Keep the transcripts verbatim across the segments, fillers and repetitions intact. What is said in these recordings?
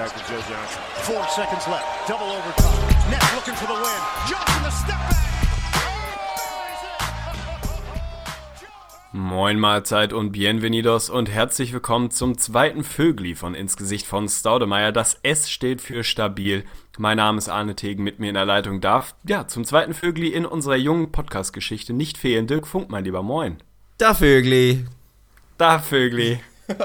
Michael Joe Johnson. Four seconds left. Double overtime. Nets looking for the win. Johnson a step back. Moin Mahlzeit und Bienvenidos und herzlich willkommen zum zweiten Vögli von Ins Gesicht von Staudemeyer. Das S steht für stabil. Mein Name ist Arne Tegen, mit mir in der Leitung darf, ja, zum zweiten Vögli in unserer jungen Podcast-Geschichte nicht fehlen. Dirk Funk, mein Lieber, moin. Da Vögli. Da Vögli.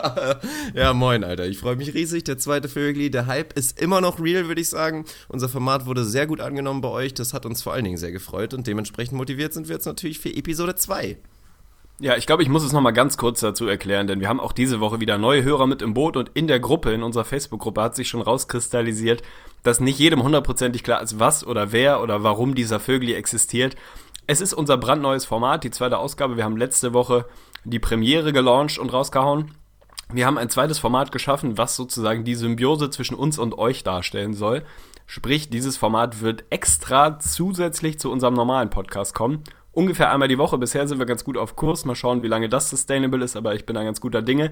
Ja, moin, Alter. Ich freue mich riesig. Der zweite Vögli. Der Hype ist immer noch real, würde ich sagen. Unser Format wurde sehr gut angenommen bei euch. Das hat uns vor allen Dingen sehr gefreut und dementsprechend motiviert sind wir jetzt natürlich für Episode zwei. Ja, ich glaube, ich muss es nochmal ganz kurz dazu erklären, denn wir haben auch diese Woche wieder neue Hörer mit im Boot und in der Gruppe, in unserer Facebook-Gruppe hat sich schon rauskristallisiert, dass nicht jedem hundertprozentig klar ist, was oder wer oder warum dieser Vögli existiert. Es ist unser brandneues Format, die zweite Ausgabe. Wir haben letzte Woche die Premiere gelauncht und rausgehauen. Wir haben ein zweites Format geschaffen, was sozusagen die Symbiose zwischen uns und euch darstellen soll. Sprich, dieses Format wird extra zusätzlich zu unserem normalen Podcast kommen. Ungefähr einmal die Woche. Bisher sind wir ganz gut auf Kurs. Mal schauen, wie lange das sustainable ist, aber ich bin da ganz guter Dinge.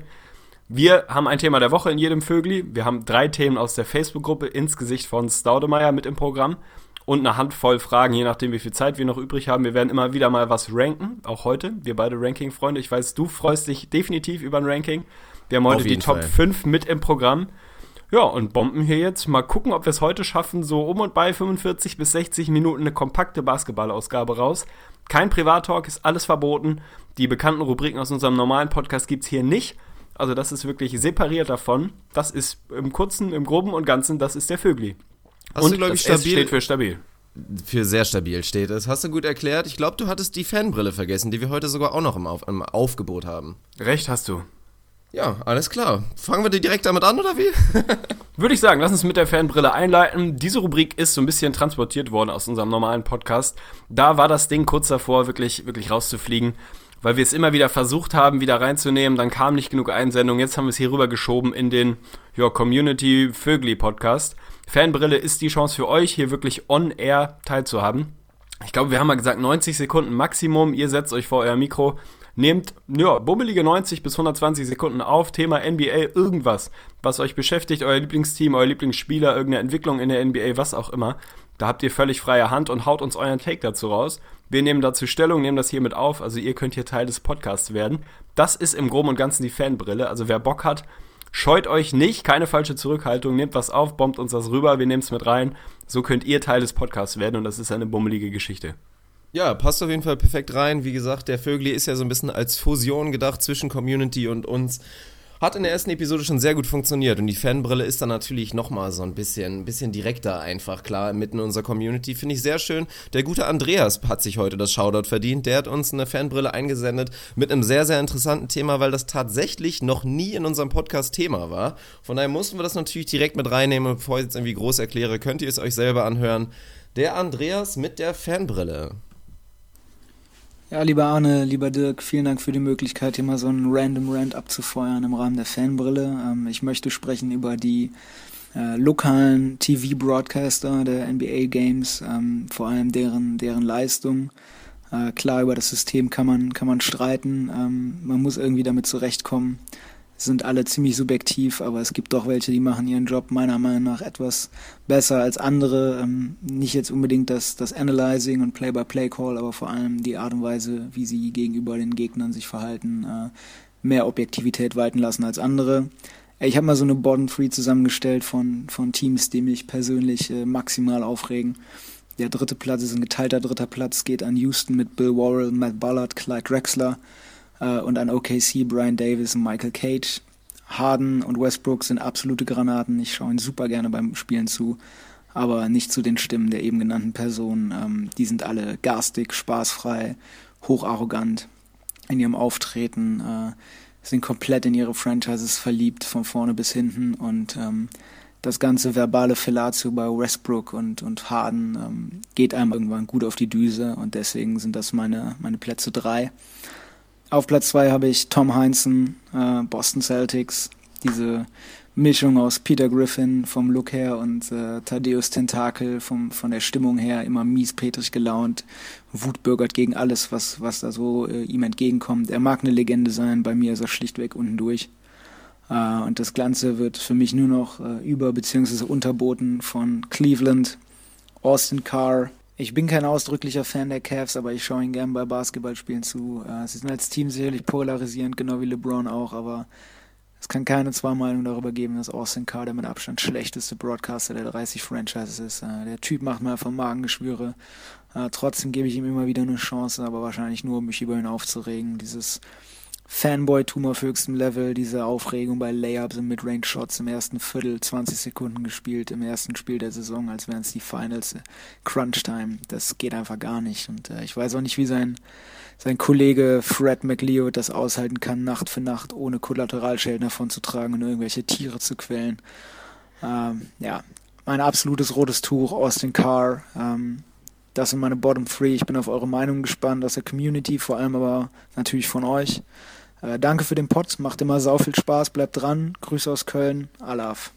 Wir haben ein Thema der Woche in jedem Vögli. Wir haben drei Themen aus der Facebook-Gruppe Ins Gesicht von Staudemeyer mit im Programm und eine Handvoll Fragen, je nachdem, wie viel Zeit wir noch übrig haben. Wir werden immer wieder mal was ranken, auch heute. Wir beide Ranking-Freunde. Ich weiß, du freust dich definitiv über ein Ranking. Wir haben heute die Top fünf mit im Programm. Ja, und bomben hier jetzt. Mal gucken, ob wir es heute schaffen, so um und bei fünfundvierzig bis sechzig Minuten eine kompakte Basketballausgabe raus. Kein Privattalk, ist alles verboten. Die bekannten Rubriken aus unserem normalen Podcast gibt's hier nicht. Also das ist wirklich separiert davon. Das ist im Kurzen, im Groben und Ganzen, das ist der Vögli. Hast und du, glaub ich, das stabil, S steht für stabil. Für sehr stabil steht es. Hast du gut erklärt. Ich glaube, du hattest die Fanbrille vergessen, die wir heute sogar auch noch im, Auf, im Aufgebot haben. Recht hast du. Ja, alles klar. Fangen wir direkt damit an, oder wie? Würde ich sagen, lass uns mit der Fanbrille einleiten. Diese Rubrik ist so ein bisschen transportiert worden aus unserem normalen Podcast. Da war das Ding kurz davor, wirklich, wirklich rauszufliegen, weil wir es immer wieder versucht haben, wieder reinzunehmen. Dann kam nicht genug Einsendung. Jetzt haben wir es hier rüber geschoben in den ja, Community-Vögli-Podcast. Fanbrille ist die Chance für euch, hier wirklich on-air teilzuhaben. Ich glaube, wir haben mal gesagt, neunzig Sekunden Maximum. Ihr setzt euch vor euer Mikro. Nehmt, ja, bummelige neunzig bis hundertzwanzig Sekunden auf, Thema N B A, irgendwas, was euch beschäftigt, euer Lieblingsteam, euer Lieblingsspieler, irgendeine Entwicklung in der N B A, was auch immer. Da habt ihr völlig freie Hand und haut uns euren Take dazu raus. Wir nehmen dazu Stellung, nehmen das hier mit auf, also ihr könnt hier Teil des Podcasts werden. Das ist im Groben und Ganzen die Fanbrille, also wer Bock hat, scheut euch nicht, keine falsche Zurückhaltung, nehmt was auf, bombt uns das rüber, wir nehmen es mit rein. So könnt ihr Teil des Podcasts werden und das ist eine bummelige Geschichte. Ja, passt auf jeden Fall perfekt rein. Wie gesagt, der Vögli ist ja so ein bisschen als Fusion gedacht zwischen Community und uns. Hat in der ersten Episode schon sehr gut funktioniert und die Fanbrille ist dann natürlich nochmal so ein bisschen, ein bisschen direkter einfach, klar, mitten in unserer Community. Finde ich sehr schön. Der gute Andreas hat sich heute das Shoutout verdient. Der hat uns eine Fanbrille eingesendet mit einem sehr, sehr interessanten Thema, weil das tatsächlich noch nie in unserem Podcast Thema war. Von daher mussten wir das natürlich direkt mit reinnehmen. Bevor ich jetzt irgendwie groß erkläre, könnt ihr es euch selber anhören. Der Andreas mit der Fanbrille. Ja, lieber Arne, lieber Dirk, vielen Dank für die Möglichkeit, hier mal so einen Random Rant abzufeuern im Rahmen der Fanbrille. Ähm, ich möchte sprechen über die äh, lokalen T V-Broadcaster der N B A-Games, ähm, vor allem deren, deren Leistung. Äh, klar, über das System kann man, kann man streiten, ähm, man muss irgendwie damit zurechtkommen. Sind alle ziemlich subjektiv, aber es gibt doch welche, die machen ihren Job meiner Meinung nach etwas besser als andere. Ähm, nicht jetzt unbedingt das, das Analyzing und Play-by-Play-Call, aber vor allem die Art und Weise, wie sie gegenüber den Gegnern sich verhalten, äh, mehr Objektivität walten lassen als andere. Ich habe mal so eine Bottom Three zusammengestellt von, von Teams, die mich persönlich äh, maximal aufregen. Der dritte Platz ist ein geteilter dritter Platz, geht an Houston mit Bill Worrell, Matt Ballard, Clyde Drexler. Und an O K C, Brian Davis und Michael Cage. Harden und Westbrook sind absolute Granaten. Ich schaue ihnen super gerne beim Spielen zu, aber nicht zu den Stimmen der eben genannten Personen. Ähm, die sind alle garstig, spaßfrei, hocharrogant in ihrem Auftreten, äh, sind komplett in ihre Franchises verliebt, von vorne bis hinten. Und ähm, das ganze verbale Fellatio bei Westbrook und, und Harden ähm, geht einem irgendwann gut auf die Düse. Und deswegen sind das meine, meine Plätze drei. Auf Platz zwei habe ich Tom Heinsohn, äh, Boston Celtics, diese Mischung aus Peter Griffin vom Look her und äh, Thaddeus Tentakel vom, von der Stimmung her, immer miespetrig gelaunt, wutbürgert gegen alles, was, was da so äh, ihm entgegenkommt. Er mag eine Legende sein, bei mir ist er schlichtweg unten durch. Uh, und das Ganze wird für mich nur noch uh, über- bzw. unterboten von Cleveland, Austin Carr. Ich bin kein ausdrücklicher Fan der Cavs, aber ich schaue ihnen gerne bei Basketballspielen zu. Uh, sie sind als Team sicherlich polarisierend, genau wie LeBron auch, aber es kann keine zwei Meinungen darüber geben, dass Austin Carr der mit Abstand schlechteste Broadcaster der dreißig Franchises ist. Uh, der Typ macht mir einfach Magengeschwüre. Uh, trotzdem gebe ich ihm immer wieder eine Chance, aber wahrscheinlich nur, um mich über ihn aufzuregen. Dieses Fanboy-Tum auf höchstem Level, diese Aufregung bei Layups und Midrange-Shots im ersten Viertel, zwanzig Sekunden gespielt im ersten Spiel der Saison, als wären es die Finals, Crunch-Time, das geht einfach gar nicht. Und äh, ich weiß auch nicht, wie sein, sein Kollege Fred McLeod das aushalten kann, Nacht für Nacht ohne Kollateralschäden davon zu tragen und irgendwelche Tiere zu quälen. Ähm, ja, mein absolutes rotes Tuch, Austin Carr. Ähm, das sind meine Bottom Three. Ich bin auf eure Meinung gespannt, aus der Community, vor allem aber natürlich von euch. Äh, danke für den Pod, macht immer sau viel Spaß, bleibt dran. Grüße aus Köln, Alaf.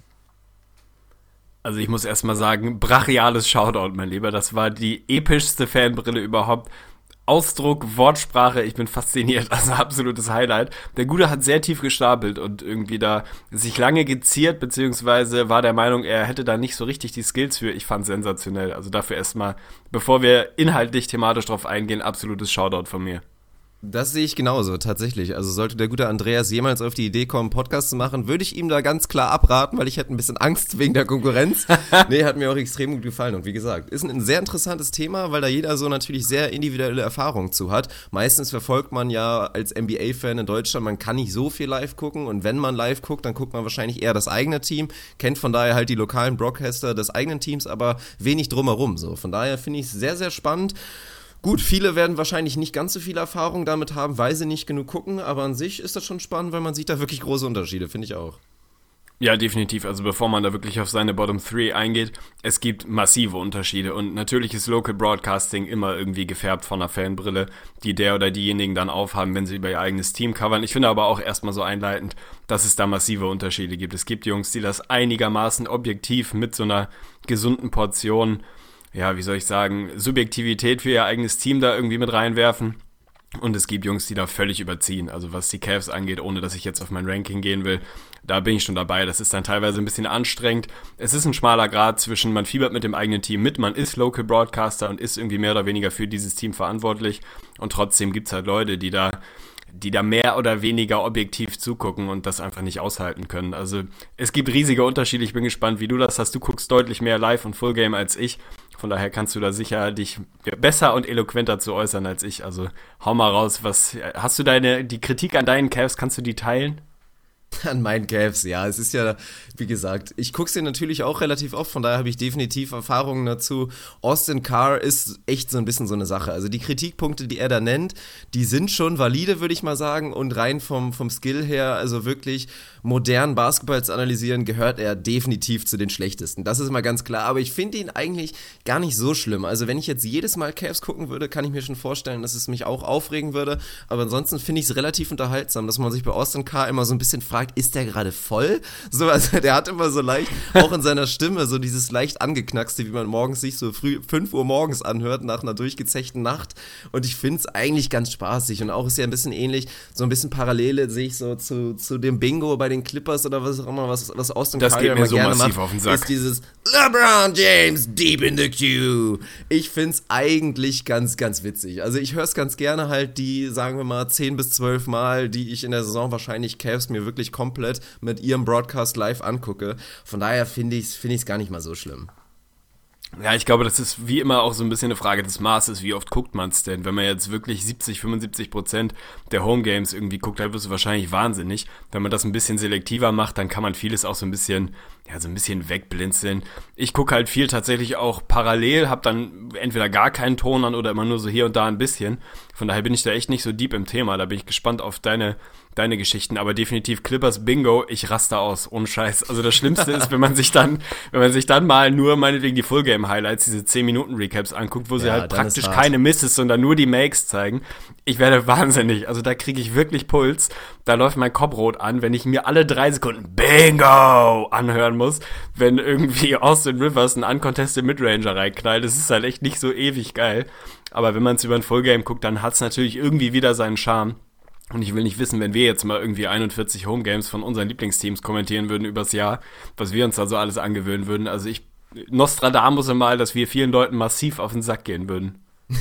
Also ich muss erstmal sagen, brachiales Shoutout, mein Lieber. Das war die epischste Fanbrille überhaupt. Ausdruck, Wortsprache, ich bin fasziniert, also absolutes Highlight. Der Gute hat sehr tief gestapelt und irgendwie da sich lange geziert, beziehungsweise war der Meinung, er hätte da nicht so richtig die Skills für. Ich fand sensationell. Also dafür erstmal, bevor wir inhaltlich thematisch drauf eingehen, absolutes Shoutout von mir. Das sehe ich genauso, tatsächlich. Also sollte der gute Andreas jemals auf die Idee kommen, Podcast zu machen, würde ich ihm da ganz klar abraten, weil ich hätte ein bisschen Angst wegen der Konkurrenz. Nee, hat mir auch extrem gut gefallen. Und wie gesagt, ist ein sehr interessantes Thema, weil da jeder so natürlich sehr individuelle Erfahrungen zu hat. Meistens verfolgt man ja als N B A-Fan in Deutschland, man kann nicht so viel live gucken. Und wenn man live guckt, dann guckt man wahrscheinlich eher das eigene Team, kennt von daher halt die lokalen Broadcaster des eigenen Teams, aber wenig drumherum. So. Von daher finde ich es sehr, sehr spannend. Gut, viele werden wahrscheinlich nicht ganz so viel Erfahrung damit haben, weil sie nicht genug gucken, aber an sich ist das schon spannend, weil man sieht da wirklich große Unterschiede, finde ich auch. Ja, definitiv. Also bevor man da wirklich auf seine Bottom Three eingeht, es gibt massive Unterschiede und natürlich ist Local Broadcasting immer irgendwie gefärbt von einer Fanbrille, die der oder diejenigen dann aufhaben, wenn sie über ihr eigenes Team covern. Ich finde aber auch erstmal so einleitend, dass es da massive Unterschiede gibt. Es gibt Jungs, die das einigermaßen objektiv mit so einer gesunden Portion, ja, wie soll ich sagen, Subjektivität für ihr eigenes Team da irgendwie mit reinwerfen. Und es gibt Jungs, die da völlig überziehen. Also was die Cavs angeht, ohne dass ich jetzt auf mein Ranking gehen will, da bin ich schon dabei. Das ist dann teilweise ein bisschen anstrengend. Es ist ein schmaler Grat zwischen, man fiebert mit dem eigenen Team mit, man ist Local Broadcaster und ist irgendwie mehr oder weniger für dieses Team verantwortlich. Und trotzdem gibt's halt Leute, die da die da mehr oder weniger objektiv zugucken und das einfach nicht aushalten können. Also es gibt riesige Unterschiede. Ich bin gespannt, wie du das hast. Du guckst deutlich mehr Live und Full Game als ich. Von daher kannst du da sicher dich besser und eloquenter zu äußern als ich. Also hau mal raus. Was hast du deine die Kritik an deinen Cavs? Kannst du die teilen? An meinen Cavs, ja, es ist ja, wie gesagt, ich gucke sie natürlich auch relativ oft, von daher habe ich definitiv Erfahrungen dazu. Austin Carr ist echt so ein bisschen so eine Sache, also die Kritikpunkte, die er da nennt, die sind schon valide, würde ich mal sagen, und rein vom, vom Skill her, also wirklich modernen Basketball zu analysieren, gehört er definitiv zu den schlechtesten, das ist mal ganz klar, aber ich finde ihn eigentlich gar nicht so schlimm, also wenn ich jetzt jedes Mal Cavs gucken würde, kann ich mir schon vorstellen, dass es mich auch aufregen würde, aber ansonsten finde ich es relativ unterhaltsam, dass man sich bei Austin Carr immer so ein bisschen fragt, ist der gerade voll? So, also der hat immer so leicht, auch in seiner Stimme, so dieses leicht angeknackste, wie man morgens sich so früh, fünf Uhr morgens anhört, nach einer durchgezechten Nacht. Und ich finde es eigentlich ganz spaßig. Und auch ist ja ein bisschen ähnlich, so ein bisschen Parallele sehe ich so zu, zu dem Bingo bei den Clippers oder was auch immer, was, was Austin Carr immer so gerne massiv macht, auf den Sack. ist dieses LeBron James deep in the queue. Ich finde es eigentlich ganz, ganz witzig. Also ich höre es ganz gerne halt die, sagen wir mal, zehn bis zwölf Mal, die ich in der Saison wahrscheinlich Cavs mir wirklich komplett mit ihrem Broadcast live angucke. Von daher finde ich es finde ich es gar nicht mal so schlimm. Ja, ich glaube, das ist wie immer auch so ein bisschen eine Frage des Maßes, wie oft guckt man es denn? Wenn man jetzt wirklich siebzig, fünfundsiebzig Prozent der Homegames irgendwie guckt, dann wirst du wahrscheinlich wahnsinnig. Wenn man das ein bisschen selektiver macht, dann kann man vieles auch so ein bisschen, ja, so ein bisschen wegblinzeln. Ich gucke halt viel tatsächlich auch parallel, habe dann entweder gar keinen Ton an oder immer nur so hier und da ein bisschen. Von daher bin ich da echt nicht so deep im Thema. Da bin ich gespannt auf deine deine Geschichten, aber definitiv Clippers Bingo, ich raste aus, ohne Scheiß. Also das Schlimmste ist, wenn man sich dann, wenn man sich dann mal nur meinetwegen die Full-Game-Highlights, diese zehn Minuten Recaps anguckt, wo sie ja, halt praktisch keine Misses, sondern nur die Makes zeigen. Ich werde wahnsinnig. Also da kriege ich wirklich Puls. Da läuft mein Kopf rot an, wenn ich mir alle drei Sekunden Bingo anhören muss, wenn irgendwie Austin Rivers einen uncontested Midranger reinknallt. Das ist halt echt nicht so ewig geil. Aber wenn man es über ein Full-Game guckt, dann hat es natürlich irgendwie wieder seinen Charme. Und ich will nicht wissen, wenn wir jetzt mal irgendwie einundvierzig Homegames von unseren Lieblingsteams kommentieren würden übers Jahr, was wir uns da so alles angewöhnen würden. Also ich Nostradamus mal, dass wir vielen Leuten massiv auf den Sack gehen würden.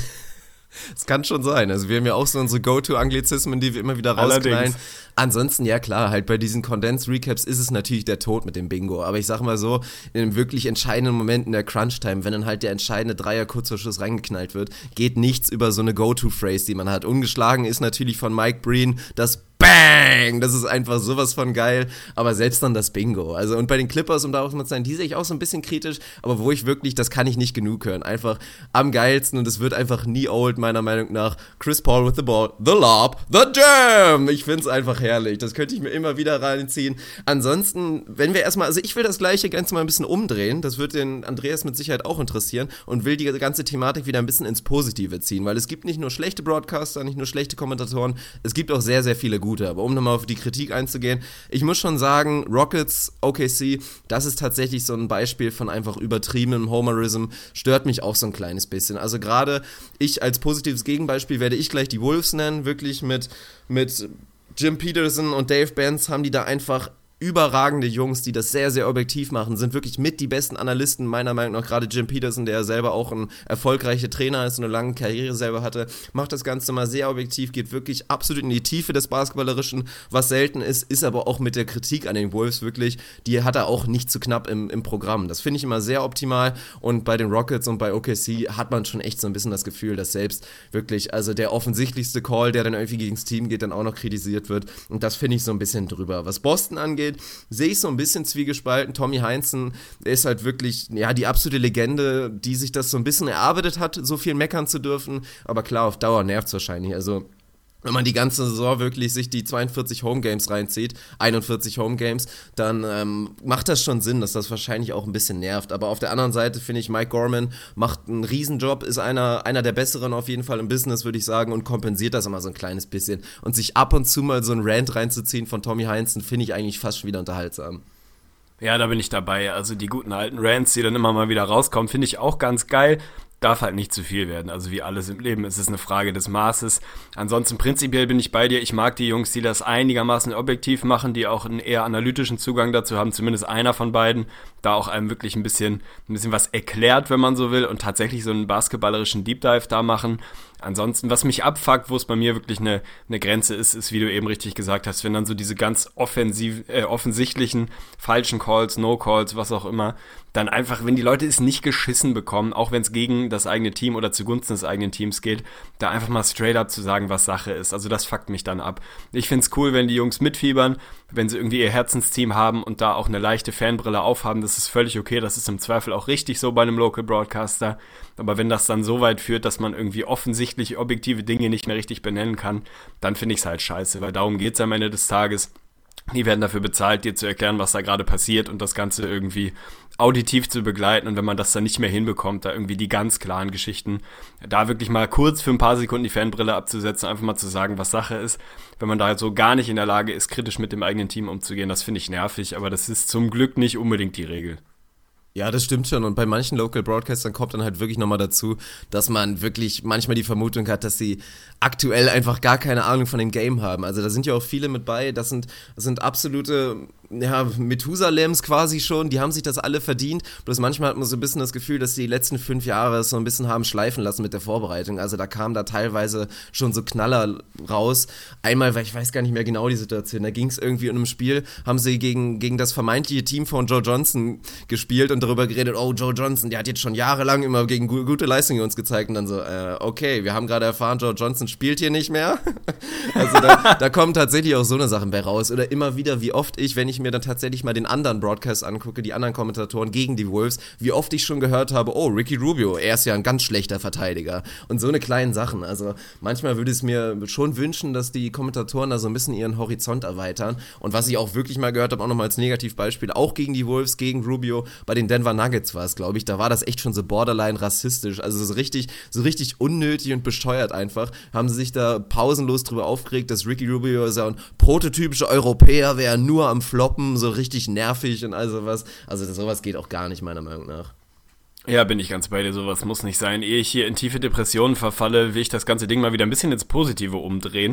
Es kann schon sein. Also wir haben ja auch so unsere Go-To-Anglizismen, die wir immer wieder rausknallen. Allerdings. Ansonsten, ja klar, halt bei diesen Condensed-Recaps ist es natürlich der Tod mit dem Bingo. Aber ich sag mal so, in einem wirklich entscheidenden Moment in der Crunch-Time, wenn dann halt der entscheidende Dreier-Kurzverschluss reingeknallt wird, geht nichts über so eine Go-To-Phrase, die man hat. Ungeschlagen ist natürlich von Mike Breen das Bang! Das ist einfach sowas von geil, aber selbst dann das Bingo. Also und bei den Clippers, um da auch mal zu sein, die sehe ich auch so ein bisschen kritisch, aber wo ich wirklich, das kann ich nicht genug hören, einfach am geilsten und es wird einfach nie old, meiner Meinung nach. Chris Paul with the ball, the lob, the jam! Ich find's einfach herrlich, das könnte ich mir immer wieder reinziehen. Ansonsten, wenn wir erstmal, also ich will das gleiche ganz mal ein bisschen umdrehen, das wird den Andreas mit Sicherheit auch interessieren und will die ganze Thematik wieder ein bisschen ins Positive ziehen, weil es gibt nicht nur schlechte Broadcaster, nicht nur schlechte Kommentatoren, es gibt auch sehr, sehr viele gute. Aber um nochmal auf die Kritik einzugehen, ich muss schon sagen, Rockets, O K C, das ist tatsächlich so ein Beispiel von einfach übertriebenem Homerism, stört mich auch so ein kleines bisschen. Also gerade ich als positives Gegenbeispiel werde ich gleich die Wolves nennen, wirklich mit, mit Jim Peterson und Dave Benz haben die da einfach überragende Jungs, die das sehr, sehr objektiv machen, sind wirklich mit die besten Analysten, meiner Meinung nach, gerade Jim Peterson, der selber auch ein erfolgreicher Trainer ist und eine lange Karriere selber hatte, macht das Ganze mal sehr objektiv, geht wirklich absolut in die Tiefe des Basketballerischen, was selten ist, ist aber auch mit der Kritik an den Wolves wirklich, die hat er auch nicht zu knapp im, im Programm. Das finde ich immer sehr optimal und bei den Rockets und bei O K C hat man schon echt so ein bisschen das Gefühl, dass selbst wirklich, also der offensichtlichste Call, der dann irgendwie gegen das Team geht, dann auch noch kritisiert wird und das finde ich so ein bisschen drüber. Was Boston angeht, sehe ich so ein bisschen zwiegespalten. Tommy Heinsohn, der ist halt wirklich, ja, die absolute Legende, die sich das so ein bisschen erarbeitet hat, so viel meckern zu dürfen, aber klar, auf Dauer nervt es wahrscheinlich, also wenn man die ganze Saison wirklich sich die zweiundvierzig Homegames reinzieht, einundvierzig Homegames, dann ähm, macht das schon Sinn, dass das wahrscheinlich auch ein bisschen nervt. Aber auf der anderen Seite finde ich, Mike Gorman macht einen Riesenjob, ist einer, einer der Besseren auf jeden Fall im Business, würde ich sagen, und kompensiert das immer so ein kleines bisschen. Und sich ab und zu mal so einen Rant reinzuziehen von Tommy Heinsohn, finde ich eigentlich fast schon wieder unterhaltsam. Ja, da bin ich dabei. Also die guten alten Rants, die dann immer mal wieder rauskommen, finde ich auch ganz geil. Darf halt nicht zu viel werden. Also wie alles im Leben ist es eine Frage des Maßes. Ansonsten prinzipiell bin ich bei dir. Ich mag die Jungs, die das einigermaßen objektiv machen, die auch einen eher analytischen Zugang dazu haben. Zumindest einer von beiden. Da auch einem wirklich ein bisschen, ein bisschen was erklärt, wenn man so will. Und tatsächlich so einen basketballerischen Deep Dive da machen. Ansonsten, was mich abfuckt, wo es bei mir wirklich eine, eine Grenze ist, ist, wie du eben richtig gesagt hast, wenn dann so diese ganz offensiv, äh, offensichtlichen falschen Calls, No-Calls, was auch immer, dann einfach, wenn die Leute es nicht geschissen bekommen, auch wenn es gegen das eigene Team oder zugunsten des eigenen Teams geht, da einfach mal straight up zu sagen, was Sache ist. Also das fuckt mich dann ab. Ich find's cool, wenn die Jungs mitfiebern, wenn sie irgendwie ihr Herzensteam haben und da auch eine leichte Fanbrille aufhaben, das ist völlig okay, das ist im Zweifel auch richtig so bei einem Local Broadcaster, aber wenn das dann so weit führt, dass man irgendwie offensichtlich objektive Dinge nicht mehr richtig benennen kann, dann finde ich es halt scheiße, weil darum geht's am Ende des Tages. Die werden dafür bezahlt, dir zu erklären, was da gerade passiert und das Ganze irgendwie auditiv zu begleiten, und wenn man das dann nicht mehr hinbekommt, da irgendwie die ganz klaren Geschichten, da wirklich mal kurz für ein paar Sekunden die Fanbrille abzusetzen, einfach mal zu sagen, was Sache ist, wenn man da so gar nicht in der Lage ist, kritisch mit dem eigenen Team umzugehen, das finde ich nervig, aber das ist zum Glück nicht unbedingt die Regel. Ja, das stimmt schon. Und bei manchen Local Broadcastern kommt dann halt wirklich nochmal dazu, dass man wirklich manchmal die Vermutung hat, dass sie aktuell einfach gar keine Ahnung von dem Game haben. Also da sind ja auch viele mit bei, das sind, das sind absolute, ja, Methusalems quasi schon, die haben sich das alle verdient. Bloß manchmal hat man so ein bisschen das Gefühl, dass sie die letzten fünf Jahre es so ein bisschen haben schleifen lassen mit der Vorbereitung. Also da kamen da teilweise schon so Knaller raus. Einmal, weil ich weiß gar nicht mehr genau die Situation, da ging es irgendwie in einem Spiel, haben sie gegen, gegen das vermeintliche Team von Joe Johnson gespielt und darüber geredet, oh, Joe Johnson, der hat jetzt schon jahrelang immer gegen gu- gute Leistungen uns gezeigt, und dann so, äh, okay, wir haben gerade erfahren, Joe Johnson spielt hier nicht mehr. Also da, da kommen tatsächlich auch so eine Sachen bei raus. Oder immer wieder, wie oft ich, wenn ich mir dann tatsächlich mal den anderen Broadcast angucke, die anderen Kommentatoren gegen die Wolves, wie oft ich schon gehört habe, oh, Ricky Rubio, er ist ja ein ganz schlechter Verteidiger. Und so eine kleinen Sachen. Also manchmal würde es mir schon wünschen, dass die Kommentatoren da so ein bisschen ihren Horizont erweitern. Und was ich auch wirklich mal gehört habe, auch nochmal als Negativbeispiel, auch gegen die Wolves, gegen Rubio, bei den Denver Nuggets war es, glaube ich, da war das echt schon so borderline rassistisch, also so richtig, so richtig unnötig und besteuert einfach, haben sie sich da pausenlos drüber aufgeregt, dass Ricky Rubio so ein prototypischer Europäer wäre, nur am Floppen, so richtig nervig und all sowas, also sowas geht auch gar nicht, meiner Meinung nach. Ja, bin ich ganz bei dir, sowas muss nicht sein. Ehe ich hier in tiefe Depressionen verfalle, will ich das ganze Ding mal wieder ein bisschen ins Positive umdrehen.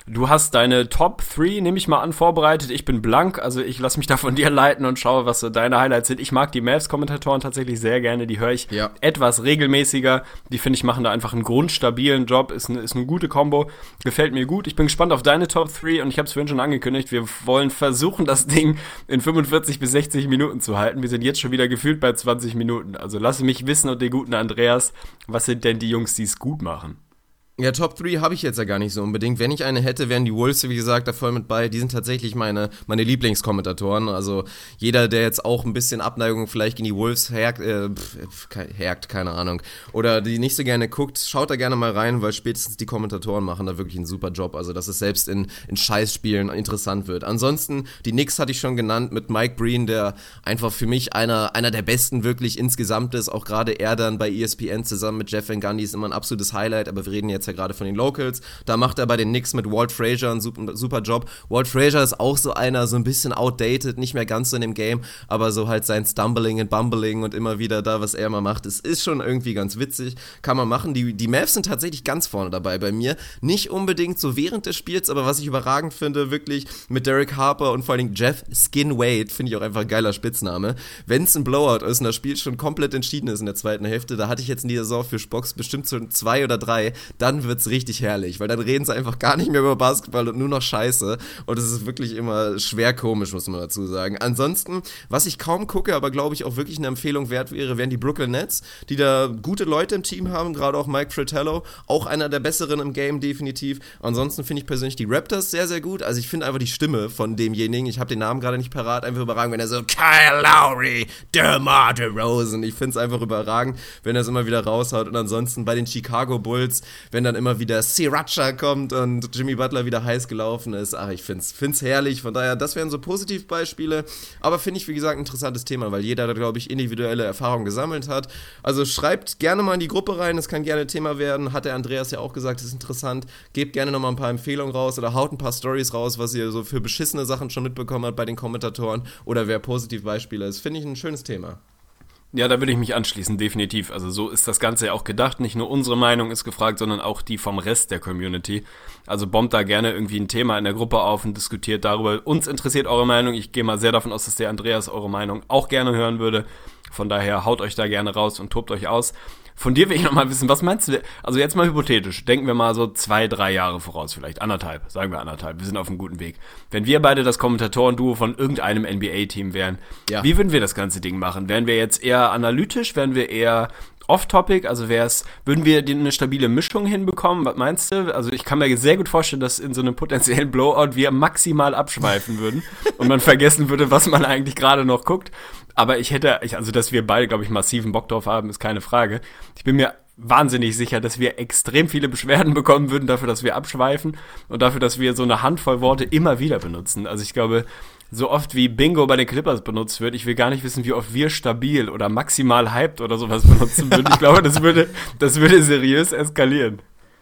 Du hast deine Top drei, nehme ich mal an, vorbereitet. Ich bin blank, also ich lasse mich da von dir leiten und schaue, was so deine Highlights sind. Ich mag die Mavs-Kommentatoren tatsächlich sehr gerne, die höre ich ja. etwas regelmäßiger. Die, finde ich, machen da einfach einen grundstabilen Job, ist eine, ist eine gute Kombo, gefällt mir gut. Ich bin gespannt auf deine Top drei und ich habe es vorhin schon angekündigt, wir wollen versuchen, das Ding in fünfundvierzig bis sechzig Minuten zu halten. Wir sind jetzt schon wieder gefühlt bei zwanzig Minuten. Also lasse mich wissen und den guten Andreas, was sind denn die Jungs, die es gut machen? Ja, Top drei habe ich jetzt ja gar nicht so unbedingt. Wenn ich eine hätte, wären die Wolves, wie gesagt, da voll mit bei. Die sind tatsächlich meine meine Lieblingskommentatoren. Also jeder, der jetzt auch ein bisschen Abneigung vielleicht gegen die Wolves hergt, äh, pf, hergt, keine Ahnung, oder die nicht so gerne guckt, schaut da gerne mal rein, weil spätestens die Kommentatoren machen da wirklich einen super Job. Also dass es selbst in in Scheißspielen interessant wird. Ansonsten, die Knicks hatte ich schon genannt mit Mike Breen, der einfach für mich einer einer der besten wirklich insgesamt ist. Auch gerade er dann bei E S P N zusammen mit Jeff Van Gundy ist immer ein absolutes Highlight, aber wir reden jetzt ja gerade von den Locals. Da macht er bei den Knicks mit Walt Frazier einen super, super Job. Walt Frazier ist auch so einer, so ein bisschen outdated, nicht mehr ganz so in dem Game, aber so halt sein Stumbling und Bumbling und immer wieder da, was er immer macht, es ist schon irgendwie ganz witzig, kann man machen. Die, die Mavs sind tatsächlich ganz vorne dabei bei mir. Nicht unbedingt so während des Spiels, aber was ich überragend finde, wirklich mit Derek Harper und vor allem Jeff Skin Wade, finde ich auch einfach ein geiler Spitzname. Wenn es ein Blowout ist und das Spiel schon komplett entschieden ist in der zweiten Hälfte, da hatte ich jetzt in dieser Saison für Spox bestimmt so zwei oder drei, dann wird's richtig herrlich, weil dann reden sie einfach gar nicht mehr über Basketball und nur noch Scheiße und es ist wirklich immer schwer komisch, muss man dazu sagen. Ansonsten, was ich kaum gucke, aber glaube ich auch wirklich eine Empfehlung wert wäre, wären die Brooklyn Nets, die da gute Leute im Team haben, gerade auch Mike Fratello, auch einer der besseren im Game definitiv. Ansonsten finde ich persönlich die Raptors sehr, sehr gut, also ich finde einfach die Stimme von demjenigen, ich habe den Namen gerade nicht parat, einfach überragend, wenn er so Kyle Lowry, DeMar DeRozan, ich finde es einfach überragend, wenn er es immer wieder raushaut und ansonsten bei den Chicago Bulls, wenn dann immer wieder Sriracha kommt und Jimmy Butler wieder heiß gelaufen ist. Ach, ich find's, find's herrlich. Von daher, das wären so Positivbeispiele. Aber finde ich, wie gesagt, ein interessantes Thema, weil jeder da, glaube ich, individuelle Erfahrungen gesammelt hat. Also schreibt gerne mal in die Gruppe rein. Das kann gerne Thema werden. Hat der Andreas ja auch gesagt, das ist interessant. Gebt gerne nochmal ein paar Empfehlungen raus oder haut ein paar Storys raus, was ihr so für beschissene Sachen schon mitbekommen habt bei den Kommentatoren oder wer Positivbeispiele ist. Finde ich ein schönes Thema. Ja, da würde ich mich anschließen, definitiv. Also so ist das Ganze ja auch gedacht. Nicht nur unsere Meinung ist gefragt, sondern auch die vom Rest der Community. Also bombt da gerne irgendwie ein Thema in der Gruppe auf und diskutiert darüber. Uns interessiert eure Meinung. Ich gehe mal sehr davon aus, dass der Andreas eure Meinung auch gerne hören würde. Von daher haut euch da gerne raus und tobt euch aus. Von dir will ich nochmal wissen, was meinst du? Also jetzt mal hypothetisch, denken wir mal so zwei, drei Jahre voraus vielleicht, anderthalb, sagen wir anderthalb, wir sind auf einem guten Weg. Wenn wir beide das Kommentatoren-Duo von irgendeinem N B A-Team wären, ja. Wie würden wir das ganze Ding machen? Wären wir jetzt eher analytisch, wären wir eher off-topic, also wär's, würden wir eine stabile Mischung hinbekommen, was meinst du? Also ich kann mir sehr gut vorstellen, dass in so einem potenziellen Blowout wir maximal abschweifen würden und man vergessen würde, was man eigentlich gerade noch guckt. Aber ich hätte, ich, also dass wir beide, glaube ich, massiven Bock drauf haben, ist keine Frage. Ich bin mir wahnsinnig sicher, dass wir extrem viele Beschwerden bekommen würden dafür, dass wir abschweifen und dafür, dass wir so eine Handvoll Worte immer wieder benutzen. Also ich glaube, so oft wie Bingo bei den Clippers benutzt wird, ich will gar nicht wissen, wie oft wir stabil oder maximal hyped oder sowas benutzen würden. Ich glaube, das würde, das würde seriös eskalieren.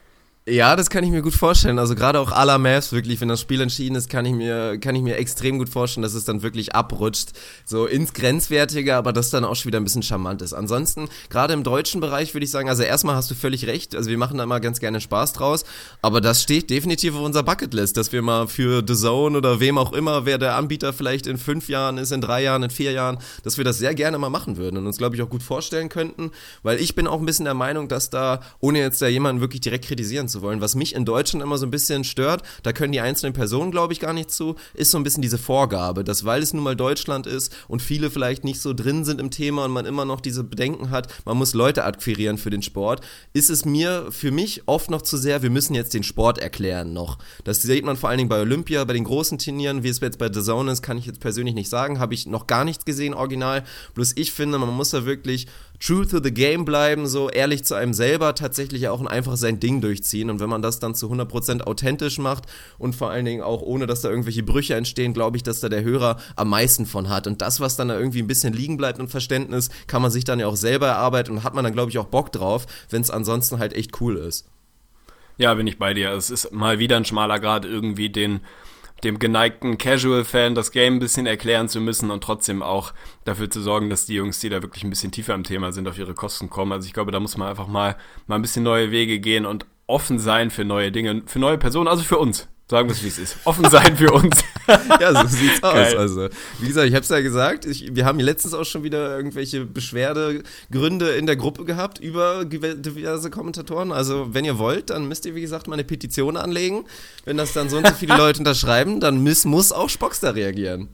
Ja, das kann ich mir gut vorstellen. Also gerade auch à la Mavs, wirklich, wenn das Spiel entschieden ist, kann ich mir kann ich mir extrem gut vorstellen, dass es dann wirklich abrutscht, so ins Grenzwertige, aber das dann auch schon wieder ein bisschen charmant ist. Ansonsten, gerade im deutschen Bereich würde ich sagen, also erstmal hast du völlig recht, also wir machen da immer ganz gerne Spaß draus, aber das steht definitiv auf unserer Bucketlist, dass wir mal für The Zone oder wem auch immer, wer der Anbieter vielleicht in fünf Jahren ist, in drei Jahren, in vier Jahren, dass wir das sehr gerne mal machen würden und uns, glaube ich, auch gut vorstellen könnten, weil ich bin auch ein bisschen der Meinung, dass da, ohne jetzt da jemanden wirklich direkt kritisieren zu wollen, was mich in Deutschland immer so ein bisschen stört, da können die einzelnen Personen, glaube ich, gar nicht zu, ist so ein bisschen diese Vorgabe, dass weil es nun mal Deutschland ist und viele vielleicht nicht so drin sind im Thema und man immer noch diese Bedenken hat, man muss Leute akquirieren für den Sport, ist es mir, für mich oft noch zu sehr, wir müssen jetzt den Sport erklären noch. Das sieht man vor allen Dingen bei Olympia, bei den großen Turnieren, wie es jetzt bei The Zone ist, kann ich jetzt persönlich nicht sagen, habe ich noch gar nichts gesehen, original, bloß ich finde, man muss da wirklich true to the game bleiben, so ehrlich zu einem selber, tatsächlich auch einfach sein Ding durchziehen und wenn man das dann zu hundert Prozent authentisch macht und vor allen Dingen auch ohne, dass da irgendwelche Brüche entstehen, glaube ich, dass da der Hörer am meisten von hat und das, was dann da irgendwie ein bisschen liegen bleibt und Verständnis, kann man sich dann ja auch selber erarbeiten und hat man dann, glaube ich, auch Bock drauf, wenn es ansonsten halt echt cool ist. Ja, bin ich bei dir. Es ist mal wieder ein schmaler Grad, irgendwie den dem geneigten Casual-Fan das Game ein bisschen erklären zu müssen und trotzdem auch dafür zu sorgen, dass die Jungs, die da wirklich ein bisschen tiefer im Thema sind, auf ihre Kosten kommen. Also ich glaube, da muss man einfach mal, mal ein bisschen neue Wege gehen und offen sein für neue Dinge, für neue Personen, also für uns. Sagen wir es, wie es ist. Offen sein für uns. Ja, so sieht's aus. Geil. Also, wie gesagt, ich hab's ja gesagt, ich, wir haben hier letztens auch schon wieder irgendwelche Beschwerdegründe in der Gruppe gehabt über diverse Kommentatoren. Also, wenn ihr wollt, dann müsst ihr, wie gesagt, mal eine Petition anlegen. Wenn das dann so und so viele Leute unterschreiben, dann muss, muss auch Spockstar reagieren.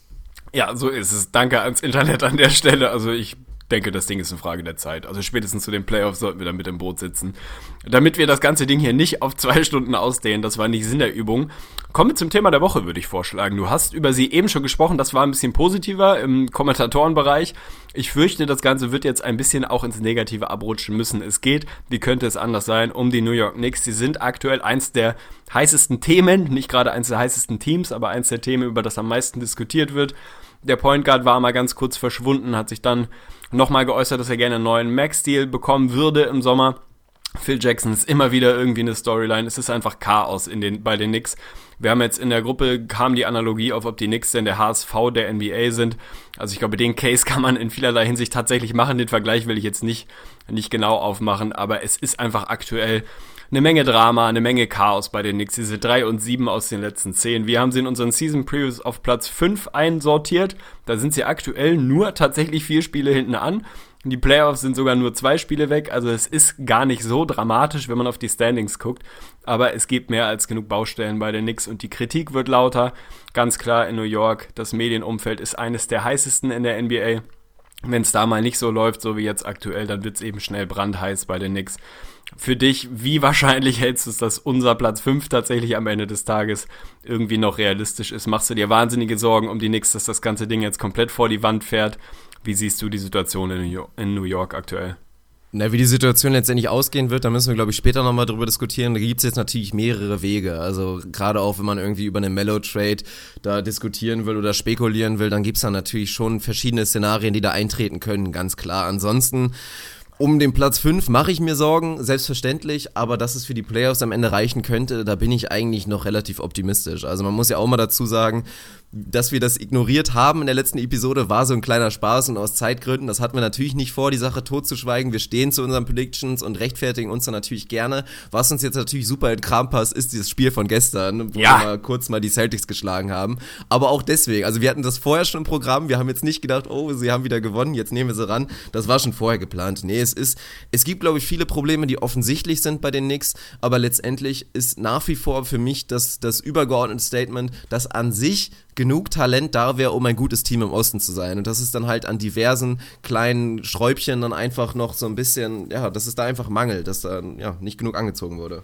Ja, so ist es. Danke ans Internet an der Stelle. Also ich denke, das Ding ist eine Frage der Zeit. Also spätestens zu den Playoffs sollten wir dann mit im Boot sitzen. Damit wir das ganze Ding hier nicht auf zwei Stunden ausdehnen, das war nicht Sinn der Übung. Kommen wir zum Thema der Woche, würde ich vorschlagen. Du hast über sie eben schon gesprochen, das war ein bisschen positiver im Kommentatorenbereich. Ich fürchte, das Ganze wird jetzt ein bisschen auch ins Negative abrutschen müssen. Es geht, wie könnte es anders sein, um die New York Knicks. Sie sind aktuell eins der heißesten Themen, nicht gerade eins der heißesten Teams, aber eins der Themen, über das am meisten diskutiert wird. Der Point Guard war mal ganz kurz verschwunden, hat sich dann nochmal geäußert, dass er gerne einen neuen Max-Deal bekommen würde im Sommer. Phil Jackson ist immer wieder irgendwie eine Storyline. Es ist einfach Chaos in den, bei den Knicks. Wir haben jetzt in der Gruppe, kam die Analogie auf, ob die Knicks denn der H S V der N B A sind. Also ich glaube, den Case kann man in vielerlei Hinsicht tatsächlich machen. Den Vergleich will ich jetzt nicht, nicht genau aufmachen, aber es ist einfach aktuell eine Menge Drama, eine Menge Chaos bei den Knicks. Sie sind drei und sieben aus den letzten zehn. Wir haben sie in unseren Season Previews auf Platz fünf einsortiert. Da sind sie aktuell nur tatsächlich vier Spiele hinten an. Die Playoffs sind sogar nur zwei Spiele weg. Also es ist gar nicht so dramatisch, wenn man auf die Standings guckt. Aber es gibt mehr als genug Baustellen bei den Knicks und die Kritik wird lauter. Ganz klar in New York, das Medienumfeld ist eines der heißesten in der N B A. Wenn es da mal nicht so läuft, so wie jetzt aktuell, dann wird es eben schnell brandheiß bei den Knicks. Für dich, wie wahrscheinlich hältst du es, dass unser Platz fünf tatsächlich am Ende des Tages irgendwie noch realistisch ist? Machst du dir wahnsinnige Sorgen um die Knicks, dass das ganze Ding jetzt komplett vor die Wand fährt? Wie siehst du die Situation in New York, in New York aktuell? Na, wie die Situation letztendlich ausgehen wird, da müssen wir, glaube ich, später nochmal drüber diskutieren. Da gibt es jetzt natürlich mehrere Wege. Also gerade auch, wenn man irgendwie über einen Mellow-Trade da diskutieren will oder spekulieren will, dann gibt es da natürlich schon verschiedene Szenarien, die da eintreten können, ganz klar. Ansonsten, um den Platz fünf mache ich mir Sorgen, selbstverständlich, aber dass es für die Playoffs am Ende reichen könnte, da bin ich eigentlich noch relativ optimistisch. Also man muss ja auch mal dazu sagen, dass wir das ignoriert haben in der letzten Episode, war so ein kleiner Spaß und aus Zeitgründen, das hatten wir natürlich nicht vor, die Sache totzuschweigen. Wir stehen zu unseren Predictions und rechtfertigen uns dann natürlich gerne. Was uns jetzt natürlich super in Kram passt, ist dieses Spiel von gestern, wo ja. wir mal kurz mal die Celtics geschlagen haben. Aber auch deswegen, also wir hatten das vorher schon im Programm, wir haben jetzt nicht gedacht, oh, sie haben wieder gewonnen, jetzt nehmen wir sie ran. Das war schon vorher geplant. Nee, es ist, es gibt, glaube ich, viele Probleme, die offensichtlich sind bei den Knicks, aber letztendlich ist nach wie vor für mich das, das übergeordnete Statement, dass an sich genug Talent da wäre, um ein gutes Team im Osten zu sein. Und das ist dann halt an diversen kleinen Schräubchen dann einfach noch so ein bisschen, ja, dass es da einfach mangelt, dass da ja nicht genug angezogen wurde.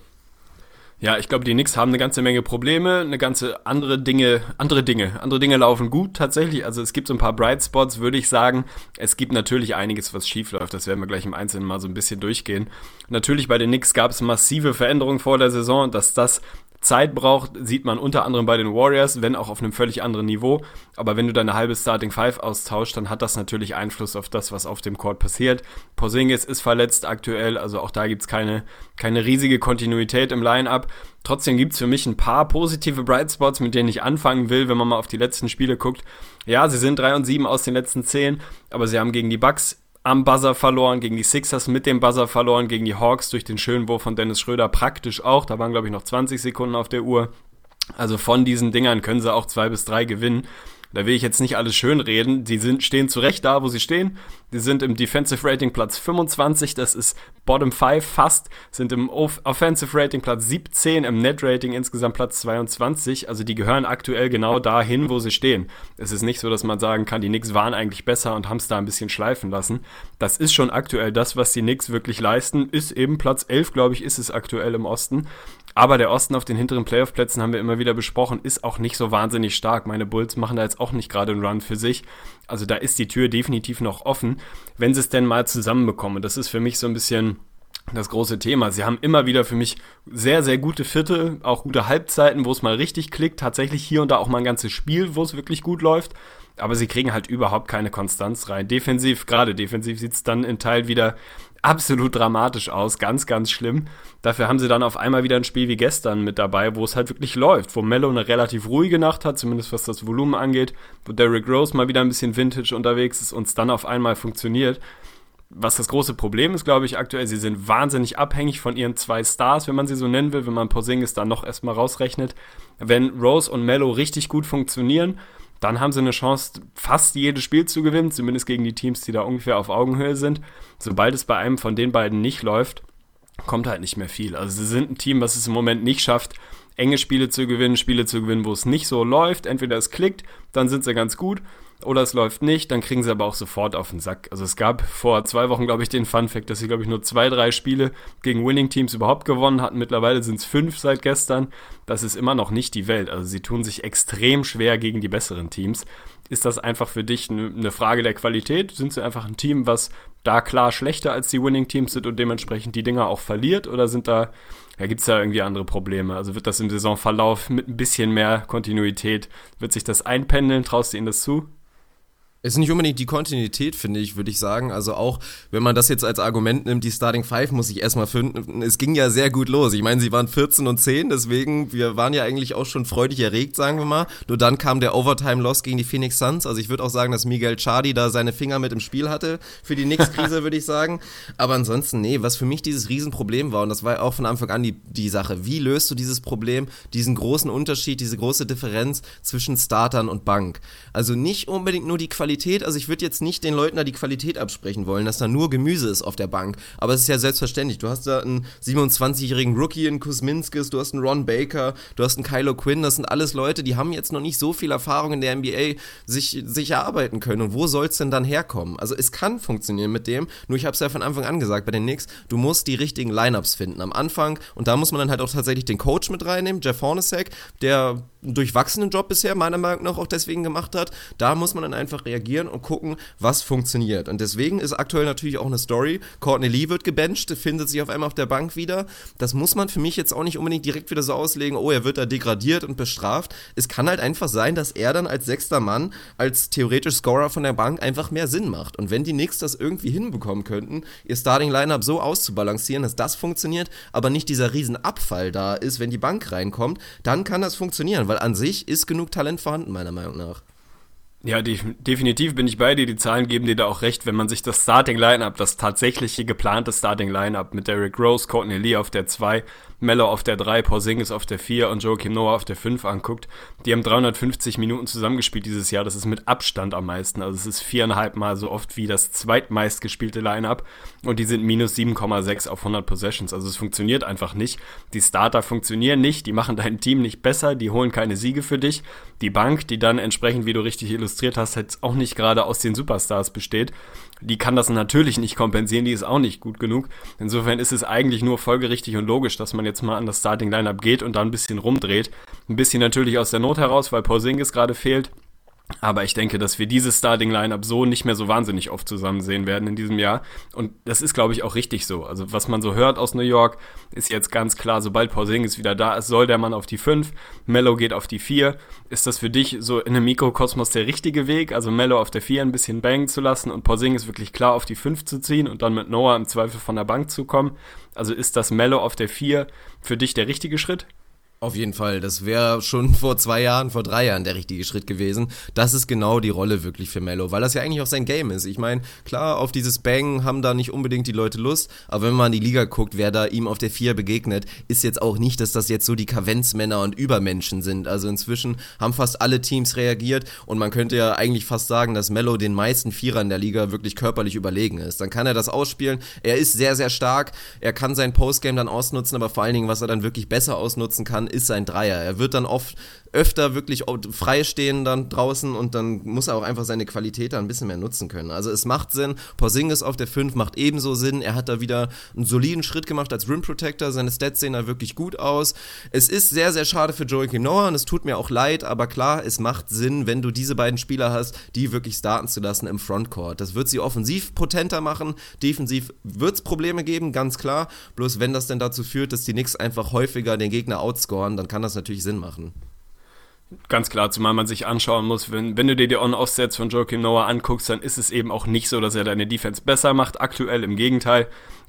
Ja, ich glaube, die Knicks haben eine ganze Menge Probleme, eine ganze andere Dinge, andere Dinge, andere Dinge laufen gut tatsächlich. Also es gibt so ein paar Bright Spots, würde ich sagen. Es gibt natürlich einiges, was schief läuft. Das werden wir gleich im Einzelnen mal so ein bisschen durchgehen. Natürlich bei den Knicks gab es massive Veränderungen vor der Saison, dass das Zeit braucht, sieht man unter anderem bei den Warriors, wenn auch auf einem völlig anderen Niveau. Aber wenn du deine halbe Starting Five austauscht, dann hat das natürlich Einfluss auf das, was auf dem Court passiert. Porzingis ist verletzt aktuell, also auch da gibt's keine, keine riesige Kontinuität im Line-Up. Trotzdem gibt's für mich ein paar positive Bright Spots, mit denen ich anfangen will, wenn man mal auf die letzten Spiele guckt. Ja, sie sind drei und sieben aus den letzten zehn, aber sie haben gegen die Bucks am Buzzer verloren, gegen die Sixers mit dem Buzzer verloren, gegen die Hawks durch den schönen Wurf von Dennis Schröder praktisch auch. Da waren, glaube ich, noch zwanzig Sekunden auf der Uhr. Also von diesen Dingern können sie auch zwei bis drei gewinnen. Da will ich jetzt nicht alles schön reden. Die sind, stehen zu Recht da, wo sie stehen. Die sind im Defensive Rating Platz fünfundzwanzig, das ist Bottom fünf fast, sind im Offensive Rating Platz siebzehn, im Net Rating insgesamt Platz zweiundzwanzig. Also die gehören aktuell genau dahin, wo sie stehen. Es ist nicht so, dass man sagen kann, die Knicks waren eigentlich besser und haben es da ein bisschen schleifen lassen. Das ist schon aktuell das, was die Knicks wirklich leisten. Ist eben Platz elf, glaube ich, ist es aktuell im Osten. Aber der Osten auf den hinteren Playoff-Plätzen, haben wir immer wieder besprochen, ist auch nicht so wahnsinnig stark. Meine Bulls machen da jetzt auch nicht gerade einen Run für sich. Also da ist die Tür definitiv noch offen, wenn sie es denn mal zusammenbekommen. Das ist für mich so ein bisschen das große Thema. Sie haben immer wieder für mich sehr, sehr gute Viertel, auch gute Halbzeiten, wo es mal richtig klickt. Tatsächlich hier und da auch mal ein ganzes Spiel, wo es wirklich gut läuft. Aber sie kriegen halt überhaupt keine Konstanz rein. Defensiv, gerade defensiv sieht es dann in Teil wieder absolut dramatisch aus, ganz, ganz schlimm. Dafür haben sie dann auf einmal wieder ein Spiel wie gestern mit dabei, wo es halt wirklich läuft, wo Melo eine relativ ruhige Nacht hat, zumindest was das Volumen angeht, wo Derrick Rose mal wieder ein bisschen Vintage unterwegs ist und es dann auf einmal funktioniert. was das große Problem ist, glaube ich, aktuell, sie sind wahnsinnig abhängig von ihren zwei Stars, wenn man sie so nennen will, wenn man Porzingis dann noch erstmal rausrechnet. Wenn Rose und Melo richtig gut funktionieren, dann haben sie eine Chance, fast jedes Spiel zu gewinnen, zumindest gegen die Teams, die da ungefähr auf Augenhöhe sind. Sobald es bei einem von den beiden nicht läuft, kommt halt nicht mehr viel. Also sie sind ein Team, was es im Moment nicht schafft, enge Spiele zu gewinnen, Spiele zu gewinnen, wo es nicht so läuft. Entweder es klickt, dann sind sie ganz gut, oder es läuft nicht, dann kriegen sie aber auch sofort auf den Sack. Also es gab vor zwei Wochen, glaube ich, den Funfact, dass sie, glaube ich, nur zwei, drei Spiele gegen Winning-Teams überhaupt gewonnen hatten. Mittlerweile sind es fünf seit gestern. Das ist immer noch nicht die Welt. Also sie tun sich extrem schwer gegen die besseren Teams. Ist das einfach für dich eine Frage der Qualität? Sind sie einfach ein Team, was da klar schlechter als die Winning-Teams sind und dementsprechend die Dinger auch verliert? Oder sind da, ja, gibt es da irgendwie andere Probleme? Also wird das im Saisonverlauf mit ein bisschen mehr Kontinuität, wird sich das einpendeln? Traust du ihnen das zu? Ist nicht unbedingt die Kontinuität, finde ich, würde ich sagen. Also auch, wenn man das jetzt als Argument nimmt, die Starting Five muss ich erstmal finden. Es ging ja sehr gut los. Ich meine, sie waren vierzehn und zehn, deswegen, wir waren ja eigentlich auch schon freudig erregt, sagen wir mal. Nur dann kam der Overtime-Loss gegen die Phoenix Suns. Also ich würde auch sagen, dass Miguel Chardy da seine Finger mit im Spiel hatte für die Knicks-Krise, würde ich sagen. Aber ansonsten, nee, was für mich dieses Riesenproblem war, und das war ja auch von Anfang an die, die Sache, wie löst du dieses Problem, diesen großen Unterschied, diese große Differenz zwischen Startern und Bank? Also nicht unbedingt nur die Qualität, also ich würde jetzt nicht den Leuten da die Qualität absprechen wollen, dass da nur Gemüse ist auf der Bank, aber es ist ja selbstverständlich, du hast da einen siebenundzwanzigjährigen Rookie in Kuzminskis, du hast einen Ron Baker, du hast einen Kylo Quinn, das sind alles Leute, die haben jetzt noch nicht so viel Erfahrung in der N B A sich, sich erarbeiten können, und wo soll es denn dann herkommen? Also es kann funktionieren mit dem, nur ich habe es ja von Anfang an gesagt, bei den Knicks, du musst die richtigen Lineups finden am Anfang, und da muss man dann halt auch tatsächlich den Coach mit reinnehmen, Jeff Hornacek, der einen durchwachsenen Job bisher meiner Meinung nach auch deswegen gemacht hat, da muss man dann einfach reagieren und gucken, was funktioniert. Und deswegen ist aktuell natürlich auch eine Story, Courtney Lee wird gebencht, findet sich auf einmal auf der Bank wieder. Das muss man für mich jetzt auch nicht unbedingt direkt wieder so auslegen, oh, er wird da degradiert und bestraft. Es kann halt einfach sein, dass er dann als sechster Mann, als theoretisch Scorer von der Bank einfach mehr Sinn macht. Und wenn die Knicks das irgendwie hinbekommen könnten, ihr Starting-Lineup so auszubalancieren, dass das funktioniert, aber nicht dieser riesen Abfall da ist, wenn die Bank reinkommt, dann kann das funktionieren, weil an sich ist genug Talent vorhanden, meiner Meinung nach. Ja, de- definitiv bin ich bei dir. Die Zahlen geben dir da auch recht, wenn man sich das Starting-Line-Up, das tatsächliche geplante Starting-Line-Up mit Derrick Rose, Courtney Lee auf der zwei, Melo auf der drei, Porzingis auf der vier und Joakim Noah auf der fünf anguckt. Die haben dreihundertfünfzig Minuten zusammengespielt dieses Jahr. Das ist mit Abstand am meisten. Also es ist viereinhalb Mal so oft wie das zweitmeist gespielte Line-Up. Und die sind minus sieben Komma sechs auf hundert Possessions. Also es funktioniert einfach nicht. Die Starter funktionieren nicht. Die machen dein Team nicht besser. Die holen keine Siege für dich. Die Bank, die dann entsprechend, wie du richtig illustriert hast, jetzt auch nicht gerade aus den Superstars besteht, die kann das natürlich nicht kompensieren, die ist auch nicht gut genug. Insofern ist es eigentlich nur folgerichtig und logisch, dass man jetzt mal an das Starting-Lineup geht und da ein bisschen rumdreht. Ein bisschen natürlich aus der Not heraus, weil Porzingis gerade fehlt. Aber ich denke, dass wir dieses Starting-Lineup so nicht mehr so wahnsinnig oft zusammen sehen werden in diesem Jahr. Und das ist, glaube ich, auch richtig so. Also was man so hört aus New York, ist jetzt ganz klar, sobald Porzingis wieder da ist, soll der Mann auf die fünf, Melo geht auf die vier. Ist das für dich so in einem Mikrokosmos der richtige Weg? Also Melo auf der vier ein bisschen bangen zu lassen und Porzingis wirklich klar auf die fünf zu ziehen und dann mit Noah im Zweifel von der Bank zu kommen? Also ist das Melo auf der vier für dich der richtige Schritt? Auf jeden Fall, das wäre schon vor zwei Jahren, vor drei Jahren der richtige Schritt gewesen. Das ist genau die Rolle wirklich für Melo, weil das ja eigentlich auch sein Game ist. Ich meine, klar, auf dieses Bang haben da nicht unbedingt die Leute Lust, aber wenn man in die Liga guckt, wer da ihm auf der vier begegnet, ist jetzt auch nicht, dass das jetzt so die Kavenzmänner und Übermenschen sind. Also inzwischen haben fast alle Teams reagiert und man könnte ja eigentlich fast sagen, dass Melo den meisten Vierern der Liga wirklich körperlich überlegen ist. Dann kann er das ausspielen, er ist sehr, sehr stark, er kann sein Postgame dann ausnutzen, aber vor allen Dingen, was er dann wirklich besser ausnutzen kann, ist sein Dreier. Er wird dann oft öfter wirklich frei stehen dann draußen und dann muss er auch einfach seine Qualität da ein bisschen mehr nutzen können. Also es macht Sinn, Porzingis auf der fünf macht ebenso Sinn, er hat da wieder einen soliden Schritt gemacht als Rim Protector, seine Stats sehen da wirklich gut aus. Es ist sehr, sehr schade für Joakim Noah und es tut mir auch leid, aber klar, es macht Sinn, wenn du diese beiden Spieler hast, die wirklich starten zu lassen im Frontcourt. Das wird sie offensiv potenter machen, defensiv wird es Probleme geben, ganz klar, bloß wenn das denn dazu führt, dass die Knicks einfach häufiger den Gegner outscoren, dann kann das natürlich Sinn machen. Ganz klar, zumal man sich anschauen muss, wenn, wenn du dir die On-Off-Sets von Joakim Noah anguckst, dann ist es eben auch nicht so, dass er deine Defense besser macht. Aktuell im Gegenteil.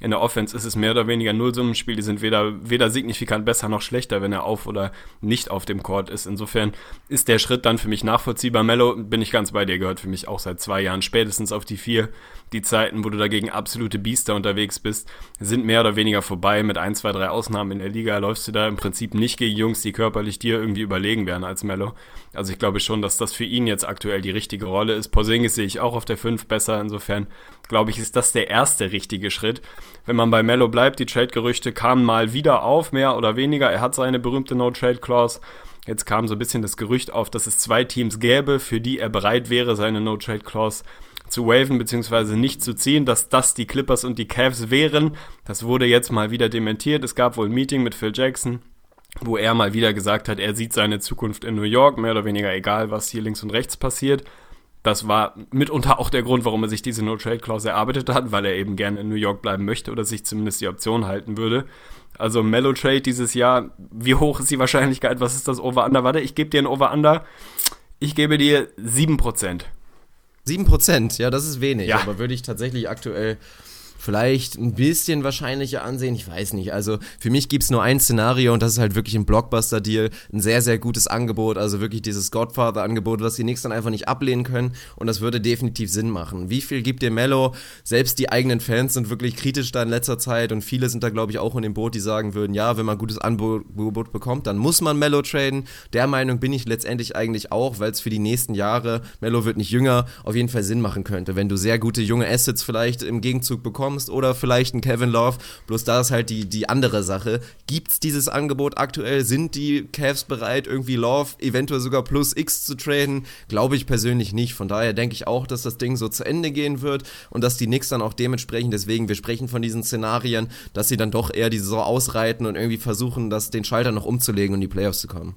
In der Offense ist es mehr oder weniger ein Nullsummenspiel. Die sind weder, weder signifikant besser noch schlechter, wenn er auf oder nicht auf dem Court ist. Insofern ist der Schritt dann für mich nachvollziehbar. Melo, bin ich ganz bei dir, gehört für mich auch seit zwei Jahren spätestens auf die vier. Die Zeiten, wo du dagegen absolute Biester unterwegs bist, sind mehr oder weniger vorbei. Mit ein, zwei, drei Ausnahmen in der Liga läufst du da im Prinzip nicht gegen Jungs, die körperlich dir irgendwie überlegen wären als Melo. Also ich glaube schon, dass das für ihn jetzt aktuell die richtige Rolle ist. Porzingis sehe ich auch auf der fünf besser. Insofern glaube ich, ist das der erste richtige Schritt. Wenn man bei Melo bleibt, die Trade-Gerüchte kamen mal wieder auf, mehr oder weniger. Er hat seine berühmte No-Trade-Clause. Jetzt kam so ein bisschen das Gerücht auf, dass es zwei Teams gäbe, für die er bereit wäre, seine No-Trade-Clause zu waven bzw. nicht zu ziehen, dass das die Clippers und die Cavs wären. Das wurde jetzt mal wieder dementiert. Es gab wohl ein Meeting mit Phil Jackson, wo er mal wieder gesagt hat, er sieht seine Zukunft in New York, mehr oder weniger egal, was hier links und rechts passiert. Das war mitunter auch der Grund, warum er sich diese No-Trade-Clause erarbeitet hat, weil er eben gerne in New York bleiben möchte oder sich zumindest die Option halten würde. Also Melo-Trade dieses Jahr, wie hoch ist die Wahrscheinlichkeit, was ist das Over-Under? Warte, ich gebe dir ein Over-Under, ich gebe dir sieben Prozent. sieben Prozent, ja, das ist wenig, ja. Aber würde ich tatsächlich aktuell vielleicht ein bisschen wahrscheinlicher ansehen, ich weiß nicht, also für mich gibt es nur ein Szenario und das ist halt wirklich ein Blockbuster-Deal, ein sehr, sehr gutes Angebot, also wirklich dieses Godfather-Angebot, was die Knicks dann einfach nicht ablehnen können und das würde definitiv Sinn machen. Wie viel gibt dir Melo? Selbst die eigenen Fans sind wirklich kritisch da in letzter Zeit und viele sind da, glaube ich, auch in dem Boot, die sagen würden, ja, wenn man ein gutes Angebot bekommt, dann muss man Melo traden. Der Meinung bin ich letztendlich eigentlich auch, weil es für die nächsten Jahre, Melo wird nicht jünger, auf jeden Fall Sinn machen könnte, wenn du sehr gute junge Assets vielleicht im Gegenzug bekommst oder vielleicht ein Kevin Love, bloß da ist halt die, die andere Sache. Gibt's dieses Angebot aktuell? Sind die Cavs bereit, irgendwie Love eventuell sogar plus X zu traden? Glaube ich persönlich nicht. Von daher denke ich auch, dass das Ding so zu Ende gehen wird und dass die Knicks dann auch dementsprechend, deswegen, wir sprechen von diesen Szenarien, dass sie dann doch eher die Saison ausreiten und irgendwie versuchen, das, den Schalter noch umzulegen und in die Playoffs zu kommen.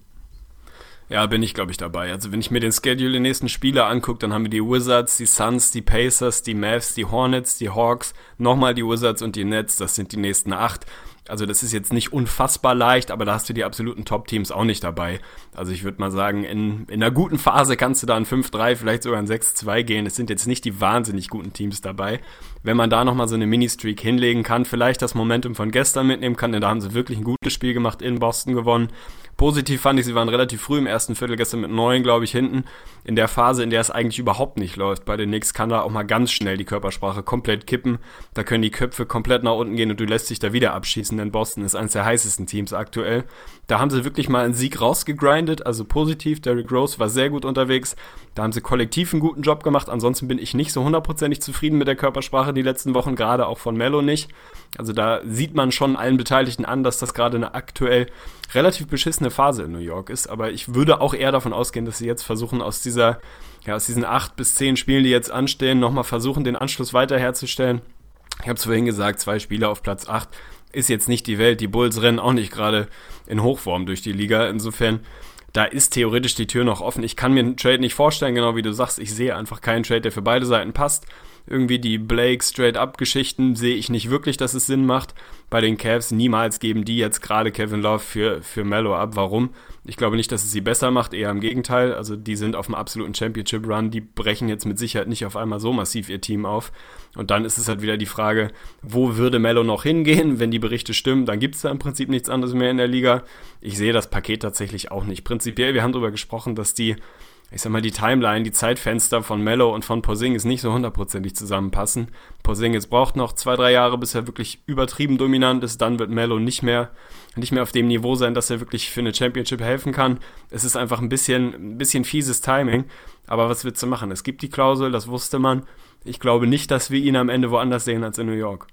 Ja, bin ich, glaube ich, dabei. Also wenn ich mir den Schedule der nächsten Spiele angucke, dann haben wir die Wizards, die Suns, die Pacers, die Mavs, die Hornets, die Hawks, nochmal die Wizards und die Nets. Das sind die nächsten acht. Also das ist jetzt nicht unfassbar leicht, aber da hast du die absoluten Top-Teams auch nicht dabei. Also ich würde mal sagen, in, in einer guten Phase kannst du da ein fünf drei, vielleicht sogar ein sechs zwei gehen. Es sind jetzt nicht die wahnsinnig guten Teams dabei. Wenn man da nochmal so eine Mini-Streak hinlegen kann, vielleicht das Momentum von gestern mitnehmen kann, denn da haben sie wirklich ein gutes Spiel gemacht, in Boston gewonnen. Positiv fand ich, sie waren relativ früh im ersten Viertel, gestern mit neun, glaube ich, hinten. In der Phase, in der es eigentlich überhaupt nicht läuft. Bei den Knicks kann da auch mal ganz schnell die Körpersprache komplett kippen. Da können die Köpfe komplett nach unten gehen und du lässt dich da wieder abschießen, denn Boston ist eines der heißesten Teams aktuell. Da haben sie wirklich mal einen Sieg rausgegrindet, also positiv. Derrick Rose war sehr gut unterwegs. Da haben sie kollektiv einen guten Job gemacht. Ansonsten bin ich nicht so hundertprozentig zufrieden mit der Körpersprache die letzten Wochen, gerade auch von Melo nicht. Also da sieht man schon allen Beteiligten an, dass das gerade eine aktuell relativ beschissene Phase in New York ist, aber ich würde auch eher davon ausgehen, dass sie jetzt versuchen, aus dieser, ja, aus diesen acht bis zehn Spielen, die jetzt anstehen, nochmal versuchen, den Anschluss weiter herzustellen. Ich habe es vorhin gesagt, zwei Spiele auf Platz acht ist jetzt nicht die Welt. Die Bulls rennen auch nicht gerade in Hochform durch die Liga. Insofern, da ist theoretisch die Tür noch offen. Ich kann mir einen Trade nicht vorstellen, genau wie du sagst. Ich sehe einfach keinen Trade, der für beide Seiten passt. Irgendwie die Blake Straight-Up-Geschichten sehe ich nicht wirklich, dass es Sinn macht. Bei den Cavs niemals geben die jetzt gerade Kevin Love für, für Melo ab. Warum? Ich glaube nicht, dass es sie besser macht, eher im Gegenteil. Also die sind auf einem absoluten Championship-Run. Die brechen jetzt mit Sicherheit nicht auf einmal so massiv ihr Team auf. Und dann ist es halt wieder die Frage, wo würde Melo noch hingehen? Wenn die Berichte stimmen, dann gibt es da im Prinzip nichts anderes mehr in der Liga. Ich sehe das Paket tatsächlich auch nicht. Prinzipiell, wir haben darüber gesprochen, dass die ich sag mal, die Timeline, die Zeitfenster von Melo und von Porzingis nicht so hundertprozentig zusammenpassen. Porzingis braucht noch zwei, drei Jahre, bis er wirklich übertrieben dominant ist. Dann wird Melo nicht mehr, nicht mehr auf dem Niveau sein, dass er wirklich für eine Championship helfen kann. Es ist einfach ein bisschen, ein bisschen fieses Timing. Aber was willst du machen? Es gibt die Klausel, das wusste man. Ich glaube nicht, dass wir ihn am Ende woanders sehen als in New York.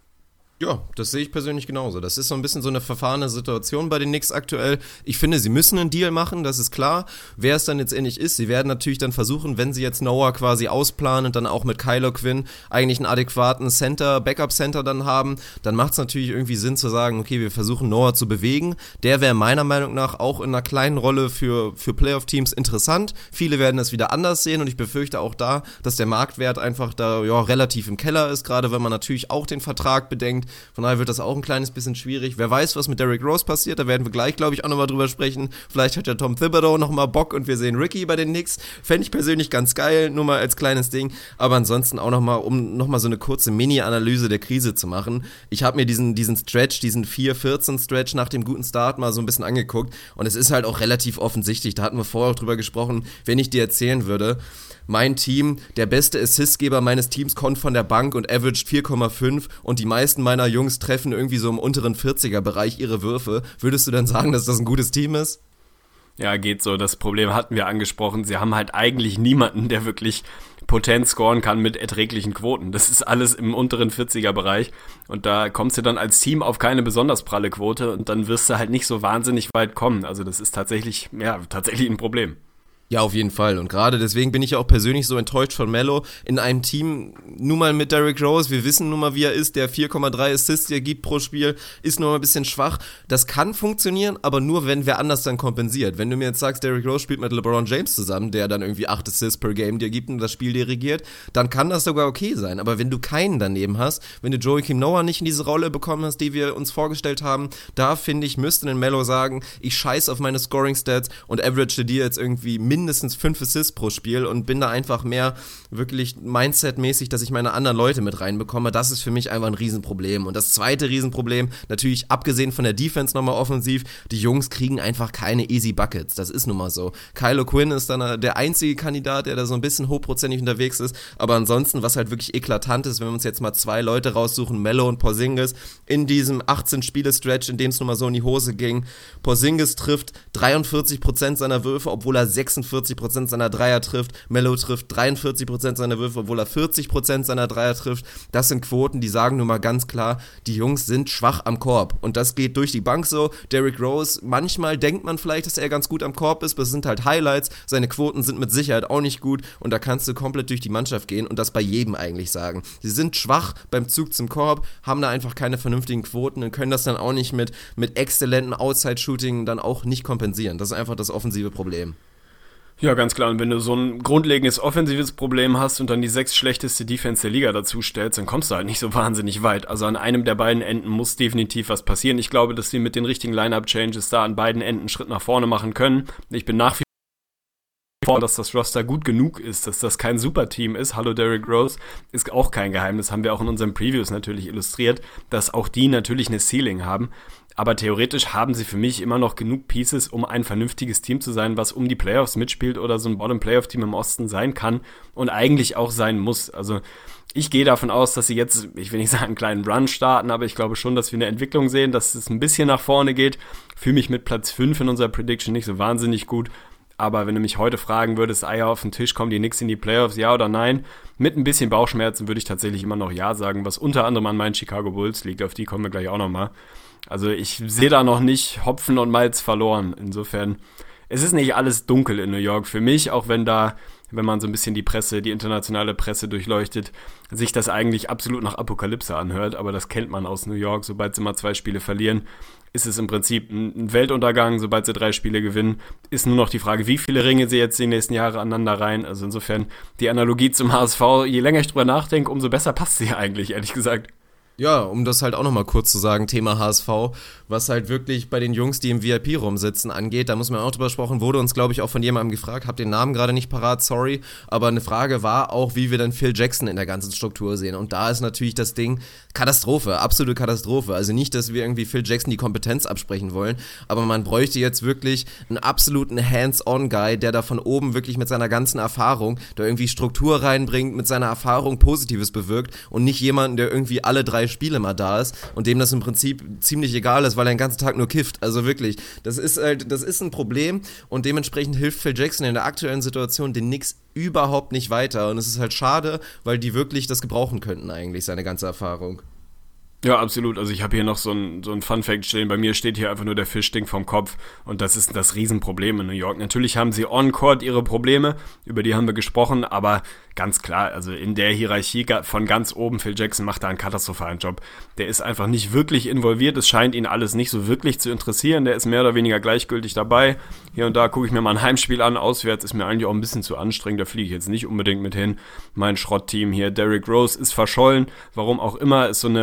Ja, das sehe ich persönlich genauso. Das ist so ein bisschen so eine verfahrene Situation bei den Knicks aktuell. Ich finde, sie müssen einen Deal machen, das ist klar. Wer es dann letztendlich ist, sie werden natürlich dann versuchen, wenn sie jetzt Noah quasi ausplanen und dann auch mit Kylo Quinn eigentlich einen adäquaten Center, Backup-Center dann haben, dann macht es natürlich irgendwie Sinn zu sagen, okay, wir versuchen Noah zu bewegen. Der wäre meiner Meinung nach auch in einer kleinen Rolle für, für Playoff-Teams interessant. Viele werden es wieder anders sehen und ich befürchte auch da, dass der Marktwert einfach da ja relativ im Keller ist, gerade wenn man natürlich auch den Vertrag bedenkt. Von daher wird das auch ein kleines bisschen schwierig. Wer weiß, was mit Derrick Rose passiert, da werden wir gleich, glaube ich, auch nochmal drüber sprechen. Vielleicht hat ja Tom Thibodeau nochmal Bock und wir sehen Ricky bei den Knicks. Fände ich persönlich ganz geil, nur mal als kleines Ding. Aber ansonsten auch nochmal, um nochmal so eine kurze Mini-Analyse der Krise zu machen. Ich habe mir diesen, diesen Stretch, diesen vier vierzehn Stretch nach dem guten Start mal so ein bisschen angeguckt und es ist halt auch relativ offensichtlich, da hatten wir vorher auch drüber gesprochen, wenn ich dir erzählen würde, mein Team, der beste Assistgeber meines Teams kommt von der Bank und averaged vier Komma fünf und die meisten meiner Jungs treffen irgendwie so im unteren vierziger-Bereich ihre Würfe. Würdest du dann sagen, dass das ein gutes Team ist? Ja, geht so. Das Problem hatten wir angesprochen. Sie haben halt eigentlich niemanden, der wirklich potent scoren kann mit erträglichen Quoten. Das ist alles im unteren vierziger-Bereich und da kommst du dann als Team auf keine besonders pralle Quote und dann wirst du halt nicht so wahnsinnig weit kommen. Also das ist tatsächlich, ja, tatsächlich ein Problem. Ja, auf jeden Fall. Und gerade deswegen bin ich ja auch persönlich so enttäuscht von Melo in einem Team, nun mal mit Derrick Rose, wir wissen nun mal, wie er ist, der vier Komma drei Assists, der gibt pro Spiel, ist nur mal ein bisschen schwach. Das kann funktionieren, aber nur, wenn wer anders dann kompensiert. Wenn du mir jetzt sagst, Derrick Rose spielt mit LeBron James zusammen, der dann irgendwie acht Assists per Game dir gibt und das Spiel dirigiert, dann kann das sogar okay sein. Aber wenn du keinen daneben hast, wenn du Joakim Noah nicht in diese Rolle bekommen hast, die wir uns vorgestellt haben, da finde ich, müsste ein Melo sagen, ich scheiß auf meine Scoring-Stats und average dir jetzt irgendwie mindestens mindestens fünf Assists pro Spiel und bin da einfach mehr wirklich Mindset-mäßig, dass ich meine anderen Leute mit reinbekomme. Das ist für mich einfach ein Riesenproblem. Und das zweite Riesenproblem, natürlich abgesehen von der Defense nochmal offensiv, die Jungs kriegen einfach keine easy Buckets. Das ist nun mal so. Kylo Quinn ist dann der einzige Kandidat, der da so ein bisschen hochprozentig unterwegs ist. Aber ansonsten, was halt wirklich eklatant ist, wenn wir uns jetzt mal zwei Leute raussuchen, Melo und Porzingis, in diesem achtzehn-Spiele-Stretch, in dem es nun mal so in die Hose ging. Porzingis trifft dreiundvierzig Prozent seiner Würfe, obwohl er sechsundvierzig Prozent seiner Dreier trifft. Melo trifft dreiundvierzig Prozent seiner Würfe, obwohl er vierzig Prozent seiner Dreier trifft. Das sind Quoten, die sagen nun mal ganz klar, die Jungs sind schwach am Korb. Und das geht durch die Bank so. Derrick Rose, manchmal denkt man vielleicht, dass er ganz gut am Korb ist, aber es sind halt Highlights. Seine Quoten sind mit Sicherheit auch nicht gut und da kannst du komplett durch die Mannschaft gehen und das bei jedem eigentlich sagen. Sie sind schwach beim Zug zum Korb, haben da einfach keine vernünftigen Quoten und können das dann auch nicht mit, mit exzellenten Outside-Shooting dann auch nicht kompensieren. Das ist einfach das offensive Problem. Ja, ganz klar. Und wenn du so ein grundlegendes offensives Problem hast und dann die sechs schlechteste Defense der Liga dazu stellst, dann kommst du halt nicht so wahnsinnig weit. Also an einem der beiden Enden muss definitiv was passieren. Ich glaube, dass sie mit den richtigen Line-Up-Changes da an beiden Enden einen Schritt nach vorne machen können. Ich bin nach wie vor, dass das Roster gut genug ist, dass das kein Superteam ist. Hallo Derrick Rose, ist auch kein Geheimnis. Haben wir auch in unseren Previews natürlich illustriert, dass auch die natürlich eine Ceiling haben. Aber theoretisch haben sie für mich immer noch genug Pieces, um ein vernünftiges Team zu sein, was um die Playoffs mitspielt oder so ein Bottom-Playoff-Team im Osten sein kann und eigentlich auch sein muss. Also ich gehe davon aus, dass sie jetzt, ich will nicht sagen einen kleinen Run starten, aber ich glaube schon, dass wir eine Entwicklung sehen, dass es ein bisschen nach vorne geht. Fühle mich mit Platz fünf in unserer Prediction nicht so wahnsinnig gut. Aber wenn du mich heute fragen würdest, Eier auf den Tisch, kommen die Knicks in die Playoffs, ja oder nein? Mit ein bisschen Bauchschmerzen würde ich tatsächlich immer noch ja sagen, was unter anderem an meinen Chicago Bulls liegt. Auf die kommen wir gleich auch nochmal. Also ich sehe da noch nicht Hopfen und Malz verloren. Insofern, es ist nicht alles dunkel in New York für mich, auch wenn da, wenn man so ein bisschen die Presse, die internationale Presse durchleuchtet, sich das eigentlich absolut nach Apokalypse anhört. Aber das kennt man aus New York. Sobald sie mal zwei Spiele verlieren, ist es im Prinzip ein Weltuntergang. Sobald sie drei Spiele gewinnen, ist nur noch die Frage, wie viele Ringe sie jetzt die nächsten Jahre aneinander rein. Also insofern, die Analogie zum H S V, je länger ich drüber nachdenke, umso besser passt sie eigentlich, ehrlich gesagt. Ja, um das halt auch nochmal kurz zu sagen, Thema H S V, was halt wirklich bei den Jungs, die im V I P-Raum sitzen, angeht, da muss man auch drüber sprechen, wurde uns, glaube ich, auch von jemandem gefragt, hab den Namen gerade nicht parat, sorry, aber eine Frage war auch, wie wir dann Phil Jackson in der ganzen Struktur sehen und da ist natürlich das Ding Katastrophe, absolute Katastrophe, also nicht, dass wir irgendwie Phil Jackson die Kompetenz absprechen wollen, aber man bräuchte jetzt wirklich einen absoluten Hands-on-Guy, der da von oben wirklich mit seiner ganzen Erfahrung da irgendwie Struktur reinbringt, mit seiner Erfahrung Positives bewirkt und nicht jemanden, der irgendwie alle drei Spiele mal da ist und dem das im Prinzip ziemlich egal ist, weil er den ganzen Tag nur kifft. Also wirklich, das ist halt, das ist ein Problem und dementsprechend hilft Phil Jackson in der aktuellen Situation den Knicks überhaupt nicht weiter und es ist halt schade, weil die wirklich das gebrauchen könnten eigentlich, seine ganze Erfahrung. Ja, absolut. Also ich habe hier noch so ein, so ein Fun-Fact stehen. Bei mir steht hier einfach nur der Fisch stinkt vom Kopf und das ist das Riesenproblem in New York. Natürlich haben sie on-court ihre Probleme, über die haben wir gesprochen, aber ganz klar, also in der Hierarchie von ganz oben, Phil Jackson macht da einen katastrophalen Job. Der ist einfach nicht wirklich involviert, es scheint ihn alles nicht so wirklich zu interessieren, der ist mehr oder weniger gleichgültig dabei. Hier und da gucke ich mir mal ein Heimspiel an, auswärts ist mir eigentlich auch ein bisschen zu anstrengend, da fliege ich jetzt nicht unbedingt mit hin. Mein Schrottteam hier, Derrick Rose, ist verschollen, warum auch immer, ist so eine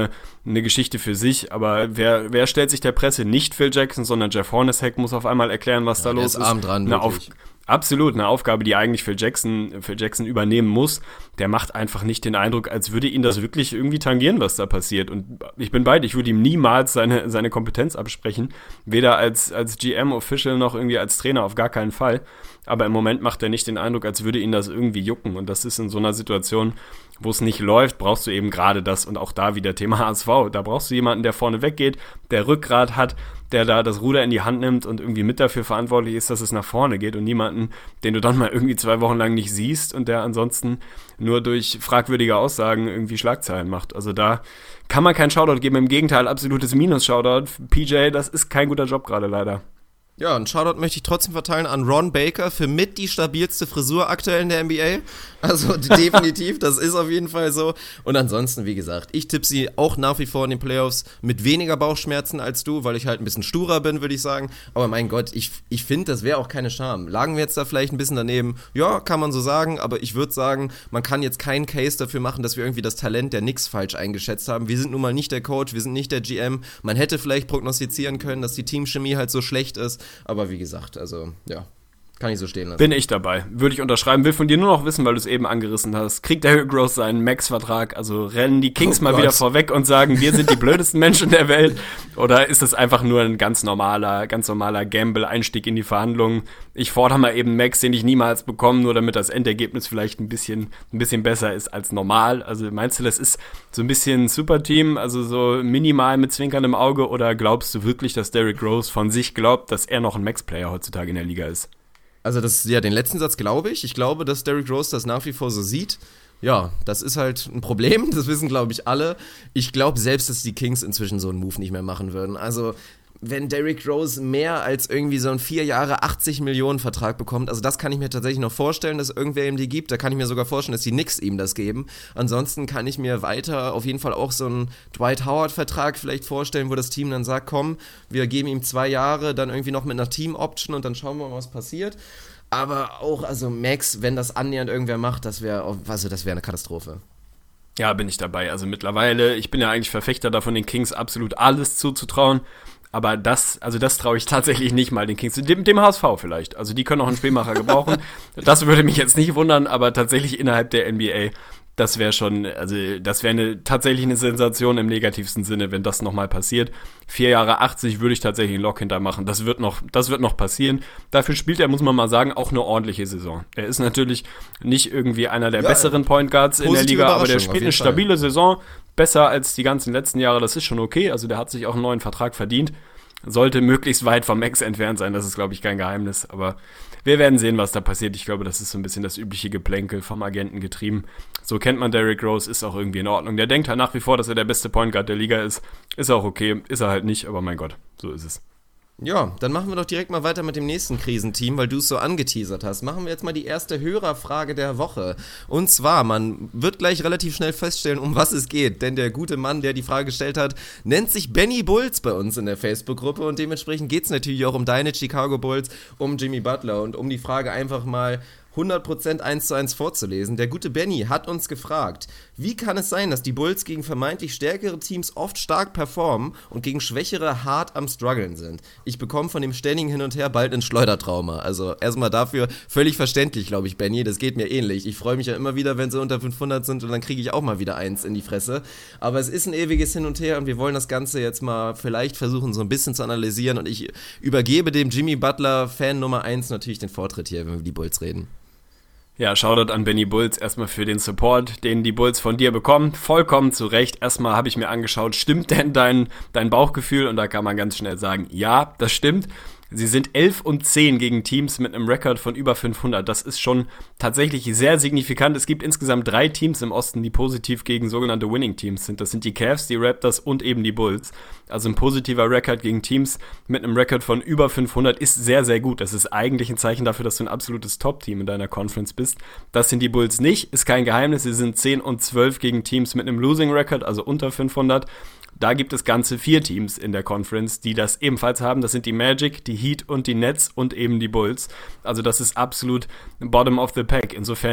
eine Geschichte für sich, aber wer, wer stellt sich der Presse? Nicht Phil Jackson, sondern Jeff Hornacek muss auf einmal erklären, was ja, da los ist. Der ist arm dran, eine wirklich. Auf, absolut, eine Aufgabe, die eigentlich Phil Jackson, Phil Jackson übernehmen muss. Der macht einfach nicht den Eindruck, als würde ihn das wirklich irgendwie tangieren, was da passiert. Und ich bin bei dir, ich würde ihm niemals seine, seine Kompetenz absprechen. Weder als, als G M, Official, noch irgendwie als Trainer, auf gar keinen Fall. Aber im Moment macht er nicht den Eindruck, als würde ihn das irgendwie jucken. Und das ist in so einer Situation, wo es nicht läuft, brauchst du eben gerade das. Und auch da wieder Thema H S V. Da brauchst du jemanden, der vorne weggeht, der Rückgrat hat, der da das Ruder in die Hand nimmt und irgendwie mit dafür verantwortlich ist, dass es nach vorne geht. Und niemanden, den du dann mal irgendwie zwei Wochen lang nicht siehst und der ansonsten nur durch fragwürdige Aussagen irgendwie Schlagzeilen macht. Also da kann man keinen Shoutout geben. Im Gegenteil, absolutes Minus-Shoutout. P J, das ist kein guter Job gerade leider. Ja, einen Shoutout möchte ich trotzdem verteilen an Ron Baker für mit die stabilste Frisur aktuell in der N B A. Also definitiv, das ist auf jeden Fall so. Und ansonsten, wie gesagt, ich tippe sie auch nach wie vor in den Playoffs mit weniger Bauchschmerzen als du, weil ich halt ein bisschen sturer bin, würde ich sagen. Aber mein Gott, ich, ich finde, das wäre auch keine Scham. Lagen wir jetzt da vielleicht ein bisschen daneben? Ja, kann man so sagen, aber ich würde sagen, man kann jetzt keinen Case dafür machen, dass wir irgendwie das Talent der Knicks falsch eingeschätzt haben. Wir sind nun mal nicht der Coach, wir sind nicht der G M. Man hätte vielleicht prognostizieren können, dass die Teamchemie halt so schlecht ist. Aber wie gesagt, also, ja, kann ich so stehen lassen. Bin ich dabei. Würde ich unterschreiben. Will von dir nur noch wissen, weil du es eben angerissen hast. Kriegt Derrick Rose seinen Max-Vertrag? Also rennen die Kings oh mal Gott. wieder vorweg und sagen, wir sind die blödesten Menschen der Welt? Oder ist das einfach nur ein ganz normaler, ganz normaler Gamble-Einstieg in die Verhandlungen? Ich fordere mal eben Max, den ich niemals bekomme, nur damit das Endergebnis vielleicht ein bisschen, ein bisschen besser ist als normal. Also meinst du, das ist so ein bisschen ein Superteam, also so minimal mit zwinkerndem Auge? Oder glaubst du wirklich, dass Derrick Rose von sich glaubt, dass er noch ein Max-Player heutzutage in der Liga ist? Also das, ja, den letzten Satz glaube ich. Ich glaube, dass Derrick Rose das nach wie vor so sieht. Ja, das ist halt ein Problem, das wissen, glaube ich, alle. Ich glaube selbst, dass die Kings inzwischen so einen Move nicht mehr machen würden. Also wenn Derrick Rose mehr als irgendwie so einen vier Jahre achtzig Millionen Vertrag bekommt, also das kann ich mir tatsächlich noch vorstellen, dass irgendwer ihm die gibt. Da kann ich mir sogar vorstellen, dass die Knicks ihm das geben. Ansonsten kann ich mir weiter auf jeden Fall auch so einen Dwight Howard Vertrag vielleicht vorstellen, wo das Team dann sagt, komm, wir geben ihm zwei Jahre, dann irgendwie noch mit einer Team-Option und dann schauen wir mal, was passiert. Aber auch, also Max, wenn das annähernd irgendwer macht, das wäre, also das wäre eine Katastrophe. Ja, bin ich dabei. Also mittlerweile, ich bin ja eigentlich Verfechter davon, den Kings absolut alles zuzutrauen. Aber das, also das traue ich tatsächlich nicht mal den Kings. Dem, dem H S V vielleicht. Also die können auch einen Spielmacher gebrauchen. Das würde mich jetzt nicht wundern, aber tatsächlich innerhalb der N B A, das wäre schon, also das wäre eine, tatsächlich eine Sensation im negativsten Sinne, wenn das nochmal passiert. Vier Jahre achtzig würde ich tatsächlich einen Lock hintermachen. Das wird noch, das wird noch passieren. Dafür spielt er, muss man mal sagen, auch eine ordentliche Saison. Er ist natürlich nicht irgendwie einer der ja, besseren Point Guards in der Liga, aber der spielt eine stabile Fall. Saison. Besser als die ganzen letzten Jahre, das ist schon okay. Also der hat sich auch einen neuen Vertrag verdient. Sollte möglichst weit vom Max entfernt sein, das ist, glaube ich, kein Geheimnis. Aber wir werden sehen, was da passiert. Ich glaube, das ist so ein bisschen das übliche Geplänkel vom Agenten getrieben. So kennt man Derrick Rose, ist auch irgendwie in Ordnung. Der denkt halt nach wie vor, dass er der beste Point Guard der Liga ist. Ist auch okay, ist er halt nicht, aber mein Gott, so ist es. Ja, dann machen wir doch direkt mal weiter mit dem nächsten Krisenteam, weil du es so angeteasert hast. Machen wir jetzt mal die erste Hörerfrage der Woche. Und zwar, man wird gleich relativ schnell feststellen, um was es geht. Denn der gute Mann, der die Frage gestellt hat, nennt sich Benny Bulls bei uns in der Facebook-Gruppe. Und dementsprechend geht es natürlich auch um deine Chicago Bulls, um Jimmy Butler und um die Frage einfach mal hundert Prozent eins zu eins vorzulesen. Der gute Benny hat uns gefragt, wie kann es sein, dass die Bulls gegen vermeintlich stärkere Teams oft stark performen und gegen schwächere hart am struggeln sind? Ich bekomme von dem ständigen Hin und Her bald ein Schleudertrauma. Also erstmal dafür völlig verständlich, glaube ich, Benny. Das geht mir ähnlich. Ich freue mich ja immer wieder, wenn sie unter fünfhundert sind und dann kriege ich auch mal wieder eins in die Fresse. Aber es ist ein ewiges Hin und Her und wir wollen das Ganze jetzt mal vielleicht versuchen, so ein bisschen zu analysieren und ich übergebe dem Jimmy Butler Fan Nummer eins natürlich den Vortritt hier, wenn wir über die Bulls reden. Ja, Shoutout an Benny Bulls erstmal für den Support, den die Bulls von dir bekommen. Vollkommen zu Recht. Erstmal habe ich mir angeschaut, stimmt denn dein, dein Bauchgefühl? Und da kann man ganz schnell sagen, ja, das stimmt. Sie sind elf und zehn gegen Teams mit einem Rekord von über fünfhundert. Das ist schon tatsächlich sehr signifikant. Es gibt insgesamt drei Teams im Osten, die positiv gegen sogenannte Winning-Teams sind. Das sind die Cavs, die Raptors und eben die Bulls. Also ein positiver Rekord gegen Teams mit einem Rekord von über fünfhundert ist sehr, sehr gut. Das ist eigentlich ein Zeichen dafür, dass du ein absolutes Top-Team in deiner Conference bist. Das sind die Bulls nicht, ist kein Geheimnis. Sie sind zehn und zwölf gegen Teams mit einem Losing-Record, also unter fünfhundert. Da gibt es ganze vier Teams in der Conference, die das ebenfalls haben. Das sind die Magic, die Heat und die Nets und eben die Bulls. Also das ist absolut bottom of the pack. Insofern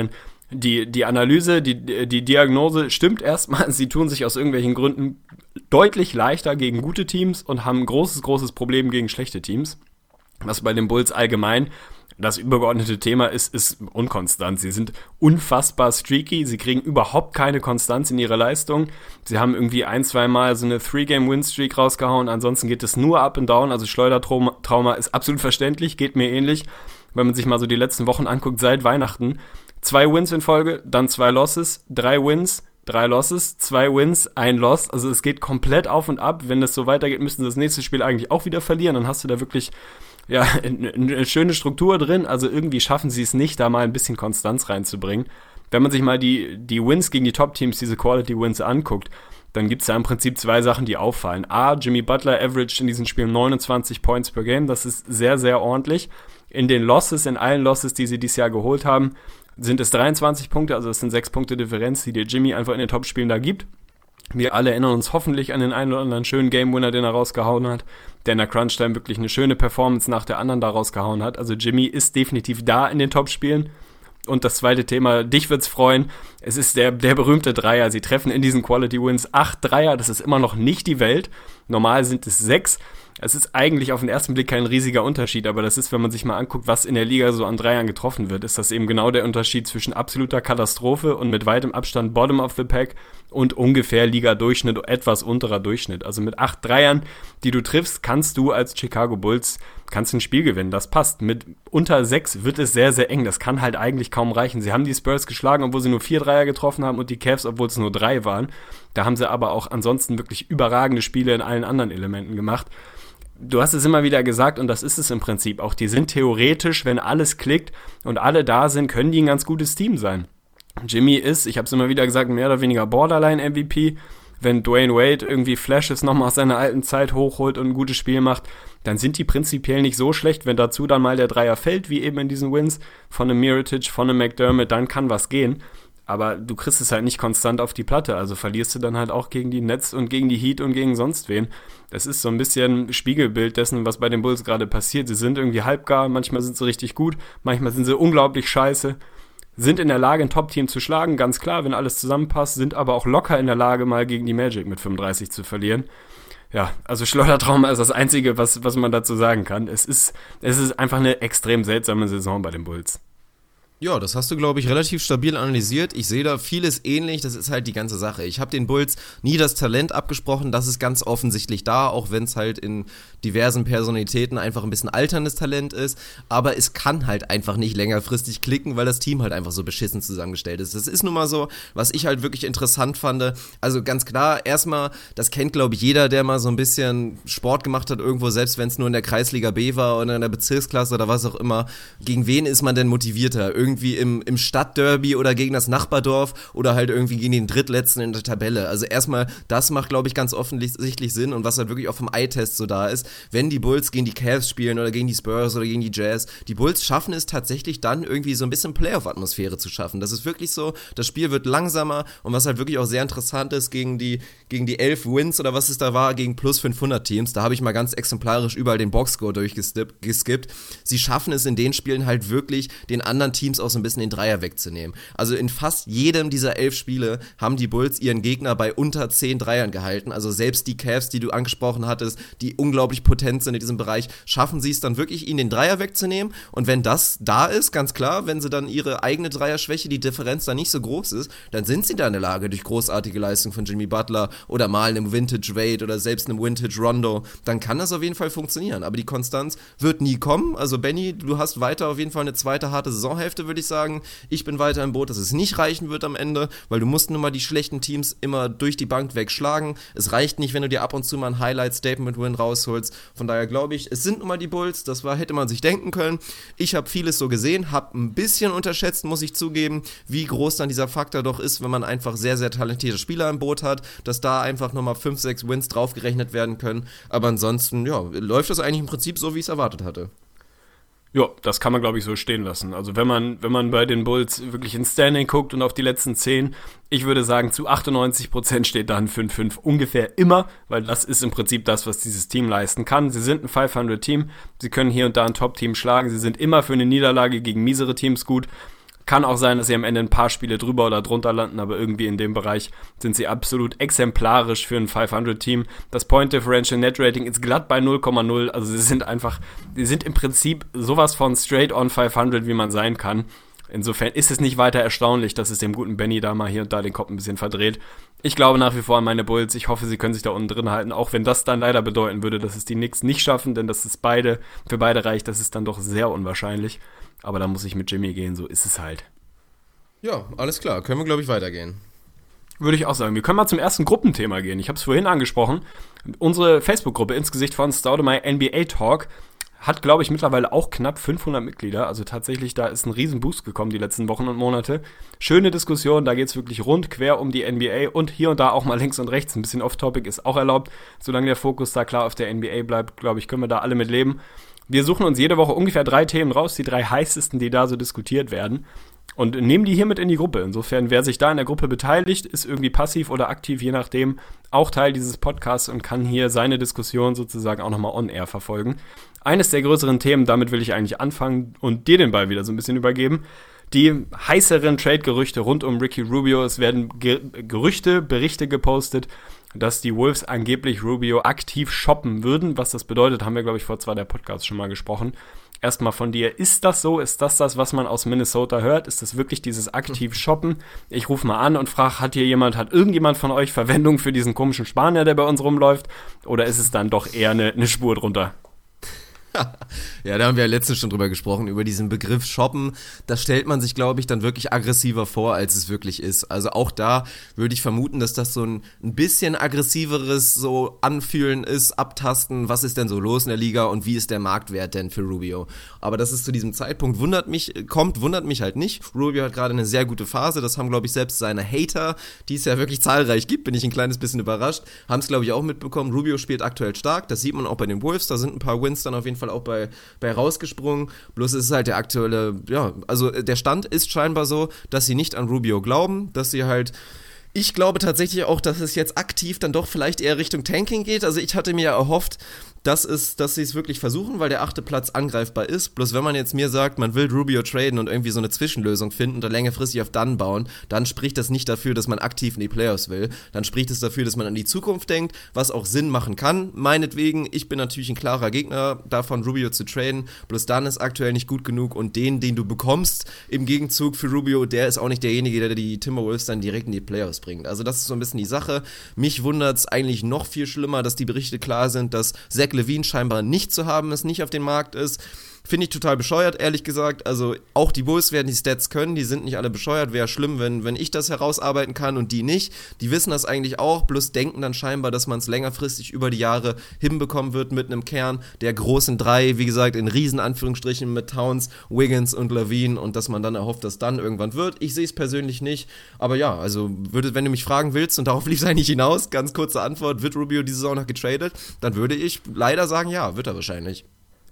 die, die Analyse, die, die Diagnose stimmt erstmal. Sie tun sich aus irgendwelchen Gründen deutlich leichter gegen gute Teams und haben ein großes, großes Problem gegen schlechte Teams. Was bei den Bulls allgemein das übergeordnete Thema ist, ist unkonstant. Sie sind unfassbar streaky, sie kriegen überhaupt keine Konstanz in ihrer Leistung. Sie haben irgendwie ein, zwei Mal so eine Three-Game-Win-Streak rausgehauen, ansonsten geht es nur up and down, also Schleudertrauma ist absolut verständlich, geht mir ähnlich. Wenn man sich mal so die letzten Wochen anguckt, seit Weihnachten, zwei Wins in Folge, dann zwei Losses, drei Wins, drei Losses, zwei Wins, ein Loss. Also es geht komplett auf und ab. Wenn das so weitergeht, müssten sie das nächste Spiel eigentlich auch wieder verlieren. Dann hast du da wirklich ja eine schöne Struktur drin. Also irgendwie schaffen sie es nicht, da mal ein bisschen Konstanz reinzubringen. Wenn man sich mal die, die Wins gegen die Top-Teams, diese Quality-Wins anguckt, dann gibt es da im Prinzip zwei Sachen, die auffallen. A, Jimmy Butler averaged in diesen Spielen neunundzwanzig Points per Game. Das ist sehr, sehr ordentlich. In den Losses, in allen Losses, die sie dieses Jahr geholt haben, sind es dreiundzwanzig Punkte, also es sind sechs Punkte Differenz, die dir Jimmy einfach in den Topspielen da gibt. Wir alle erinnern uns hoffentlich an den einen oder anderen schönen Game-Winner, den er rausgehauen hat, der in der Crunch-Time wirklich eine schöne Performance nach der anderen da rausgehauen hat. Also Jimmy ist definitiv da in den Topspielen. Und das zweite Thema, dich wird's freuen, es ist der, der berühmte Dreier. Sie treffen in diesen Quality Wins acht Dreier, das ist immer noch nicht die Welt. Normal sind es sechs. Es ist eigentlich auf den ersten Blick kein riesiger Unterschied, aber das ist, wenn man sich mal anguckt, was in der Liga so an Dreiern getroffen wird, ist das eben genau der Unterschied zwischen absoluter Katastrophe und mit weitem Abstand Bottom of the Pack und ungefähr Liga-Durchschnitt, etwas unterer Durchschnitt. Also mit acht Dreiern, die du triffst, kannst du als Chicago Bulls kannst ein Spiel gewinnen, das passt. Mit unter sechs wird es sehr, sehr eng, das kann halt eigentlich kaum reichen. Sie haben die Spurs geschlagen, obwohl sie nur vier Dreier getroffen haben und die Cavs, obwohl es nur drei waren. Da haben sie aber auch ansonsten wirklich überragende Spiele in allen anderen Elementen gemacht. Du hast es immer wieder gesagt und das ist es im Prinzip auch. Die sind theoretisch, wenn alles klickt und alle da sind, können die ein ganz gutes Team sein. Jimmy ist, ich habe es immer wieder gesagt, mehr oder weniger Borderline-M V P. Wenn Dwayne Wade irgendwie Flashes nochmal aus seiner alten Zeit hochholt und ein gutes Spiel macht, dann sind die prinzipiell nicht so schlecht. Wenn dazu dann mal der Dreier fällt, wie eben in diesen Wins von einem Mirotic, von einem McDermott, dann kann was gehen. Aber du kriegst es halt nicht konstant auf die Platte, also verlierst du dann halt auch gegen die Nets und gegen die Heat und gegen sonst wen. Das ist so ein bisschen Spiegelbild dessen, was bei den Bulls gerade passiert. Sie sind irgendwie halbgar, manchmal sind sie richtig gut, manchmal sind sie unglaublich scheiße, sind in der Lage, ein Top-Team zu schlagen, ganz klar, wenn alles zusammenpasst, sind aber auch locker in der Lage, mal gegen die Magic mit fünfunddreißig zu verlieren. Ja, also Schleudertrauma ist das Einzige, was, was man dazu sagen kann. Es ist, es ist einfach eine extrem seltsame Saison bei den Bulls. Ja, das hast du, glaube ich, relativ stabil analysiert. Ich sehe da vieles ähnlich, das ist halt die ganze Sache. Ich habe den Bulls nie das Talent abgesprochen, das ist ganz offensichtlich da, auch wenn es halt in diversen Personalitäten einfach ein bisschen alterndes Talent ist, aber es kann halt einfach nicht längerfristig klicken, weil das Team halt einfach so beschissen zusammengestellt ist. Das ist nun mal so, was ich halt wirklich interessant fand. Also ganz klar, erstmal, das kennt, glaube ich, jeder, der mal so ein bisschen Sport gemacht hat irgendwo, selbst wenn es nur in der Kreisliga B war oder in der Bezirksklasse oder was auch immer. Gegen wen ist man denn motivierter? Irgendwie Irgendwie im, im Stadtderby oder gegen das Nachbardorf oder halt irgendwie gegen den Drittletzten in der Tabelle. Also erstmal, das macht, glaube ich, ganz offensichtlich Sinn und was halt wirklich auch vom Eye-Test so da ist, wenn die Bulls gegen die Cavs spielen oder gegen die Spurs oder gegen die Jazz, die Bulls schaffen es tatsächlich dann irgendwie so ein bisschen Playoff-Atmosphäre zu schaffen. Das ist wirklich so, das Spiel wird langsamer und was halt wirklich auch sehr interessant ist, gegen die, gegen die elf Wins oder was es da war, gegen plus fünfhundert Teams, da habe ich mal ganz exemplarisch überall den Boxscore durchgeskippt. Sie schaffen es in den Spielen halt wirklich, den anderen Teams auch so ein bisschen den Dreier wegzunehmen. Also in fast jedem dieser elf Spiele haben die Bulls ihren Gegner bei unter zehn Dreiern gehalten. Also selbst die Cavs, die du angesprochen hattest, die unglaublich potent sind in diesem Bereich, schaffen sie es dann wirklich, ihnen den Dreier wegzunehmen. Und wenn das da ist, ganz klar, wenn sie dann ihre eigene Dreierschwäche, die Differenz da nicht so groß ist, dann sind sie da in der Lage, durch großartige Leistung von Jimmy Butler oder mal einem Vintage Wade oder selbst einem Vintage Rondo, dann kann das auf jeden Fall funktionieren. Aber die Konstanz wird nie kommen. Also Benny, du hast weiter auf jeden Fall eine zweite harte Saisonhälfte, würde ich sagen. Ich bin weiter im Boot, dass es nicht reichen wird am Ende, weil du musst nun mal die schlechten Teams immer durch die Bank wegschlagen. Es reicht nicht, wenn du dir ab und zu mal ein Highlight-Statement-Win rausholst. Von daher glaube ich, es sind nun mal die Bulls, das war, hätte man sich denken können. Ich habe vieles so gesehen, habe ein bisschen unterschätzt, muss ich zugeben, wie groß dann dieser Faktor doch ist, wenn man einfach sehr, sehr talentierte Spieler im Boot hat, dass da einfach nochmal fünf, sechs Wins draufgerechnet werden können. Aber ansonsten, ja, läuft das eigentlich im Prinzip so, wie ich es erwartet hatte. Ja, das kann man, glaube ich, so stehen lassen. Also wenn man wenn man bei den Bulls wirklich ins Standing guckt und auf die letzten zehn, ich würde sagen, zu achtundneunzig Prozent steht da ein fünf fünf ungefähr immer, weil das ist im Prinzip das, was dieses Team leisten kann. Sie sind ein fünfhundert Team, sie können hier und da ein Top-Team schlagen, sie sind immer für eine Niederlage gegen miesere Teams gut. Kann auch sein, dass sie am Ende ein paar Spiele drüber oder drunter landen, aber irgendwie in dem Bereich sind sie absolut exemplarisch für ein fünfhundert-Team. Das Point Differential Net Rating ist glatt bei null Komma null, also sie sind einfach, sie sind im Prinzip sowas von straight on fünfhundert, wie man sein kann. Insofern ist es nicht weiter erstaunlich, dass es dem guten Benny da mal hier und da den Kopf ein bisschen verdreht. Ich glaube nach wie vor an meine Bulls. Ich hoffe, sie können sich da unten drin halten, auch wenn das dann leider bedeuten würde, dass es die Knicks nicht schaffen, denn dass es beide, für beide reicht, das ist dann doch sehr unwahrscheinlich. Aber da muss ich mit Jimmy gehen, so ist es halt. Ja, alles klar. Können wir, glaube ich, weitergehen. Würde ich auch sagen. Wir können mal zum ersten Gruppenthema gehen. Ich habe es vorhin angesprochen. Unsere Facebook-Gruppe Insgesicht von Staudemeyer N B A Talk hat, glaube ich, mittlerweile auch knapp fünfhundert Mitglieder. Also tatsächlich, da ist ein riesen Boost gekommen die letzten Wochen und Monate. Schöne Diskussion, da geht es wirklich rund, quer um die N B A und hier und da auch mal links und rechts. Ein bisschen off-topic ist auch erlaubt. Solange der Fokus da klar auf der N B A bleibt, glaube ich, können wir da alle mit leben. Wir suchen uns jede Woche ungefähr drei Themen raus, die drei heißesten, die da so diskutiert werden. Und nehmen die hier mit in die Gruppe. Insofern, wer sich da in der Gruppe beteiligt, ist irgendwie passiv oder aktiv, je nachdem, auch Teil dieses Podcasts und kann hier seine Diskussion sozusagen auch nochmal on-air verfolgen. Eines der größeren Themen, damit will ich eigentlich anfangen und dir den Ball wieder so ein bisschen übergeben. Die heißeren Trade-Gerüchte rund um Ricky Rubio. Es werden Ge- Gerüchte, Berichte gepostet, dass die Wolves angeblich Rubio aktiv shoppen würden. Was das bedeutet, haben wir, glaube ich, vor zwei der Podcasts schon mal gesprochen. Erstmal von dir, ist das so? Ist das das, was man aus Minnesota hört? Ist das wirklich dieses aktiv Shoppen? Ich rufe mal an und frage, hat hier jemand, hat irgendjemand von euch Verwendung für diesen komischen Spanier, der bei uns rumläuft? Oder ist es dann doch eher eine, eine Spur drunter? Ja, da haben wir ja letztens schon drüber gesprochen, über diesen Begriff Shoppen. Da stellt man sich, glaube ich, dann wirklich aggressiver vor, als es wirklich ist. Also auch da würde ich vermuten, dass das so ein, ein bisschen aggressiveres so Anfühlen ist, abtasten, was ist denn so los in der Liga und wie ist der Marktwert denn für Rubio. Aber dass es zu diesem Zeitpunkt wundert mich, kommt, wundert mich halt nicht. Rubio hat gerade eine sehr gute Phase, das haben, glaube ich, selbst seine Hater, die es ja wirklich zahlreich gibt, bin ich ein kleines bisschen überrascht, haben es, glaube ich, auch mitbekommen. Rubio spielt aktuell stark, das sieht man auch bei den Wolves, da sind ein paar Wins dann auf jeden Fall auch bei, bei rausgesprungen, bloß ist es halt der aktuelle, ja, also der Stand ist scheinbar so, dass sie nicht an Rubio glauben, dass sie halt, ich glaube tatsächlich auch, dass es jetzt aktiv dann doch vielleicht eher Richtung Tanking geht, also ich hatte mir ja erhofft, dass, es, dass sie es wirklich versuchen, weil der achte Platz angreifbar ist. Bloß wenn man jetzt mir sagt, man will Rubio traden und irgendwie so eine Zwischenlösung finden und dann längerfristig auf Dunn bauen, dann spricht das nicht dafür, dass man aktiv in die Playoffs will. Dann spricht es dafür, dass man an die Zukunft denkt, was auch Sinn machen kann. Meinetwegen, ich bin natürlich ein klarer Gegner davon, Rubio zu traden. Bloß Dunn ist aktuell nicht gut genug und den, den du bekommst im Gegenzug für Rubio, der ist auch nicht derjenige, der die Timberwolves dann direkt in die Playoffs bringt. Also das ist so ein bisschen die Sache. Mich wundert es eigentlich noch viel schlimmer, dass die Berichte klar sind, dass Zach LaVine scheinbar nicht zu haben ist, nicht auf dem Markt ist. Finde ich total bescheuert, ehrlich gesagt. Also auch die Bulls werden die Stats können, die sind nicht alle bescheuert. Wäre schlimm, wenn, wenn ich das herausarbeiten kann und die nicht. Die wissen das eigentlich auch, bloß denken dann scheinbar, dass man es längerfristig über die Jahre hinbekommen wird mit einem Kern der großen drei, wie gesagt, in riesen Anführungsstrichen mit Towns, Wiggins und LaVine und dass man dann erhofft, dass dann irgendwann wird. Ich sehe es persönlich nicht, aber ja, also würde, wenn du mich fragen willst und darauf lief es eigentlich hinaus, ganz kurze Antwort, wird Rubio diese Saison noch getradet? Dann würde ich leider sagen, ja, wird er wahrscheinlich.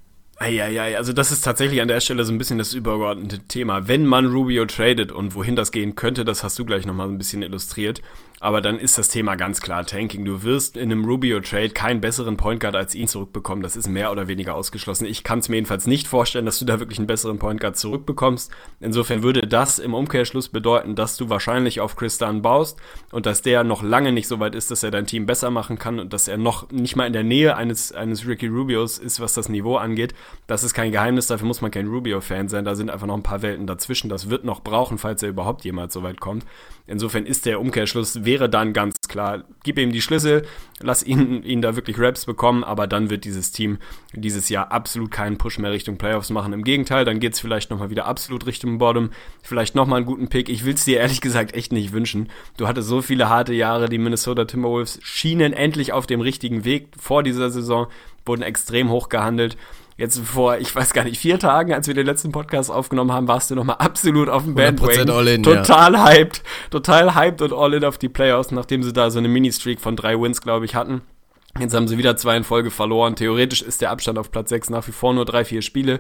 Eieiei, also das ist tatsächlich an der Stelle so ein bisschen das übergeordnete Thema. Wenn man Rubio tradet und wohin das gehen könnte, das hast du gleich nochmal ein bisschen illustriert. Aber dann ist das Thema ganz klar Tanking. Du wirst in einem Rubio-Trade keinen besseren Point Guard als ihn zurückbekommen. Das ist mehr oder weniger ausgeschlossen. Ich kann es mir jedenfalls nicht vorstellen, dass du da wirklich einen besseren Point Guard zurückbekommst. Insofern würde das im Umkehrschluss bedeuten, dass du wahrscheinlich auf Chris Dunn baust und dass der noch lange nicht so weit ist, dass er dein Team besser machen kann und dass er noch nicht mal in der Nähe eines, eines Ricky Rubios ist, was das Niveau angeht. Das ist kein Geheimnis, dafür muss man kein Rubio-Fan sein. Da sind einfach noch ein paar Welten dazwischen. Das wird noch brauchen, falls er überhaupt jemals so weit kommt. Insofern ist der Umkehrschluss, wäre dann ganz klar, gib ihm die Schlüssel, lass ihn, ihn da wirklich Raps bekommen, aber dann wird dieses Team dieses Jahr absolut keinen Push mehr Richtung Playoffs machen. Im Gegenteil, dann geht es vielleicht nochmal wieder absolut Richtung Bottom, vielleicht nochmal einen guten Pick. Ich will es dir ehrlich gesagt echt nicht wünschen. Du hattest so viele harte Jahre, die Minnesota Timberwolves schienen endlich auf dem richtigen Weg vor dieser Saison, wurden extrem hoch gehandelt. Jetzt vor, ich weiß gar nicht, vier Tagen, als wir den letzten Podcast aufgenommen haben, warst du nochmal absolut auf dem Bandwagon. All-in, total ja. hyped, total hyped und all in auf die Playoffs, nachdem sie da so eine Mini-Streak von drei Wins, glaube ich, hatten. Jetzt haben sie wieder zwei in Folge verloren. Theoretisch ist der Abstand auf Platz sechs nach wie vor nur drei, vier Spiele.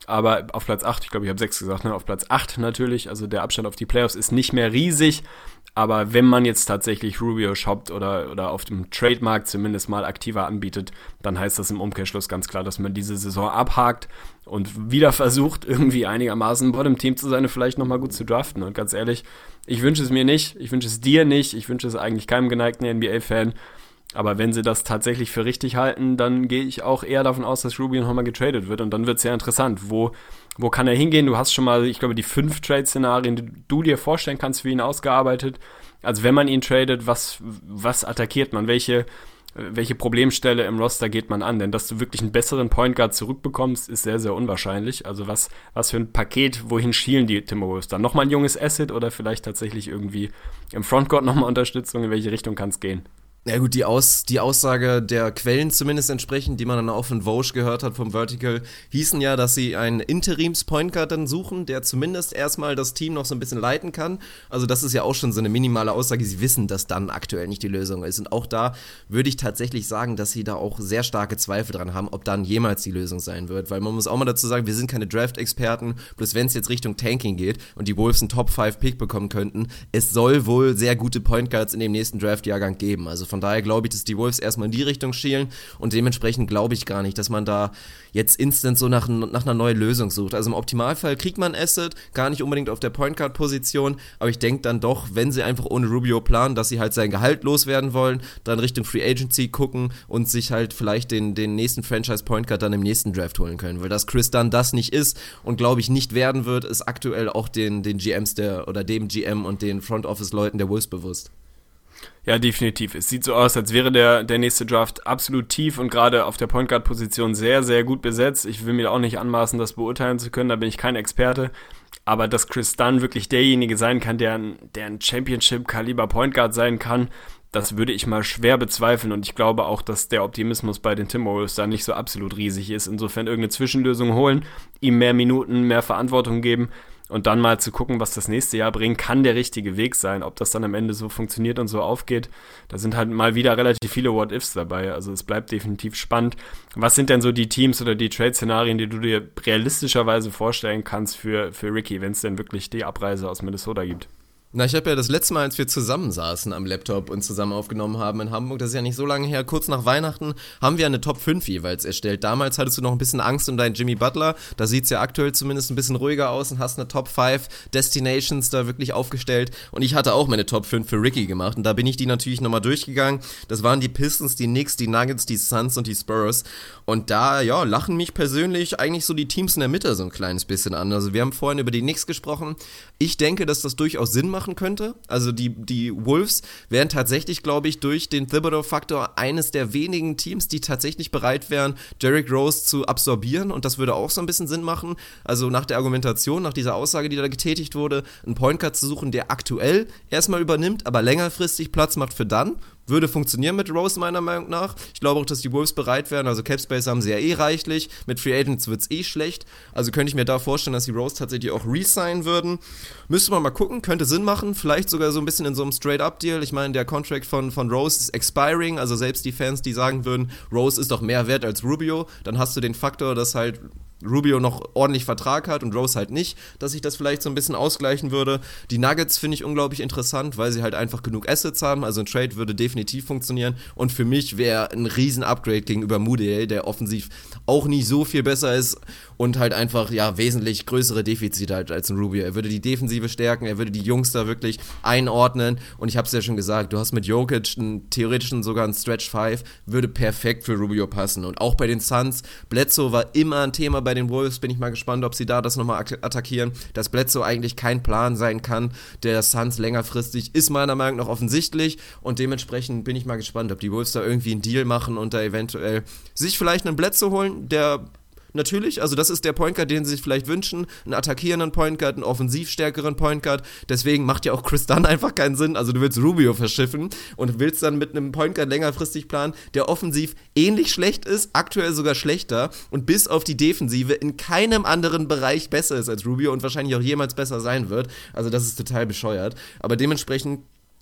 aber auf Platz acht, ich glaube, ich habe sechs gesagt, ne? Auf Platz acht natürlich, also der Abstand auf die Playoffs ist nicht mehr riesig, aber wenn man jetzt tatsächlich Rubio shoppt oder, oder auf dem Trademarkt zumindest mal aktiver anbietet, dann heißt das im Umkehrschluss ganz klar, dass man diese Saison abhakt und wieder versucht, irgendwie einigermaßen Bottom-Team zu sein und vielleicht nochmal gut zu draften. Und ganz ehrlich, ich wünsche es mir nicht, ich wünsche es dir nicht, ich wünsche es eigentlich keinem geneigten N B A-Fan, aber wenn sie das tatsächlich für richtig halten, dann gehe ich auch eher davon aus, dass Rubio nochmal getradet wird und dann wird es sehr interessant, wo Wo kann er hingehen? Du hast schon mal, ich glaube, die fünf Trade-Szenarien, die du dir vorstellen kannst, für ihn ausgearbeitet. Also wenn man ihn tradet, was, was attackiert man? Welche, welche Problemstelle im Roster geht man an? Denn dass du wirklich einen besseren Point Guard zurückbekommst, ist sehr, sehr unwahrscheinlich. Also was, was für ein Paket, wohin schielen die Timberwolves dann? Nochmal ein junges Asset oder vielleicht tatsächlich irgendwie im Frontcourt nochmal Unterstützung? In welche Richtung kann es gehen? Ja gut, die, Aus, die Aussage der Quellen zumindest entsprechend, die man dann auch von Vogue gehört hat, vom Vertical, hießen ja, dass sie einen Interims-Point Guard dann suchen, der zumindest erstmal das Team noch so ein bisschen leiten kann. Also das ist ja auch schon so eine minimale Aussage. Sie wissen, dass dann aktuell nicht die Lösung ist. Und auch da würde ich tatsächlich sagen, dass sie da auch sehr starke Zweifel dran haben, ob dann jemals die Lösung sein wird. Weil man muss auch mal dazu sagen, wir sind keine Draft-Experten, bloß wenn es jetzt Richtung Tanking geht und die Wolves einen Top fünf Pick bekommen könnten, es soll wohl sehr gute Point Guards in dem nächsten Draft-Jahrgang geben. Also von daher glaube ich, dass die Wolves erstmal in die Richtung schielen und dementsprechend glaube ich gar nicht, dass man da jetzt instant so nach, nach einer neuen Lösung sucht. Also im Optimalfall kriegt man Asset, gar nicht unbedingt auf der Point Guard Position, aber ich denke dann doch, wenn sie einfach ohne Rubio planen, dass sie halt sein Gehalt loswerden wollen, dann Richtung Free Agency gucken und sich halt vielleicht den, den nächsten Franchise Point Guard dann im nächsten Draft holen können, weil dass Chris Dunn das nicht ist und glaube ich nicht werden wird, ist aktuell auch den, den G Ms der oder dem G M und den Front Office Leuten der Wolves bewusst. Ja, definitiv. Es sieht so aus, als wäre der, der nächste Draft absolut tief und gerade auf der Point Guard Position sehr, sehr gut besetzt. Ich will mir auch nicht anmaßen, das beurteilen zu können, da bin ich kein Experte. Aber dass Chris Dunn wirklich derjenige sein kann, der ein, der ein Championship-Kaliber Point Guard sein kann, das würde ich mal schwer bezweifeln und ich glaube auch, dass der Optimismus bei den Timberwolves da nicht so absolut riesig ist. Insofern irgendeine Zwischenlösung holen, ihm mehr Minuten, mehr Verantwortung geben und dann mal zu gucken, was das nächste Jahr bringt, kann der richtige Weg sein. Ob das dann am Ende so funktioniert und so aufgeht, da sind halt mal wieder relativ viele What-Ifs dabei. Also es bleibt definitiv spannend. Was sind denn so die Teams oder die Trade-Szenarien, die du dir realistischerweise vorstellen kannst für, für Ricky, wenn es denn wirklich die Abreise aus Minnesota gibt? Na, ich habe ja das letzte Mal, als wir zusammensaßen am Laptop und zusammen aufgenommen haben in Hamburg, das ist ja nicht so lange her, kurz nach Weihnachten, haben wir eine Top fünf jeweils erstellt. Damals hattest du noch ein bisschen Angst um deinen Jimmy Butler, da sieht's ja aktuell zumindest ein bisschen ruhiger aus und hast eine Top fünf Destinations da wirklich aufgestellt und ich hatte auch meine Top fünf für Ricky gemacht und da bin ich die natürlich nochmal durchgegangen. Das waren die Pistons, die Knicks, die Nuggets, die Suns und die Spurs und da, ja, lachen mich persönlich eigentlich so die Teams in der Mitte so ein kleines bisschen an. Also wir haben vorhin über die Knicks gesprochen. Ich denke, dass das durchaus Sinn macht könnte. Also die, die Wolves wären tatsächlich, glaube ich, durch den Thibodeau-Faktor eines der wenigen Teams, die tatsächlich bereit wären, Derrick Rose zu absorbieren und das würde auch so ein bisschen Sinn machen. Also nach der Argumentation, nach dieser Aussage, die da getätigt wurde, einen Point Guard zu suchen, der aktuell erstmal übernimmt, aber längerfristig Platz macht für dann. Würde funktionieren mit Rose meiner Meinung nach. Ich glaube auch, dass die Wolves bereit wären. Also Cap Space haben sie ja eh reichlich. Mit Free Agents wird es eh schlecht. Also könnte ich mir da vorstellen, dass die Rose tatsächlich auch re-signen würden. Müsste man mal gucken. Könnte Sinn machen. Vielleicht sogar so ein bisschen in so einem Straight-Up-Deal. Ich meine, der Contract von, von Rose ist expiring. Also selbst die Fans, die sagen würden, Rose ist doch mehr wert als Rubio, dann hast du den Faktor, dass halt Rubio noch ordentlich Vertrag hat und Rose halt nicht, dass sich das vielleicht so ein bisschen ausgleichen würde. Die Nuggets finde ich unglaublich interessant, weil sie halt einfach genug Assets haben, also ein Trade würde definitiv funktionieren und für mich wäre ein riesen Upgrade gegenüber Moody, der offensiv auch nicht so viel besser ist und halt einfach, ja, wesentlich größere Defizite halt als ein Rubio. Er würde die Defensive stärken, er würde die Jungs da wirklich einordnen und ich habe es ja schon gesagt, du hast mit Jokic einen theoretischen sogar einen Stretch fünf, würde perfekt für Rubio passen und auch bei den Suns, Bledsoe war immer ein Thema bei den Wolves, bin ich mal gespannt, ob sie da das nochmal attackieren, dass Bledsoe eigentlich kein Plan sein kann, der Suns längerfristig, ist meiner Meinung nach offensichtlich und dementsprechend bin ich mal gespannt, ob die Wolves da irgendwie einen Deal machen und da eventuell sich vielleicht einen Bledsoe holen, der natürlich, also das ist der Point Guard, den sie sich vielleicht wünschen, einen attackierenden Point Guard, einen offensiv stärkeren Point Guard, deswegen macht ja auch Chris Dunn einfach keinen Sinn, also du willst Rubio verschiffen und willst dann mit einem Point Guard längerfristig planen, der offensiv ähnlich schlecht ist, aktuell sogar schlechter und bis auf die Defensive in keinem anderen Bereich besser ist als Rubio und wahrscheinlich auch jemals besser sein wird, also das ist total bescheuert, aber dementsprechend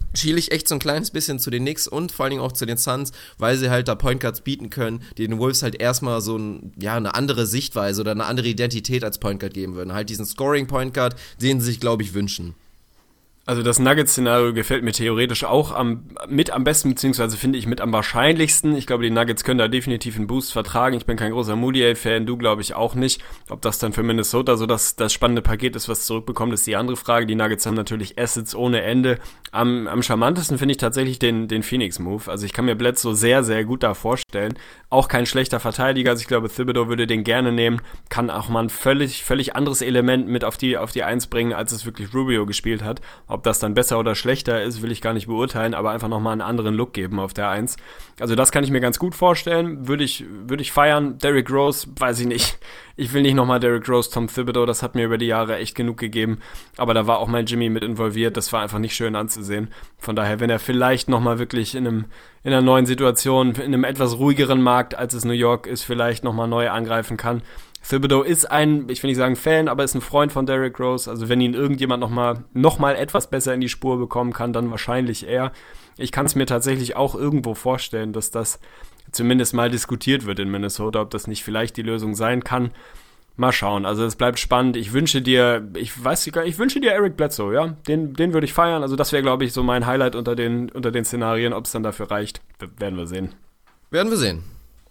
schiele ich echt so ein kleines bisschen zu den Knicks und vor allen Dingen auch zu den Suns, weil sie halt da Point Guards bieten können, die den Wolves halt erstmal so ein, ja, eine andere Sichtweise oder eine andere Identität als Point Guard geben würden. Halt diesen Scoring Point Guard, den sie sich, glaube ich, wünschen. Also das Nuggets-Szenario gefällt mir theoretisch auch am, mit am besten, beziehungsweise finde ich mit am wahrscheinlichsten. Ich glaube, die Nuggets können da definitiv einen Boost vertragen. Ich bin kein großer Moutier-Fan, du glaube ich auch nicht. Ob das dann für Minnesota so das, das spannende Paket ist, was zurückbekommt, ist die andere Frage. Die Nuggets haben natürlich Assets ohne Ende. Am, am charmantesten finde ich tatsächlich den, den Phoenix-Move. Also ich kann mir Bledsoe sehr, sehr gut da vorstellen. Auch kein schlechter Verteidiger. Also ich glaube, Thibodeau würde den gerne nehmen. Kann auch mal ein völlig, völlig anderes Element mit auf die, auf die Eins bringen, als es wirklich Rubio gespielt hat. Ob das dann besser oder schlechter ist, will ich gar nicht beurteilen, aber einfach nochmal einen anderen Look geben auf der Eins. Also das kann ich mir ganz gut vorstellen. Würde ich, würde ich feiern. Derrick Rose, weiß ich nicht. Ich will nicht nochmal Derrick Rose, Tom Thibodeau, das hat mir über die Jahre echt genug gegeben. Aber da war auch mein Jimmy mit involviert. Das war einfach nicht schön anzusehen. Von daher, wenn er vielleicht nochmal wirklich in einem, in einer neuen Situation, in einem etwas ruhigeren Markt, als es New York ist, vielleicht nochmal neu angreifen kann. Thibodeau ist ein, ich will nicht sagen Fan, aber ist ein Freund von Derrick Rose. Also wenn ihn irgendjemand nochmal noch mal etwas besser in die Spur bekommen kann, dann wahrscheinlich er. Ich kann es mir tatsächlich auch irgendwo vorstellen, dass das zumindest mal diskutiert wird in Minnesota, ob das nicht vielleicht die Lösung sein kann. Mal schauen, also es bleibt spannend. Ich wünsche dir, ich weiß gar nicht, ich wünsche dir Eric Bledsoe, ja, den, den würde ich feiern. Also das wäre, glaube ich, so mein Highlight unter den, unter den Szenarien. Ob es dann dafür reicht, werden wir sehen. Werden wir sehen.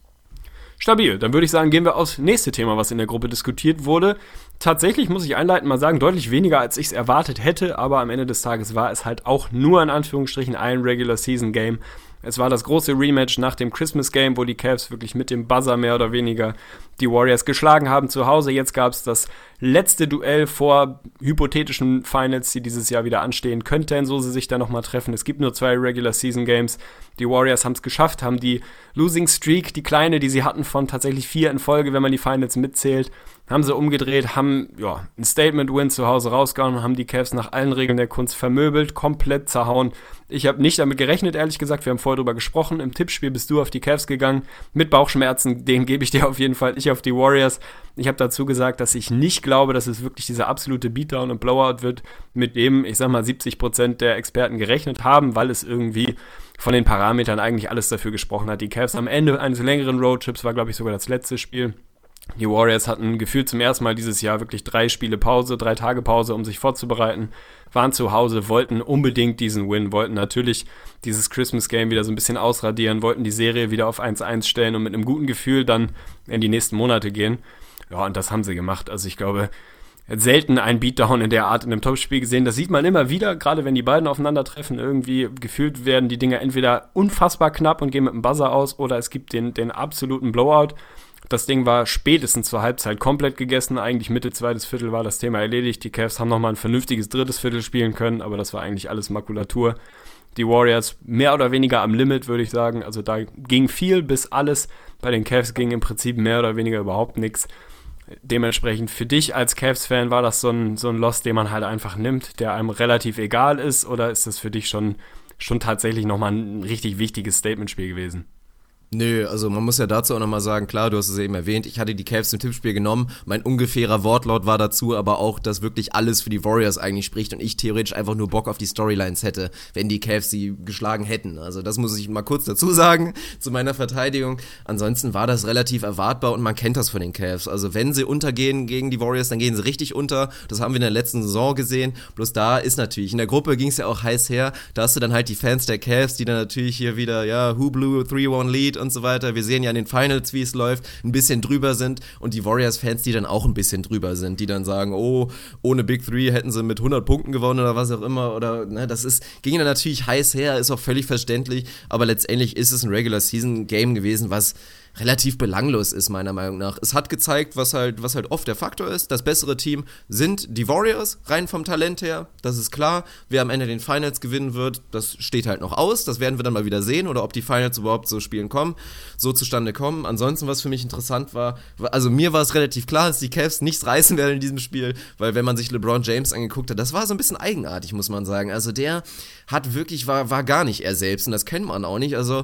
Stabil, dann würde ich sagen, gehen wir aufs nächste Thema, was in der Gruppe diskutiert wurde. Tatsächlich muss ich einleitend mal sagen, deutlich weniger, als ich es erwartet hätte, aber am Ende des Tages war es halt auch nur in Anführungsstrichen ein Regular-Season-Game. Es war das große Rematch nach dem Christmas-Game, wo die Cavs wirklich mit dem Buzzer mehr oder weniger die Warriors geschlagen haben zu Hause. Jetzt gab es das letzte Duell vor hypothetischen Finals, die dieses Jahr wieder anstehen könnten, so sie sich da nochmal treffen. Es gibt nur zwei Regular-Season-Games. Die Warriors haben es geschafft, haben die Losing Streak, die kleine, die sie hatten, von tatsächlich vier in Folge, wenn man die Finals mitzählt, haben sie umgedreht, haben ja ein Statement-Win zu Hause rausgehauen und haben die Cavs nach allen Regeln der Kunst vermöbelt, komplett zerhauen. Ich habe nicht damit gerechnet, ehrlich gesagt, wir haben vorher drüber gesprochen. Im Tippspiel bist du auf die Cavs gegangen, mit Bauchschmerzen, den gebe ich dir auf jeden Fall, ich auf die Warriors. Ich habe dazu gesagt, dass ich nicht glaube, dass es wirklich dieser absolute Beatdown und Blowout wird, mit dem, ich sag mal, siebzig Prozent der Experten gerechnet haben, weil es irgendwie von den Parametern eigentlich alles dafür gesprochen hat. Die Cavs am Ende eines längeren Roadtrips, war glaube ich sogar das letzte Spiel. Die Warriors hatten gefühlt zum ersten Mal dieses Jahr wirklich drei Spiele Pause, drei Tage Pause, um sich vorzubereiten, waren zu Hause, wollten unbedingt diesen Win, wollten natürlich dieses Christmas-Game wieder so ein bisschen ausradieren, wollten die Serie wieder auf eins eins stellen und mit einem guten Gefühl dann in die nächsten Monate gehen. Ja, und das haben sie gemacht. Also ich glaube, selten ein Beatdown in der Art in einem Topspiel gesehen. Das sieht man immer wieder, gerade wenn die beiden aufeinandertreffen. Irgendwie gefühlt werden die Dinger entweder unfassbar knapp und gehen mit dem Buzzer aus oder es gibt den, den absoluten Blowout. Das Ding war spätestens zur Halbzeit komplett gegessen. Eigentlich Mitte zweites Viertel war das Thema erledigt. Die Cavs haben nochmal ein vernünftiges drittes Viertel spielen können, aber das war eigentlich alles Makulatur. Die Warriors mehr oder weniger am Limit, würde ich sagen. Also da ging viel bis alles. Bei den Cavs ging im Prinzip mehr oder weniger überhaupt nichts. Dementsprechend für dich als Cavs-Fan war das so ein, so ein Loss, den man halt einfach nimmt, der einem relativ egal ist, oder ist das für dich schon, schon tatsächlich nochmal ein richtig wichtiges Statementspiel gewesen? Nö, also man muss ja dazu auch nochmal sagen, klar, du hast es eben erwähnt, ich hatte die Cavs im Tippspiel genommen, mein ungefährer Wortlaut war dazu aber auch, dass wirklich alles für die Warriors eigentlich spricht und ich theoretisch einfach nur Bock auf die Storylines hätte, wenn die Cavs sie geschlagen hätten. Also das muss ich mal kurz dazu sagen, zu meiner Verteidigung. Ansonsten war das relativ erwartbar und man kennt das von den Cavs. Also wenn sie untergehen gegen die Warriors, dann gehen sie richtig unter. Das haben wir in der letzten Saison gesehen. Bloß da ist natürlich, in der Gruppe ging es ja auch heiß her, da hast du dann halt die Fans der Cavs, die dann natürlich hier wieder, ja, who blew a three one lead und so weiter. Wir sehen ja in den Finals, wie es läuft, ein bisschen drüber sind und die Warriors-Fans, die dann auch ein bisschen drüber sind, die dann sagen, oh, ohne Big Three hätten sie mit hundert Punkten gewonnen oder was auch immer oder, ne, das ist, ging dann natürlich heiß her, ist auch völlig verständlich, aber letztendlich ist es ein Regular-Season-Game gewesen, was relativ belanglos ist, meiner Meinung nach. Es hat gezeigt, was halt, was halt oft der Faktor ist. Das bessere Team sind die Warriors, rein vom Talent her. Das ist klar. Wer am Ende den Finals gewinnen wird, das steht halt noch aus. Das werden wir dann mal wieder sehen oder ob die Finals überhaupt so spielen kommen, so zustande kommen. Ansonsten, was für mich interessant war, also mir war es relativ klar, dass die Cavs nichts reißen werden in diesem Spiel, weil wenn man sich LeBron James angeguckt hat, das war so ein bisschen eigenartig, muss man sagen. Also der hat wirklich, war, war gar nicht er selbst und das kennt man auch nicht. Also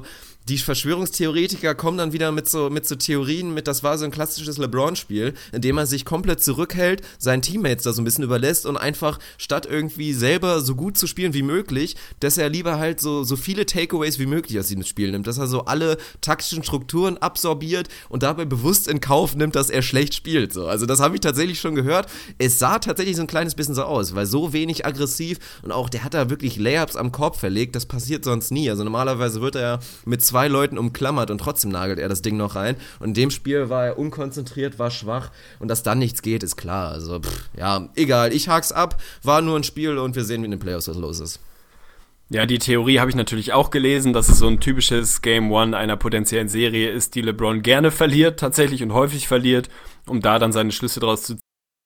die Verschwörungstheoretiker kommen dann wieder mit so, mit so Theorien, mit das war so ein klassisches LeBron-Spiel, in dem er sich komplett zurückhält, seinen Teammates da so ein bisschen überlässt und einfach statt irgendwie selber so gut zu spielen wie möglich, dass er lieber halt so, so viele Takeaways wie möglich aus diesem Spiel nimmt, dass er so alle taktischen Strukturen absorbiert und dabei bewusst in Kauf nimmt, dass er schlecht spielt. So. Also das habe ich tatsächlich schon gehört. Es sah tatsächlich so ein kleines bisschen so aus, weil so wenig aggressiv und auch der hat da wirklich Layups am Korb verlegt, das passiert sonst nie. Also normalerweise wird er ja mit zwei Leuten umklammert und trotzdem nagelt er das Ding noch rein. Und in dem Spiel war er unkonzentriert, war schwach und dass dann nichts geht, ist klar. Also pff, ja, egal, ich hak's ab, war nur ein Spiel und wir sehen, wie in den Playoffs was los ist. Ja, die Theorie habe ich natürlich auch gelesen, dass es so ein typisches Game One einer potenziellen Serie ist, die LeBron gerne verliert, tatsächlich und häufig verliert, um da dann seine Schlüsse draus zu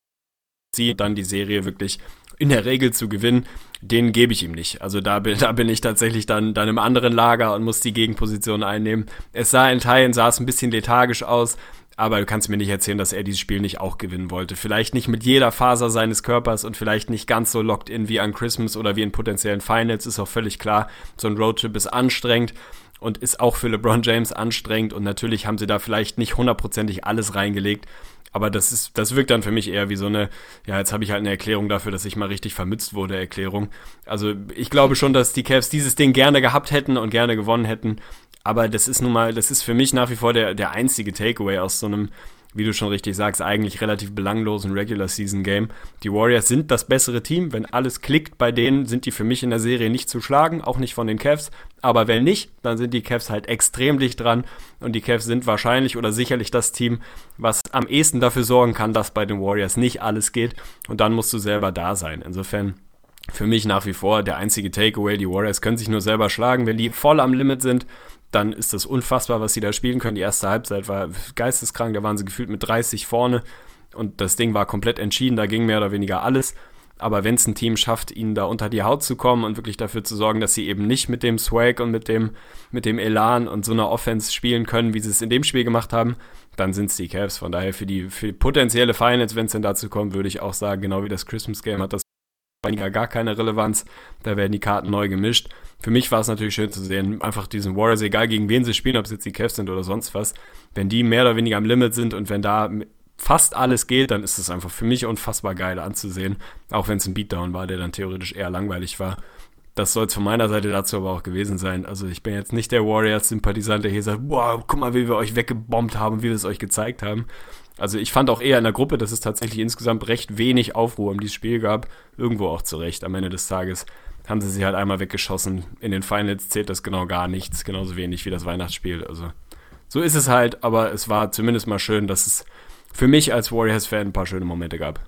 ziehen, dann die Serie wirklich in der Regel zu gewinnen. Den gebe ich ihm nicht. Also da bin, da bin ich tatsächlich dann, dann im anderen Lager und muss die Gegenposition einnehmen. Es sah in Teilen, sah es ein bisschen lethargisch aus, aber du kannst mir nicht erzählen, dass er dieses Spiel nicht auch gewinnen wollte. Vielleicht nicht mit jeder Faser seines Körpers und vielleicht nicht ganz so locked in wie an Christmas oder wie in potenziellen Finals, ist auch völlig klar. So ein Roadtrip ist anstrengend und ist auch für LeBron James anstrengend und natürlich haben sie da vielleicht nicht hundertprozentig alles reingelegt, aber das ist, das wirkt dann für mich eher wie so eine, ja, jetzt habe ich halt eine Erklärung dafür, dass ich mal richtig vermützt wurde, Erklärung. Also ich glaube schon, dass die Cavs dieses Ding gerne gehabt hätten und gerne gewonnen hätten, aber das ist nun mal, das ist für mich nach wie vor der, der einzige Takeaway aus so einem, wie du schon richtig sagst, eigentlich relativ belanglosen Regular-Season-Game. Die Warriors sind das bessere Team. Wenn alles klickt bei denen, sind die für mich in der Serie nicht zu schlagen, auch nicht von den Cavs. Aber wenn nicht, dann sind die Cavs halt extrem dicht dran. Und die Cavs sind wahrscheinlich oder sicherlich das Team, was am ehesten dafür sorgen kann, dass bei den Warriors nicht alles geht. Und dann musst du selber da sein. Insofern für mich nach wie vor der einzige Takeaway. Die Warriors können sich nur selber schlagen. Wenn die voll am Limit sind, dann ist das unfassbar, was sie da spielen können. Die erste Halbzeit war geisteskrank, da waren sie gefühlt mit dreißig vorne und das Ding war komplett entschieden, da ging mehr oder weniger alles. Aber wenn es ein Team schafft, ihnen da unter die Haut zu kommen und wirklich dafür zu sorgen, dass sie eben nicht mit dem Swag und mit dem, mit dem Elan und so einer Offense spielen können, wie sie es in dem Spiel gemacht haben, dann sind es die Cavs. Von daher für die, für die potenzielle Finals, wenn es denn dazu kommt, würde ich auch sagen, genau wie das Christmas Game hat das gar keine Relevanz, da werden die Karten neu gemischt. Für mich war es natürlich schön zu sehen, einfach diesen Warriors, egal gegen wen sie spielen, ob es jetzt die Cavs sind oder sonst was, wenn die mehr oder weniger am Limit sind und wenn da fast alles geht, dann ist es einfach für mich unfassbar geil anzusehen, auch wenn es ein Beatdown war, der dann theoretisch eher langweilig war. Das soll es von meiner Seite dazu aber auch gewesen sein. Also ich bin jetzt nicht der Warriors-Sympathisant, der hier sagt, wow, guck mal, wie wir euch weggebombt haben, wie wir es euch gezeigt haben. Also ich fand auch eher in der Gruppe, dass es tatsächlich insgesamt recht wenig Aufruhr um dieses Spiel gab. Irgendwo auch zurecht. Am Ende des Tages haben sie sie halt einmal weggeschossen. In den Finals zählt das genau gar nichts. Genauso wenig wie das Weihnachtsspiel. Also so ist es halt. Aber es war zumindest mal schön, dass es für mich als Warriors-Fan ein paar schöne Momente gab.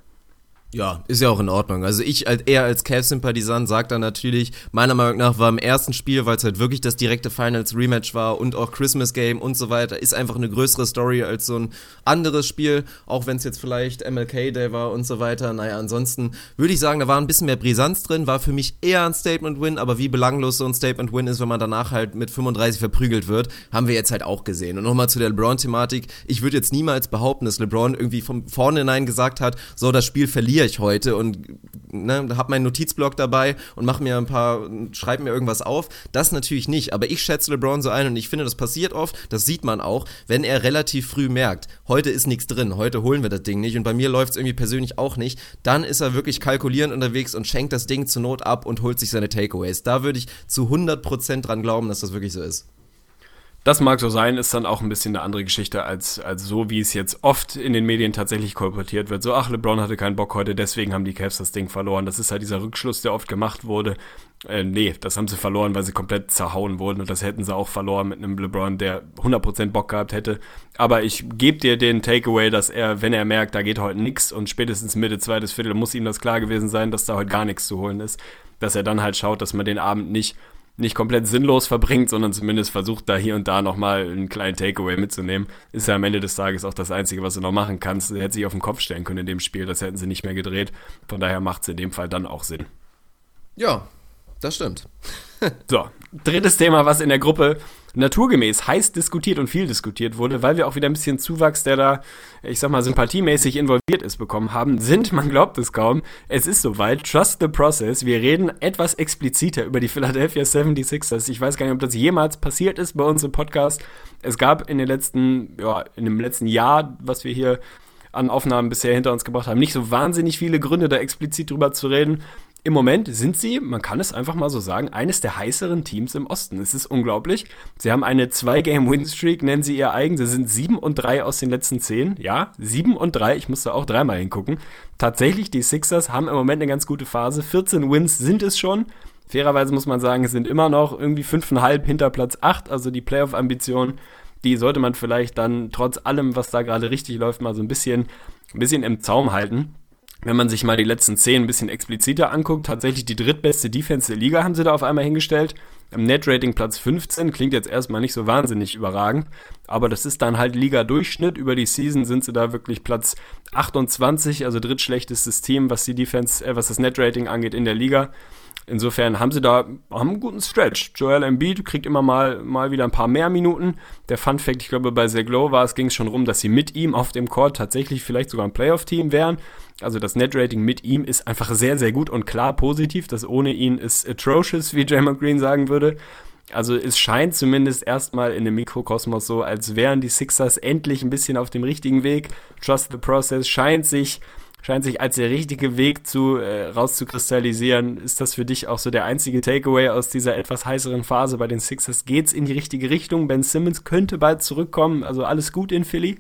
Ja, ist ja auch in Ordnung. Also ich als eher als Cavs-Sympathisant sage dann natürlich, meiner Meinung nach war im ersten Spiel, weil es halt wirklich das direkte Finals-Rematch war und auch Christmas-Game und so weiter, ist einfach eine größere Story als so ein anderes Spiel, auch wenn es jetzt vielleicht M L K-Day war und so weiter. Naja, ansonsten würde ich sagen, da war ein bisschen mehr Brisanz drin, war für mich eher ein Statement-Win, aber wie belanglos so ein Statement-Win ist, wenn man danach halt mit fünfunddreißig verprügelt wird, haben wir jetzt halt auch gesehen. Und nochmal zu der LeBron-Thematik, ich würde jetzt niemals behaupten, dass LeBron irgendwie von vornherein gesagt hat, so, das Spiel verliere ich heute und ne, hab meinen Notizblock dabei und mach mir ein paar, schreib mir irgendwas auf. Das natürlich nicht, aber ich schätze LeBron so ein und ich finde, das passiert oft, das sieht man auch, wenn er relativ früh merkt, heute ist nichts drin, heute holen wir das Ding nicht und bei mir läuft es irgendwie persönlich auch nicht, dann ist er wirklich kalkulierend unterwegs und schenkt das Ding zur Not ab und holt sich seine Takeaways. Da würde ich zu hundert Prozent dran glauben, dass das wirklich so ist. Das mag so sein, ist dann auch ein bisschen eine andere Geschichte als, als so, wie es jetzt oft in den Medien tatsächlich kolportiert wird. So, ach, LeBron hatte keinen Bock heute, deswegen haben die Cavs das Ding verloren. Das ist halt dieser Rückschluss, der oft gemacht wurde. Äh, nee, das haben sie verloren, weil sie komplett zerhauen wurden und das hätten sie auch verloren mit einem LeBron, der hundert Prozent Bock gehabt hätte. Aber ich gebe dir den Takeaway, dass er, wenn er merkt, da geht heute nichts und spätestens Mitte zweites Viertel muss ihm das klar gewesen sein, dass da heute gar nichts zu holen ist, dass er dann halt schaut, dass man den Abend nicht nicht komplett sinnlos verbringt, sondern zumindest versucht, da hier und da nochmal einen kleinen Takeaway mitzunehmen, ist ja am Ende des Tages auch das Einzige, was du noch machen kannst. Er hätte sich auf den Kopf stellen können in dem Spiel, das hätten sie nicht mehr gedreht. Von daher macht es in dem Fall dann auch Sinn. Ja, Das stimmt. So, drittes Thema, was in der Gruppe naturgemäß heiß diskutiert und viel diskutiert wurde, weil wir auch wieder ein bisschen Zuwachs, der da, ich sag mal, sympathiemäßig involviert ist, bekommen haben, sind, man glaubt es kaum, es ist soweit, trust the process, wir reden etwas expliziter über die Philadelphia seventy-sixers. Ich weiß gar nicht, ob das jemals passiert ist bei uns im Podcast. Es gab in den letzten, ja, in dem letzten Jahr, was wir hier an Aufnahmen bisher hinter uns gebracht haben, nicht so wahnsinnig viele Gründe, da explizit drüber zu reden. Im Moment sind sie, man kann es einfach mal so sagen, eines der heißeren Teams im Osten. Es ist unglaublich. Sie haben eine zwei-Game-Win-Streak, nennen sie ihr eigen. Sie sind sieben und drei aus den letzten zehn. Ja, sieben und drei. Ich musste auch dreimal hingucken. Tatsächlich, die Sixers haben im Moment eine ganz gute Phase. vierzehn Wins sind es schon. Fairerweise muss man sagen, es sind immer noch irgendwie fünf Komma fünf hinter Platz acht. Also die Playoff-Ambition, die sollte man vielleicht dann trotz allem, was da gerade richtig läuft, mal so ein bisschen, ein bisschen im Zaum halten. Wenn man sich mal die letzten zehn ein bisschen expliziter anguckt, tatsächlich die drittbeste Defense der Liga haben sie da auf einmal hingestellt. Im Net-Rating Platz fünfzehn, klingt jetzt erstmal nicht so wahnsinnig überragend, aber das ist dann halt Liga-Durchschnitt. Über die Season sind sie da wirklich Platz achtundzwanzig, also drittschlechtestes Team, was die Defense, äh, was das Net-Rating angeht in der Liga. Insofern haben sie da haben einen guten Stretch. Joel Embiid kriegt immer mal, mal wieder ein paar mehr Minuten. Der Fun-Fact, ich glaube, bei Zach Lowe war es, ging es schon rum, dass sie mit ihm auf dem Court tatsächlich vielleicht sogar ein Playoff-Team wären. Also das Net-Rating mit ihm ist einfach sehr, sehr gut und klar positiv. Das ohne ihn ist atrocious, wie Draymond Green sagen würde. Also es scheint zumindest erstmal in dem Mikrokosmos so, als wären die Sixers endlich ein bisschen auf dem richtigen Weg. Trust the process scheint sich... scheint sich als der richtige Weg zu äh, rauszukristallisieren. Ist das für dich auch so der einzige Takeaway aus dieser etwas heißeren Phase bei den Sixers? Geht's in die richtige Richtung? Ben Simmons könnte bald zurückkommen. Also alles gut in Philly?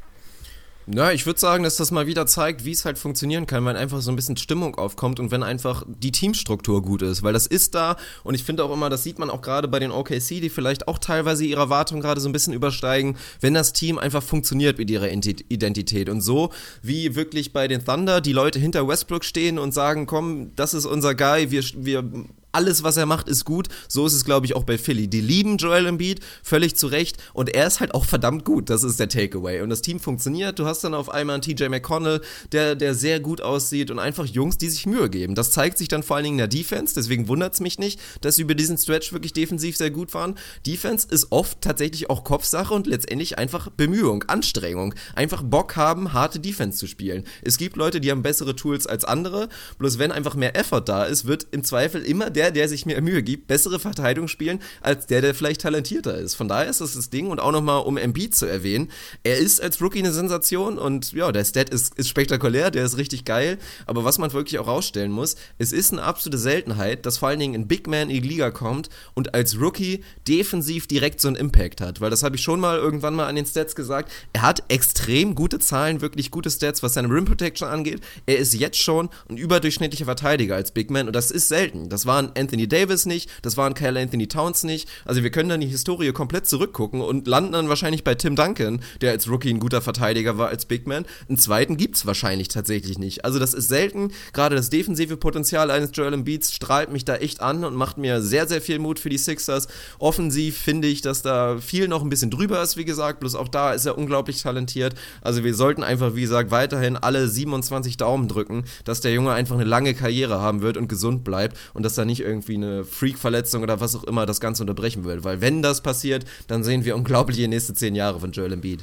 Ja, ich würde sagen, dass das mal wieder zeigt, wie es halt funktionieren kann, wenn einfach so ein bisschen Stimmung aufkommt und wenn einfach die Teamstruktur gut ist, weil das ist da und ich finde auch immer, das sieht man auch gerade bei den O K C, die vielleicht auch teilweise ihre Erwartungen gerade so ein bisschen übersteigen, wenn das Team einfach funktioniert mit ihrer Identität und so wie wirklich bei den Thunder die Leute hinter Westbrook stehen und sagen, komm, das ist unser Guy, wir, wir alles, was er macht, ist gut. So ist es, glaube ich, auch bei Philly. Die lieben Joel Embiid, völlig zu Recht. Und er ist halt auch verdammt gut. Das ist der Takeaway. Und das Team funktioniert. Du hast dann auf einmal einen T J McConnell, der, der sehr gut aussieht und einfach Jungs, die sich Mühe geben. Das zeigt sich dann vor allen Dingen in der Defense. Deswegen wundert es mich nicht, dass sie über diesen Stretch wirklich defensiv sehr gut waren. Defense ist oft tatsächlich auch Kopfsache und letztendlich einfach Bemühung, Anstrengung. Einfach Bock haben, harte Defense zu spielen. Es gibt Leute, die haben bessere Tools als andere. Bloß wenn einfach mehr Effort da ist, wird im Zweifel immer der, der sich mehr Mühe gibt, bessere Verteidigung spielen, als der, der vielleicht talentierter ist. Von daher ist das das Ding. Und auch nochmal, um Embiid zu erwähnen, er ist als Rookie eine Sensation und ja, der Stat ist, ist spektakulär, der ist richtig geil, aber was man wirklich auch rausstellen muss, es ist eine absolute Seltenheit, dass vor allen Dingen ein Big Man in die Liga kommt und als Rookie defensiv direkt so einen Impact hat, weil das habe ich schon mal irgendwann mal an den Stats gesagt, er hat extrem gute Zahlen, wirklich gute Stats, was seine Rim Protection angeht, er ist jetzt schon ein überdurchschnittlicher Verteidiger als Big Man und das ist selten, das war ein Anthony Davis nicht, das war ein Karl Anthony Towns nicht, also wir können dann die Historie komplett zurückgucken und landen dann wahrscheinlich bei Tim Duncan, der als Rookie ein guter Verteidiger war als Big Man, einen zweiten gibt's wahrscheinlich tatsächlich nicht, also das ist selten, gerade das defensive Potenzial eines Joel Embiids strahlt mich da echt an und macht mir sehr, sehr viel Mut für die Sixers, offensiv finde ich, dass da viel noch ein bisschen drüber ist, wie gesagt, bloß auch da ist er unglaublich talentiert, also wir sollten einfach, wie gesagt, weiterhin alle siebenundzwanzig Daumen drücken, dass der Junge einfach eine lange Karriere haben wird und gesund bleibt und dass da nicht irgendwie eine Freak-Verletzung oder was auch immer das Ganze unterbrechen will, weil wenn das passiert, dann sehen wir unglaubliche nächste zehn Jahre von Joel Embiid.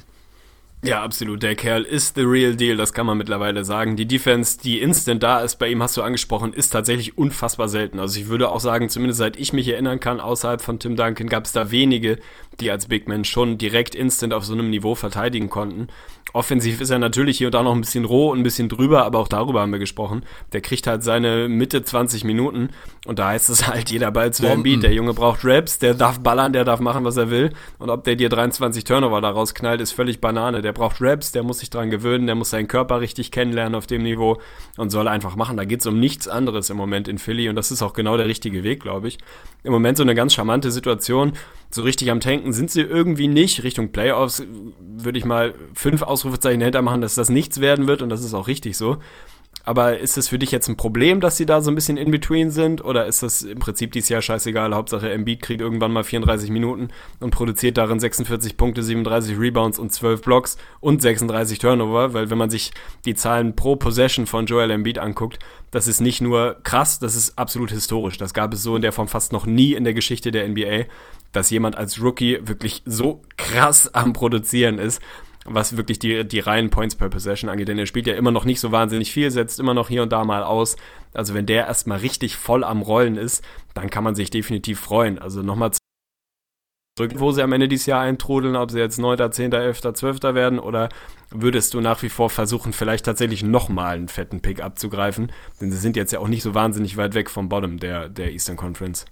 Ja, absolut. Der Kerl ist the real deal, das kann man mittlerweile sagen. Die Defense, die instant da ist, bei ihm hast du angesprochen, ist tatsächlich unfassbar selten. Also ich würde auch sagen, zumindest seit ich mich erinnern kann, außerhalb von Tim Duncan, gab es da wenige, die als Big Man schon direkt instant auf so einem Niveau verteidigen konnten. Offensiv ist er natürlich hier und da noch ein bisschen roh und ein bisschen drüber, aber auch darüber haben wir gesprochen. Der kriegt halt seine Mitte zwanzig Minuten und da heißt es halt, jeder Ball zu Embiid. Der Junge braucht Raps, der darf ballern, der darf machen, was er will. Und ob der dir dreiundzwanzig Turnover da rausknallt, ist völlig Banane. Der braucht Raps, der muss sich dran gewöhnen, der muss seinen Körper richtig kennenlernen auf dem Niveau und soll einfach machen. Da geht's um nichts anderes im Moment in Philly und das ist auch genau der richtige Weg, glaube ich. Im Moment so eine ganz charmante Situation. So richtig am Tanken sind sie irgendwie nicht. Richtung Playoffs würde ich mal fünf Ausrufezeichen dahinter machen, dass das nichts werden wird und das ist auch richtig so. Aber ist es für dich jetzt ein Problem, dass sie da so ein bisschen in between sind? Oder ist das im Prinzip dieses Jahr scheißegal? Hauptsache Embiid kriegt irgendwann mal vierunddreißig Minuten und produziert darin sechsundvierzig Punkte, siebenunddreißig Rebounds und zwölf Blocks und sechsunddreißig Turnover. Weil wenn man sich die Zahlen pro Possession von Joel Embiid anguckt, das ist nicht nur krass, das ist absolut historisch. Das gab es so in der Form fast noch nie in der Geschichte der N B A, dass jemand als Rookie wirklich so krass am Produzieren ist, was wirklich die, die reinen Points per Possession angeht, denn er spielt ja immer noch nicht so wahnsinnig viel, setzt immer noch hier und da mal aus, also wenn der erstmal richtig voll am Rollen ist, dann kann man sich definitiv freuen, also nochmal zurück, wo sie am Ende dieses Jahr eintrudeln, ob sie jetzt neunter, zehnter, elfter, zwölfter werden, oder würdest du nach wie vor versuchen, vielleicht tatsächlich nochmal einen fetten Pick abzugreifen, denn sie sind jetzt ja auch nicht so wahnsinnig weit weg vom Bottom der, der Eastern Conference.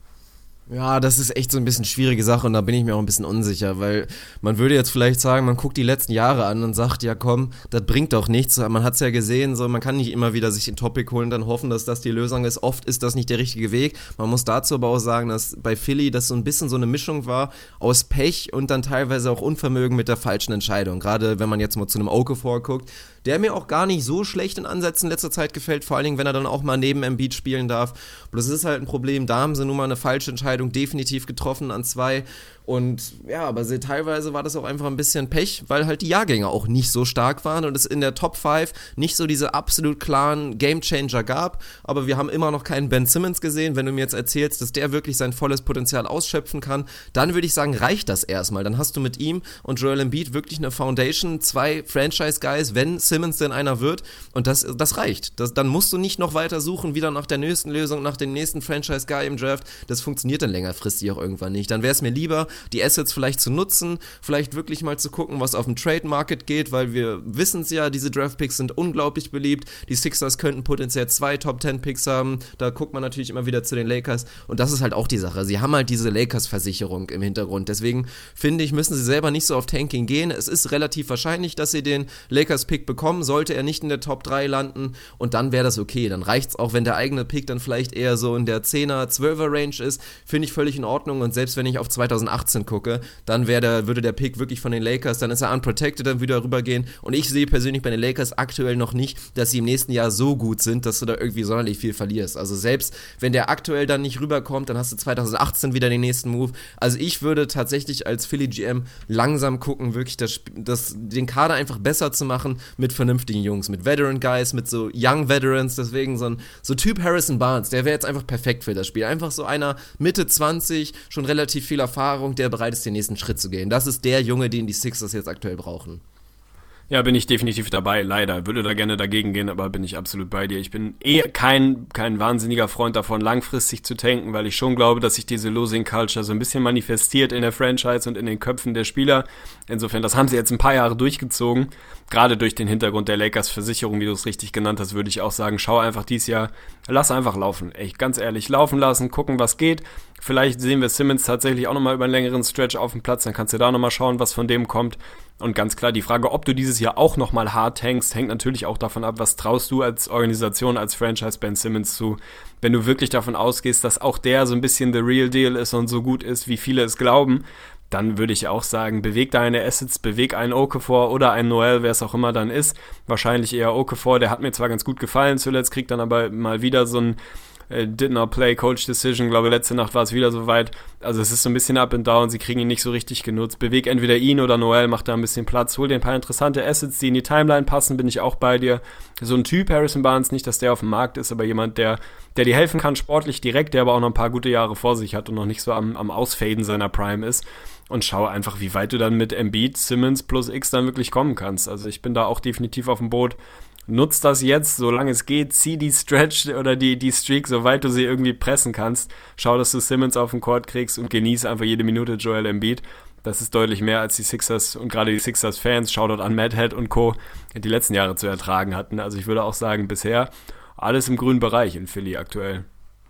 Ja, das ist echt so ein bisschen schwierige Sache und da bin ich mir auch ein bisschen unsicher, weil man würde jetzt vielleicht sagen, man guckt die letzten Jahre an und sagt, ja komm, das bringt doch nichts, man hat es ja gesehen, so man kann nicht immer wieder sich den Topic holen und dann hoffen, dass das die Lösung ist, oft ist das nicht der richtige Weg, man muss dazu aber auch sagen, dass bei Philly das so ein bisschen so eine Mischung war aus Pech und dann teilweise auch Unvermögen mit der falschen Entscheidung, gerade wenn man jetzt mal zu einem Okafor guckt, der mir auch gar nicht so schlecht in Ansätzen in letzter Zeit gefällt, vor allen Dingen, wenn er dann auch mal neben Embiid spielen darf. Bloß es ist halt ein Problem, da haben sie nun mal eine falsche Entscheidung definitiv getroffen an zwei und ja, aber sie, teilweise war das auch einfach ein bisschen Pech, weil halt die Jahrgänge auch nicht so stark waren und es in der Top fünf nicht so diese absolut klaren Gamechanger gab, aber wir haben immer noch keinen Ben Simmons gesehen. Wenn du mir jetzt erzählst, dass der wirklich sein volles Potenzial ausschöpfen kann, dann würde ich sagen, reicht das erstmal. Dann hast du mit ihm und Joel Embiid wirklich eine Foundation, zwei Franchise-Guys, wenn Simmons denn einer wird und das, das reicht. Das, dann musst du nicht noch weiter suchen, wieder nach der nächsten Lösung, nach dem nächsten Franchise-Guy im Draft. Das funktioniert dann längerfristig auch irgendwann nicht. Dann wäre es mir lieber, die Assets vielleicht zu nutzen, vielleicht wirklich mal zu gucken, was auf dem Trade-Market geht, weil wir wissen es ja, diese Draft-Picks sind unglaublich beliebt. Die Sixers könnten potenziell zwei Top-Ten-Picks haben. Da guckt man natürlich immer wieder zu den Lakers und das ist halt auch die Sache. Sie haben halt diese Lakers-Versicherung im Hintergrund. Deswegen finde ich, müssen sie selber nicht so auf Tanking gehen. Es ist relativ wahrscheinlich, dass sie den Lakers-Pick bekommen, sollte er nicht in der Top drei landen und dann wäre das okay. Dann reicht es auch, wenn der eigene Pick dann vielleicht eher so in der zehner, zwölfer Range ist, finde ich völlig in Ordnung und selbst wenn ich auf zweitausendachtzehn gucke, dann wäre der, würde der Pick wirklich von den Lakers, dann ist er unprotected, dann wieder rübergehen und ich sehe persönlich bei den Lakers aktuell noch nicht, dass sie im nächsten Jahr so gut sind, dass du da irgendwie sonderlich viel verlierst. Also selbst wenn der aktuell dann nicht rüberkommt, dann hast du zweitausendachtzehn wieder den nächsten Move. Also ich würde tatsächlich als Philly G M langsam gucken, wirklich das, das, den Kader einfach besser zu machen mit vernünftigen Jungs, mit Veteran Guys, mit so Young Veterans, deswegen so ein so Typ Harrison Barnes, der wäre jetzt einfach perfekt für das Spiel. Einfach so einer Mitte zwanzig, schon relativ viel Erfahrung, der bereit ist, den nächsten Schritt zu gehen. Das ist der Junge, den die Sixers jetzt aktuell brauchen. Ja, bin ich definitiv dabei, leider. Würde da gerne dagegen gehen, aber bin ich absolut bei dir. Ich bin eh kein, kein wahnsinniger Freund davon, langfristig zu tanken, weil ich schon glaube, dass sich diese Losing Culture so ein bisschen manifestiert in der Franchise und in den Köpfen der Spieler. Insofern, das haben sie jetzt ein paar Jahre durchgezogen. Gerade durch den Hintergrund der Lakers-Versicherung, wie du es richtig genannt hast, würde ich auch sagen, schau einfach dieses Jahr, lass einfach laufen. Echt, ganz ehrlich, laufen lassen, gucken, was geht. Vielleicht sehen wir Simmons tatsächlich auch nochmal über einen längeren Stretch auf dem Platz, dann kannst du da nochmal schauen, was von dem kommt. Und ganz klar, die Frage, ob du dieses Jahr auch nochmal hart tankst, hängt natürlich auch davon ab, was traust du als Organisation, als Franchise Ben Simmons zu. Wenn du wirklich davon ausgehst, dass auch der so ein bisschen the real deal ist und so gut ist, wie viele es glauben, dann würde ich auch sagen, beweg deine Assets, beweg einen Okafor oder einen Noel, wer es auch immer dann ist. Wahrscheinlich eher Okafor, der hat mir zwar ganz gut gefallen zuletzt, kriegt dann aber mal wieder so ein äh, Did not play Coach Decision, glaube letzte Nacht war es wieder soweit. Also es ist so ein bisschen up and down, sie kriegen ihn nicht so richtig genutzt. Beweg entweder ihn oder Noel, macht da ein bisschen Platz, hol dir ein paar interessante Assets, die in die Timeline passen, bin ich auch bei dir. So ein Typ Harrison Barnes, nicht, dass der auf dem Markt ist, aber jemand, der der dir helfen kann, sportlich direkt, der aber auch noch ein paar gute Jahre vor sich hat und noch nicht so am, am Ausfaden seiner Prime ist. Und schau einfach, wie weit du dann mit Embiid, Simmons plus X dann wirklich kommen kannst. Also ich bin da auch definitiv auf dem Boot. Nutz das jetzt, solange es geht. Zieh die Stretch oder die, die Streak, soweit du sie irgendwie pressen kannst. Schau, dass du Simmons auf den Court kriegst und genieß einfach jede Minute Joel Embiid. Das ist deutlich mehr, als die Sixers und gerade die Sixers-Fans, Shoutout an Mad Head und Co., die letzten Jahre zu ertragen hatten. Also ich würde auch sagen, bisher alles im grünen Bereich in Philly aktuell.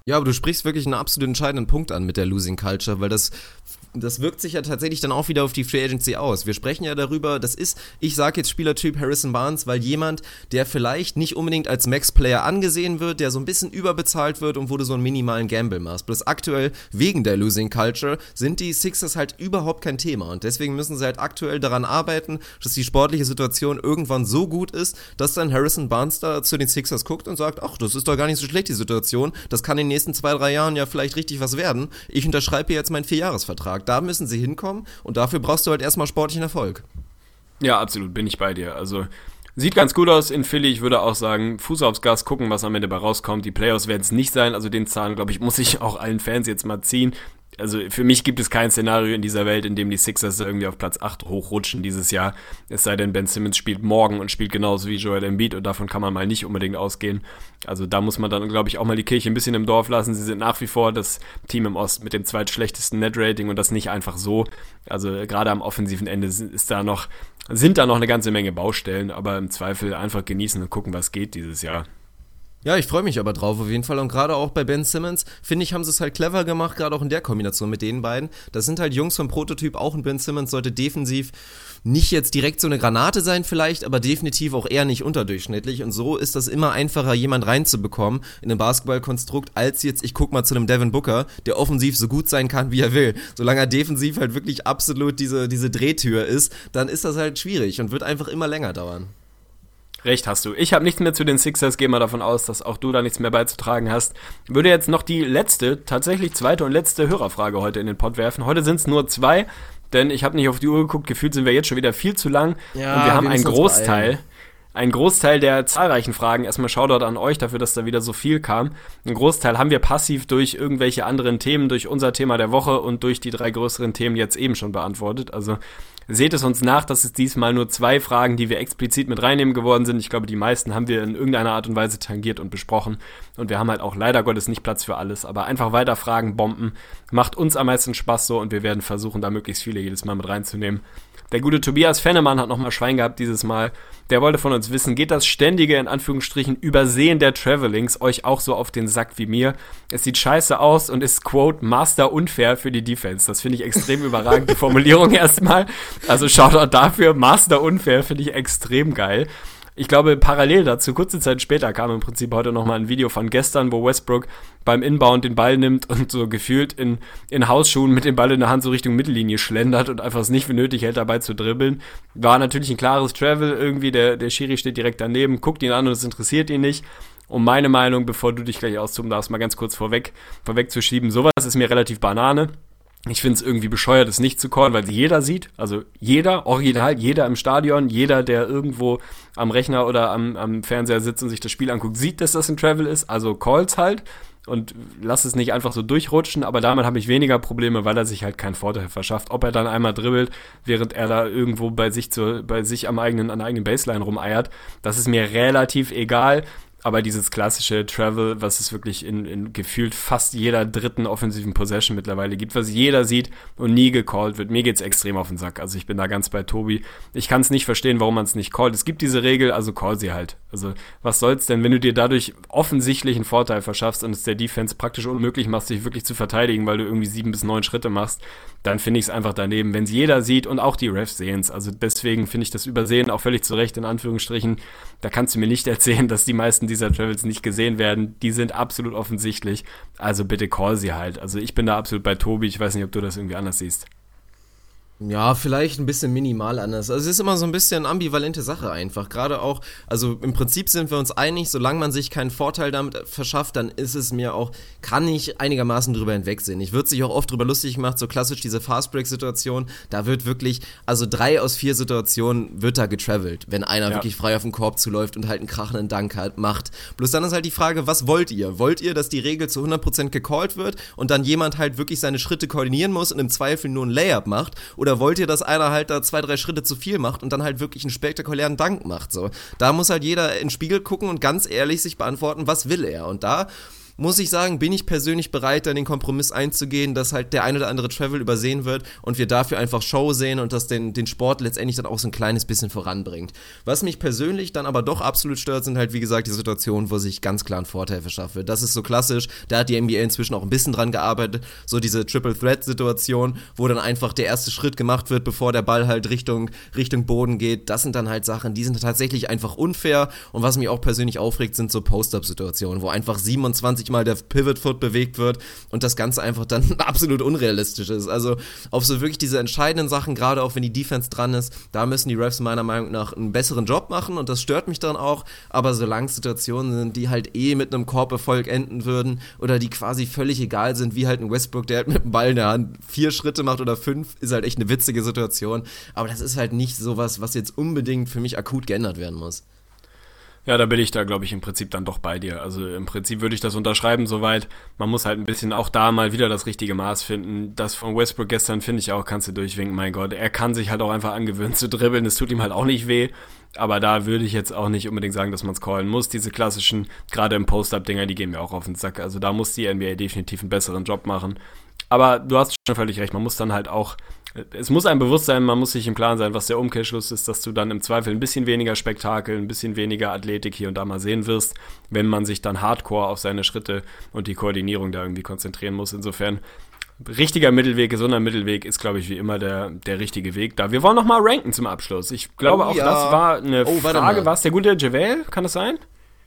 Ja, aber du sprichst wirklich einen absolut entscheidenden Punkt an mit der Losing Culture, weil das, das wirkt sich ja tatsächlich dann auch wieder auf die Free Agency aus. Wir sprechen ja darüber, das ist, ich sage jetzt Spielertyp Harrison Barnes, weil jemand, der vielleicht nicht unbedingt als Max-Player angesehen wird, der so ein bisschen überbezahlt wird und wo du so einen minimalen Gamble machst. Bloß aktuell, wegen der Losing Culture, sind die Sixers halt überhaupt kein Thema und deswegen müssen sie halt aktuell daran arbeiten, dass die sportliche Situation irgendwann so gut ist, dass dann Harrison Barnes da zu den Sixers guckt und sagt, ach, das ist doch gar nicht so schlecht, die Situation, das kann in den nächsten zwei, drei Jahren ja vielleicht richtig was werden. Ich unterschreibe hier jetzt meinen Vierjahresvertrag. Da müssen sie hinkommen und dafür brauchst du halt erstmal sportlichen Erfolg. Ja, absolut, bin ich bei dir. Also sieht ganz gut aus in Philly. Ich würde auch sagen, Fuß aufs Gas, gucken, was am Ende bei rauskommt. Die Playoffs werden es nicht sein. Also den Zahn, glaube ich, muss ich auch allen Fans jetzt mal ziehen. Also für mich gibt es kein Szenario in dieser Welt, in dem die Sixers irgendwie auf Platz acht hochrutschen dieses Jahr. Es sei denn, Ben Simmons spielt morgen und spielt genauso wie Joel Embiid und davon kann man mal nicht unbedingt ausgehen. Also da muss man dann, glaube ich, auch mal die Kirche ein bisschen im Dorf lassen. Sie sind nach wie vor das Team im Osten mit dem zweitschlechtesten Net-Rating und das nicht einfach so. Also gerade am offensiven Ende ist da noch, sind da noch eine ganze Menge Baustellen, aber im Zweifel einfach genießen und gucken, was geht dieses Jahr. Ja, ich freue mich aber drauf auf jeden Fall und gerade auch bei Ben Simmons, finde ich, haben sie es halt clever gemacht, gerade auch in der Kombination mit den beiden. Das sind halt Jungs vom Prototyp, auch ein Ben Simmons sollte defensiv nicht jetzt direkt so eine Granate sein vielleicht, aber definitiv auch eher nicht unterdurchschnittlich und so ist das immer einfacher, jemand reinzubekommen in ein Basketballkonstrukt, als jetzt, ich guck mal zu einem Devin Booker, der offensiv so gut sein kann, wie er will. Solange er defensiv halt wirklich absolut diese, diese Drehtür ist, dann ist das halt schwierig und wird einfach immer länger dauern. Recht hast du. Ich habe nichts mehr zu den Sixers, gehe mal davon aus, dass auch du da nichts mehr beizutragen hast. Würde jetzt noch die letzte, tatsächlich zweite und letzte Hörerfrage heute in den Pod werfen. Heute sind es nur zwei, denn ich habe nicht auf die Uhr geguckt, gefühlt sind wir jetzt schon wieder viel zu lang. Ja, und wir haben wir einen müssen uns Großteil, beeilen. einen Großteil der zahlreichen Fragen, erstmal Shoutout an euch dafür, dass da wieder so viel kam. Einen Großteil haben wir passiv durch irgendwelche anderen Themen, durch unser Thema der Woche und durch die drei größeren Themen jetzt eben schon beantwortet. Also seht es uns nach, dass es diesmal nur zwei Fragen, die wir explizit mit reinnehmen geworden sind. Ich glaube, die meisten haben wir in irgendeiner Art und Weise tangiert und besprochen. Und wir haben halt auch leider Gottes nicht Platz für alles. Aber einfach weiter Fragen, Bomben. Macht uns am meisten Spaß so und wir werden versuchen, da möglichst viele jedes Mal mit reinzunehmen. Der gute Tobias Fennemann hat nochmal Schwein gehabt dieses Mal. Der wollte von uns wissen, geht das ständige, in Anführungsstrichen, Übersehen der Travelings euch auch so auf den Sack wie mir? Es sieht scheiße aus und ist, quote, master unfair für die Defense. Das finde ich extrem überragend, die Formulierung erstmal. Also Shoutout dafür, master unfair finde ich extrem geil. Ich glaube, parallel dazu, kurze Zeit später kam im Prinzip heute nochmal ein Video von gestern, wo Westbrook beim Inbound den Ball nimmt und so gefühlt in, in Hausschuhen mit dem Ball in der Hand so Richtung Mittellinie schlendert und einfach es nicht für nötig hält, dabei zu dribbeln. War natürlich ein klares Travel irgendwie, der, der Schiri steht direkt daneben, guckt ihn an und es interessiert ihn nicht. Und meine Meinung, bevor du dich gleich austoben darfst, mal ganz kurz vorweg, vorwegzuschieben, sowas ist mir relativ Banane. Ich finde es irgendwie bescheuert, es nicht zu callen, weil jeder sieht, also jeder, original, jeder im Stadion, jeder, der irgendwo am Rechner oder am, am Fernseher sitzt und sich das Spiel anguckt, sieht, dass das ein Travel ist, also calls halt und lass es nicht einfach so durchrutschen, aber damit habe ich weniger Probleme, weil er sich halt keinen Vorteil verschafft. Ob er dann einmal dribbelt, während er da irgendwo bei sich zu, bei sich am eigenen, an der eigenen Baseline rumeiert, das ist mir relativ egal. Aber dieses klassische Travel, was es wirklich in, in gefühlt fast jeder dritten offensiven Possession mittlerweile gibt, was jeder sieht und nie gecallt wird, mir geht's extrem auf den Sack. Also ich bin da ganz bei Tobi. Ich kann es nicht verstehen, warum man es nicht callt. Es gibt diese Regel, also call sie halt. Also was soll's denn, wenn du dir dadurch offensichtlich einen Vorteil verschaffst und es der Defense praktisch unmöglich machst, dich wirklich zu verteidigen, weil du irgendwie sieben bis neun Schritte machst, dann finde ich es einfach daneben. Wenn es jeder sieht und auch die Refs sehen es. Also deswegen finde ich das Übersehen auch völlig zu Recht, in Anführungsstrichen. Da kannst du mir nicht erzählen, dass die meisten dieser Travels nicht gesehen werden. Die sind absolut offensichtlich. Also bitte call sie halt. Also ich bin da absolut bei Tobi. Ich weiß nicht, ob du das irgendwie anders siehst. Ja, vielleicht ein bisschen minimal anders. Also es ist immer so ein bisschen ambivalente Sache einfach. Gerade auch, also im Prinzip sind wir uns einig, solange man sich keinen Vorteil damit verschafft, dann ist es mir auch, kann ich einigermaßen drüber hinwegsehen. Ich würde sich auch oft drüber lustig gemacht, so klassisch diese Fastbreak-Situation, da wird wirklich, also drei aus vier Situationen wird da getravelt, wenn einer ja. wirklich frei auf den Korb zuläuft und halt einen krachenden Dank halt macht. Bloß dann ist halt die Frage, was wollt ihr? Wollt ihr, dass die Regel zu hundert Prozent gecallt wird und dann jemand halt wirklich seine Schritte koordinieren muss und im Zweifel nur ein Layup macht? Oder wollt ihr, dass einer halt da zwei, drei Schritte zu viel macht und dann halt wirklich einen spektakulären Dank macht, so. Da muss halt jeder in den Spiegel gucken und ganz ehrlich sich beantworten, was will er? Und da muss ich sagen, bin ich persönlich bereit, dann den Kompromiss einzugehen, dass halt der ein oder andere Travel übersehen wird und wir dafür einfach Show sehen und das den, den Sport letztendlich dann auch so ein kleines bisschen voranbringt. Was mich persönlich dann aber doch absolut stört, sind halt, wie gesagt, die Situationen, wo sich ganz klar ein Vorteil verschafft wird. Das ist so klassisch, da hat die N B A inzwischen auch ein bisschen dran gearbeitet, so diese Triple-Threat-Situation, wo dann einfach der erste Schritt gemacht wird, bevor der Ball halt Richtung, Richtung Boden geht. Das sind dann halt Sachen, die sind tatsächlich einfach unfair und was mich auch persönlich aufregt, sind so Post-Up-Situationen, wo einfach siebenundzwanzig Mal der Pivot-Foot bewegt wird und das Ganze einfach dann absolut unrealistisch ist. Also auf so wirklich diese entscheidenden Sachen, gerade auch wenn die Defense dran ist, da müssen die Refs meiner Meinung nach einen besseren Job machen und das stört mich dann auch, aber solange Situationen sind, die halt eh mit einem Korberfolg enden würden oder die quasi völlig egal sind, wie halt ein Westbrook, der halt mit dem Ball in der Hand vier Schritte macht oder fünf, ist halt echt eine witzige Situation, aber das ist halt nicht sowas, was jetzt unbedingt für mich akut geändert werden muss. Ja, da bin ich da, glaube ich, im Prinzip dann doch bei dir. Also im Prinzip würde ich das unterschreiben soweit. Man muss halt ein bisschen auch da mal wieder das richtige Maß finden. Das von Westbrook gestern, finde ich auch, kannst du durchwinken. Mein Gott, er kann sich halt auch einfach angewöhnen zu dribbeln. Es tut ihm halt auch nicht weh. Aber da würde ich jetzt auch nicht unbedingt sagen, dass man es callen muss. Diese klassischen, gerade im Post-Up-Dinger, die gehen mir auch auf den Sack. Also da muss die N B A definitiv einen besseren Job machen. Aber du hast schon völlig recht, man muss dann halt auch, es muss einem bewusst sein, man muss sich im Klaren sein, was der Umkehrschluss ist, dass du dann im Zweifel ein bisschen weniger Spektakel, ein bisschen weniger Athletik hier und da mal sehen wirst, wenn man sich dann hardcore auf seine Schritte und die Koordinierung da irgendwie konzentrieren muss. Insofern, richtiger Mittelweg, gesunder Mittelweg ist, glaube ich, wie immer der, der richtige Weg da. Wir wollen noch mal ranken zum Abschluss. Ich glaube, oh, auch ja. das war eine oh, Frage. War es der gute JaVale? Kann das sein?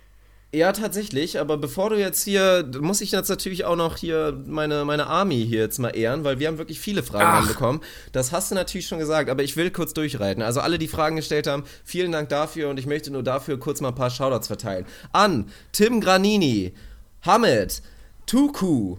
Ja, tatsächlich, aber bevor du jetzt hier, muss ich jetzt natürlich auch noch hier meine, meine Army hier jetzt mal ehren, weil wir haben wirklich viele Fragen bekommen. Das hast du natürlich schon gesagt, aber ich will kurz durchreiten. Also alle, die Fragen gestellt haben, vielen Dank dafür und ich möchte nur dafür kurz mal ein paar Shoutouts verteilen. An Tim Granini, Hamid, Tuku,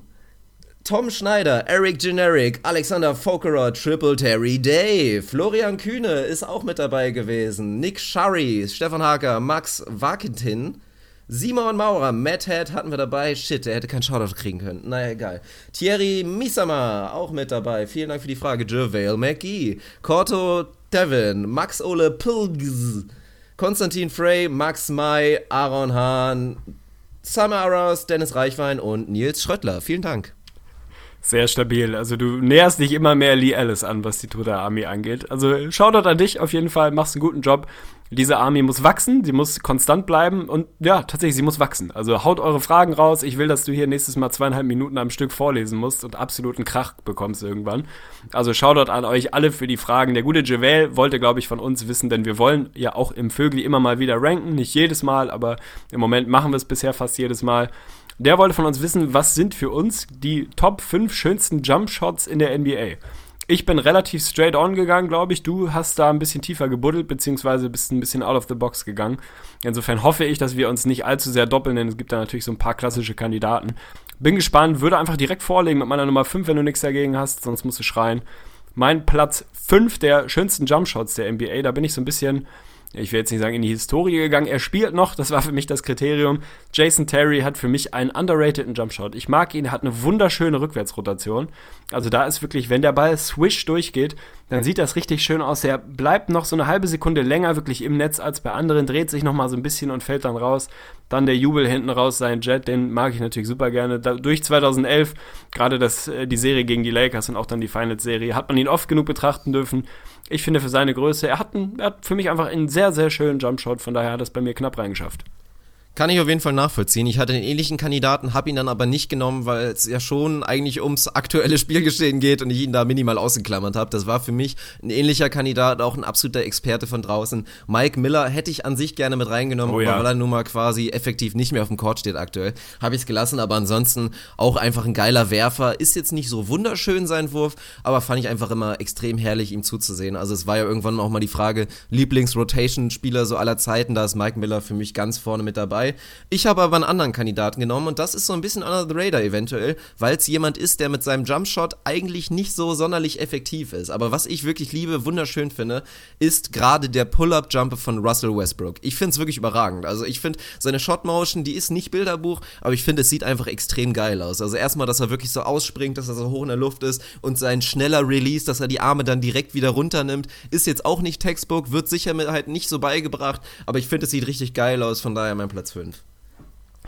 Tom Schneider, Eric Generic, Alexander Fokerer, Triple Terry Dave, Florian Kühne ist auch mit dabei gewesen, Nick Shari, Stefan Haker, Max Wakentin, Simon Maurer, Matt Head hatten wir dabei. Shit, der hätte keinen Shoutout kriegen können. Naja, egal. Thierry Misama, auch mit dabei. Vielen Dank für die Frage. JaVale McGee, Korto Devin, Max Ole Pilgs, Konstantin Frey, Max May, Aaron Hahn, Summer Aros, Dennis Reichwein und Nils Schröttler. Vielen Dank. Sehr stabil. Also du näherst dich immer mehr Lee Ellis an, was die Total Army angeht. Also Shoutout an dich auf jeden Fall, machst einen guten Job. Diese Army muss wachsen, sie muss konstant bleiben und ja, tatsächlich, sie muss wachsen. Also haut eure Fragen raus. Ich will, dass du hier nächstes Mal zweieinhalb Minuten am Stück vorlesen musst und absoluten Krach bekommst irgendwann. Also Shoutout an euch alle für die Fragen. Der gute JaVale wollte, glaube ich, von uns wissen, denn wir wollen ja auch im Vögli immer mal wieder ranken. Nicht jedes Mal, aber im Moment machen wir es bisher fast jedes Mal. Der wollte von uns wissen, was sind für uns die Top fünf schönsten Jumpshots in der N B A? Ich bin relativ straight on gegangen, glaube ich. Du hast da ein bisschen tiefer gebuddelt, beziehungsweise bist ein bisschen out of the box gegangen. Insofern hoffe ich, dass wir uns nicht allzu sehr doppeln, denn es gibt da natürlich so ein paar klassische Kandidaten. Bin gespannt, würde einfach direkt vorlegen mit meiner Nummer fünf, wenn du nichts dagegen hast, sonst musst du schreien. Mein Platz fünf der schönsten Jumpshots der N B A, da bin ich so ein bisschen, ich will jetzt nicht sagen in die Historie gegangen, er spielt noch, das war für mich das Kriterium. Jason Terry hat für mich einen underrateden Jumpshot. Ich mag ihn, er hat eine wunderschöne Rückwärtsrotation. Also da ist wirklich, wenn der Ball swish durchgeht, dann sieht das richtig schön aus. Er bleibt noch so eine halbe Sekunde länger wirklich im Netz als bei anderen, dreht sich nochmal so ein bisschen und fällt dann raus. Dann der Jubel hinten raus, sein Jet, den mag ich natürlich super gerne. Da, durch zweitausendelf, gerade das, die Serie gegen die Lakers und auch dann die Finals-Serie, hat man ihn oft genug betrachten dürfen. Ich finde für seine Größe, er hat, einen, er hat für mich einfach einen sehr, sehr schönen Jumpshot, von daher hat er es bei mir knapp reingeschafft. Kann ich auf jeden Fall nachvollziehen. Ich hatte einen ähnlichen Kandidaten, habe ihn dann aber nicht genommen, weil es ja schon eigentlich ums aktuelle Spielgeschehen geht und ich ihn da minimal ausgeklammert habe. Das war für mich ein ähnlicher Kandidat, auch ein absoluter Experte von draußen. Mike Miller hätte ich an sich gerne mit reingenommen, oh ja. weil er nun mal quasi effektiv nicht mehr auf dem Court steht aktuell. Habe ich es gelassen, aber ansonsten auch einfach ein geiler Werfer. Ist jetzt nicht so wunderschön sein Wurf, aber fand ich einfach immer extrem herrlich, ihm zuzusehen. Also es war ja irgendwann auch mal die Frage, Lieblings-Rotation-Spieler so aller Zeiten, da ist Mike Miller für mich ganz vorne mit dabei. Ich habe aber einen anderen Kandidaten genommen und das ist so ein bisschen under the radar eventuell, weil es jemand ist, der mit seinem Jumpshot eigentlich nicht so sonderlich effektiv ist. Aber was ich wirklich liebe, wunderschön finde, ist gerade der Pull-Up-Jumper von Russell Westbrook. Ich finde es wirklich überragend. Also ich finde, seine Shot-Motion, die ist nicht Bilderbuch, aber ich finde, es sieht einfach extrem geil aus. Also erstmal, dass er wirklich so ausspringt, dass er so hoch in der Luft ist und sein schneller Release, dass er die Arme dann direkt wieder runternimmt, ist jetzt auch nicht Textbook, wird sicher mit halt nicht so beigebracht, aber ich finde, es sieht richtig geil aus, von daher mein Platz fünf.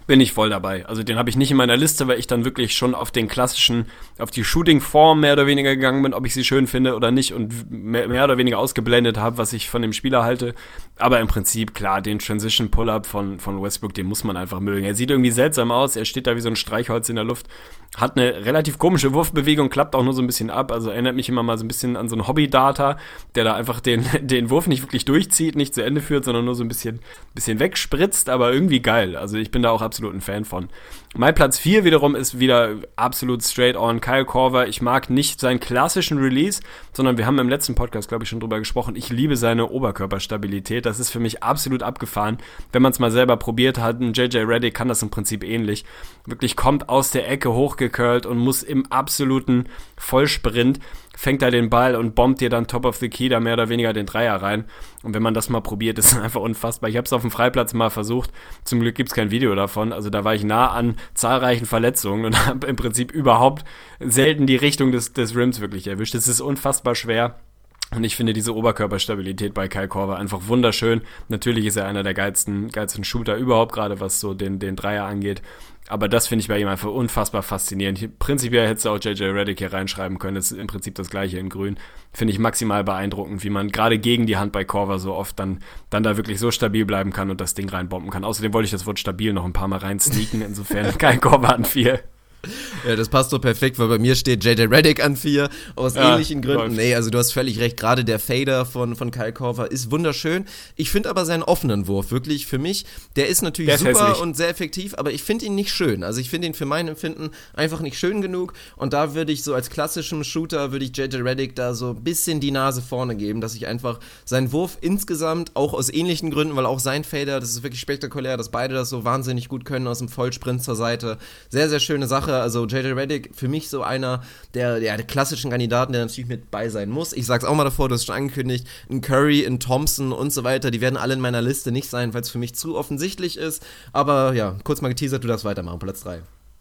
bin ich voll dabei. Also den habe ich nicht in meiner Liste, weil ich dann wirklich schon auf den klassischen, auf die Shooting-Form mehr oder weniger gegangen bin, ob ich sie schön finde oder nicht und mehr, mehr oder weniger ausgeblendet habe, was ich von dem Spieler halte. Aber im Prinzip, klar, den Transition-Pull-Up von, von Westbrook, den muss man einfach mögen. Er sieht irgendwie seltsam aus, er steht da wie so ein Streichholz in der Luft, hat eine relativ komische Wurfbewegung, klappt auch nur so ein bisschen ab, also erinnert mich immer mal so ein bisschen an so einen Hobby-Data, der da einfach den, den Wurf nicht wirklich durchzieht, nicht zu Ende führt, sondern nur so ein bisschen, bisschen wegspritzt, aber irgendwie geil. Also ich bin da auch absolut ein Fan von. Mein Platz vier wiederum ist wieder absolut straight on Kyle Korver. Ich mag nicht seinen klassischen Release, sondern wir haben im letzten Podcast, glaube ich, schon drüber gesprochen. Ich liebe seine Oberkörperstabilität. Das ist für mich absolut abgefahren. Wenn man es mal selber probiert hat, ein J J Redick kann das im Prinzip ähnlich. Wirklich kommt aus der Ecke hochgecurlt und muss im absoluten Vollsprint fängt er den Ball und bombt dir dann top of the key da mehr oder weniger den Dreier rein. Und wenn man das mal probiert, ist es einfach unfassbar. Ich habe es auf dem Freiplatz mal versucht. Zum Glück gibt es kein Video davon. Also da war ich nah an zahlreichen Verletzungen und habe im Prinzip überhaupt selten die Richtung des, des Rims wirklich erwischt. Es ist unfassbar schwer. Und ich finde diese Oberkörperstabilität bei Kyle Korver einfach wunderschön. Natürlich ist er einer der geilsten, geilsten Shooter überhaupt, gerade was so den, den Dreier angeht. Aber das finde ich bei ihm einfach unfassbar faszinierend. Prinzipiell hättest du auch J J Redick hier reinschreiben können. Das ist im Prinzip das Gleiche in Grün. Finde ich maximal beeindruckend, wie man gerade gegen die Hand bei Korver so oft dann, dann da wirklich so stabil bleiben kann und das Ding reinbomben kann. Außerdem wollte ich das Wort stabil noch ein paar Mal reinsneaken. Insofern kein Korver an vier. Ja, das passt so perfekt, weil bei mir steht J J Redick an vier, aus ja, ähnlichen Gründen. Läuft. Nee, also du hast völlig recht, gerade der Fader von, von Kyle Korver ist wunderschön. Ich finde aber seinen offenen Wurf wirklich für mich, der ist natürlich der super ist und sehr effektiv, aber ich finde ihn nicht schön. Also ich finde ihn für mein Empfinden einfach nicht schön genug und da würde ich so als klassischem Shooter, würde ich J J Redick da so ein bisschen die Nase vorne geben, dass ich einfach seinen Wurf insgesamt, auch aus ähnlichen Gründen, weil auch sein Fader, das ist wirklich spektakulär, dass beide das so wahnsinnig gut können aus dem Vollsprint zur Seite. Sehr, sehr schöne Sache. Also J J Redick für mich so einer der, der, der klassischen Kandidaten, der natürlich mit bei sein muss. Ich sag's auch mal davor, du hast schon angekündigt, ein Curry, ein Thompson und so weiter, die werden alle in meiner Liste nicht sein, weil es für mich zu offensichtlich ist. Aber ja, kurz mal geteasert, du darfst weitermachen, Platz drei.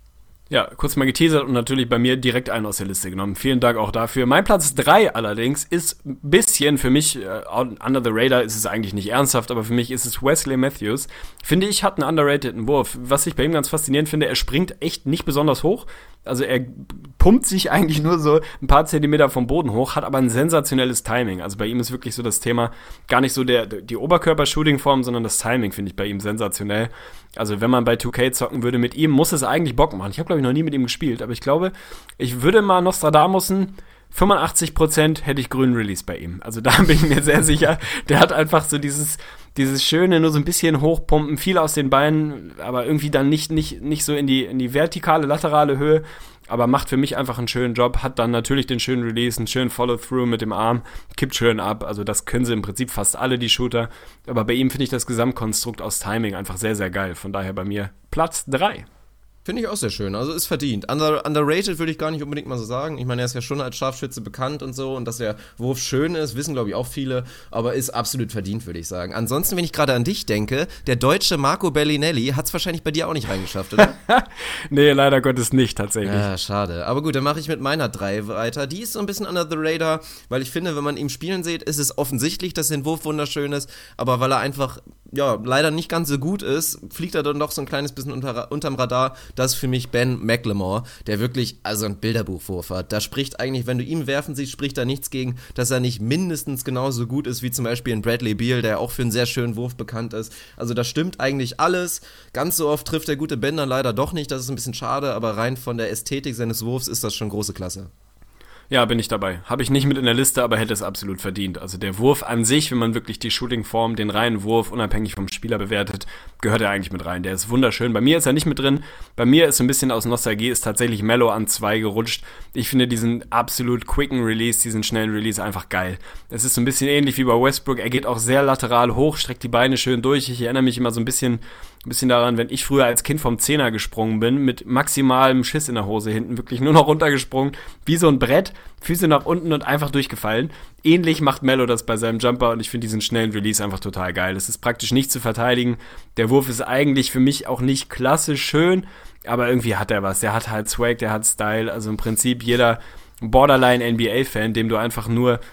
Ja, kurz mal geteasert und natürlich bei mir direkt einen aus der Liste genommen. Vielen Dank auch dafür. Mein Platz drei allerdings ist ein bisschen für mich, uh, under the radar ist es eigentlich nicht ernsthaft, aber für mich ist es Wesley Matthews. Finde ich, hat einen underrateden Wurf. Was ich bei ihm ganz faszinierend finde, er springt echt nicht besonders hoch. Also er pumpt sich eigentlich nur so ein paar Zentimeter vom Boden hoch, hat aber ein sensationelles Timing. Also bei ihm ist wirklich so das Thema gar nicht so der die Oberkörper-Shooting-Form, sondern das Timing finde ich bei ihm sensationell. Also wenn man bei zwei K zocken würde mit ihm, muss es eigentlich Bock machen. Ich habe, glaube ich, noch nie mit ihm gespielt, aber ich glaube, ich würde mal Nostradamusen fünfundachtzig Prozent hätte ich grünen Release bei ihm. Also da bin ich mir sehr sicher. Der hat einfach so dieses, dieses schöne, nur so ein bisschen hochpumpen, viel aus den Beinen, aber irgendwie dann nicht, nicht, nicht so in die, in die vertikale, laterale Höhe, aber macht für mich einfach einen schönen Job, hat dann natürlich den schönen Release, einen schönen Follow-Through mit dem Arm, kippt schön ab, also das können sie im Prinzip fast alle, die Shooter, aber bei ihm finde ich das Gesamtkonstrukt aus Timing einfach sehr, sehr geil, von daher bei mir Platz drei. Finde ich auch sehr schön, also ist verdient. Under, underrated würde ich gar nicht unbedingt mal so sagen. Ich meine, er ist ja schon als Scharfschütze bekannt und so und dass der Wurf schön ist, wissen glaube ich auch viele, aber ist absolut verdient, würde ich sagen. Ansonsten, wenn ich gerade an dich denke, der deutsche Marco Bellinelli hat es wahrscheinlich bei dir auch nicht reingeschafft, oder? Nee, leider Gottes nicht, tatsächlich. Ja, schade. Aber gut, dann mache ich mit meiner drei weiter. Die ist so ein bisschen under the radar, weil ich finde, wenn man ihn spielen sieht, ist es offensichtlich, dass sein Wurf wunderschön ist, aber weil er einfach, ja, leider nicht ganz so gut ist, fliegt er dann doch so ein kleines bisschen unter, unterm Radar. Das ist für mich Ben McLemore, der wirklich also ein Bilderbuchwurf hat. Da spricht eigentlich, wenn du ihn werfen siehst, spricht da nichts gegen, dass er nicht mindestens genauso gut ist wie zum Beispiel ein Bradley Beal, der auch für einen sehr schönen Wurf bekannt ist. Also da stimmt eigentlich alles. Ganz so oft trifft der gute Ben dann leider doch nicht, das ist ein bisschen schade, aber rein von der Ästhetik seines Wurfs ist das schon große Klasse. Ja, bin ich dabei. Habe ich nicht mit in der Liste, aber hätte es absolut verdient. Also der Wurf an sich, wenn man wirklich die Shooting-Form, den reinen Wurf, unabhängig vom Spieler bewertet, gehört er eigentlich mit rein. Der ist wunderschön. Bei mir ist er nicht mit drin. Bei mir ist so ein bisschen aus Nostalgie, ist tatsächlich Melo an zwei gerutscht. Ich finde diesen absolut quicken Release, diesen schnellen Release einfach geil. Es ist so ein bisschen ähnlich wie bei Westbrook. Er geht auch sehr lateral hoch, streckt die Beine schön durch. Ich erinnere mich immer so ein bisschen, ein bisschen daran, wenn ich früher als Kind vom Zehner gesprungen bin, mit maximalem Schiss in der Hose hinten, wirklich nur noch runtergesprungen, wie so ein Brett, Füße nach unten und einfach durchgefallen. Ähnlich macht Melo das bei seinem Jumper und ich finde diesen schnellen Release einfach total geil. Es ist praktisch nicht zu verteidigen. Der Wurf ist eigentlich für mich auch nicht klassisch schön, aber irgendwie hat er was. Der hat halt Swag, der hat Style. Also im Prinzip jeder Borderline-N B A-Fan, dem du einfach nur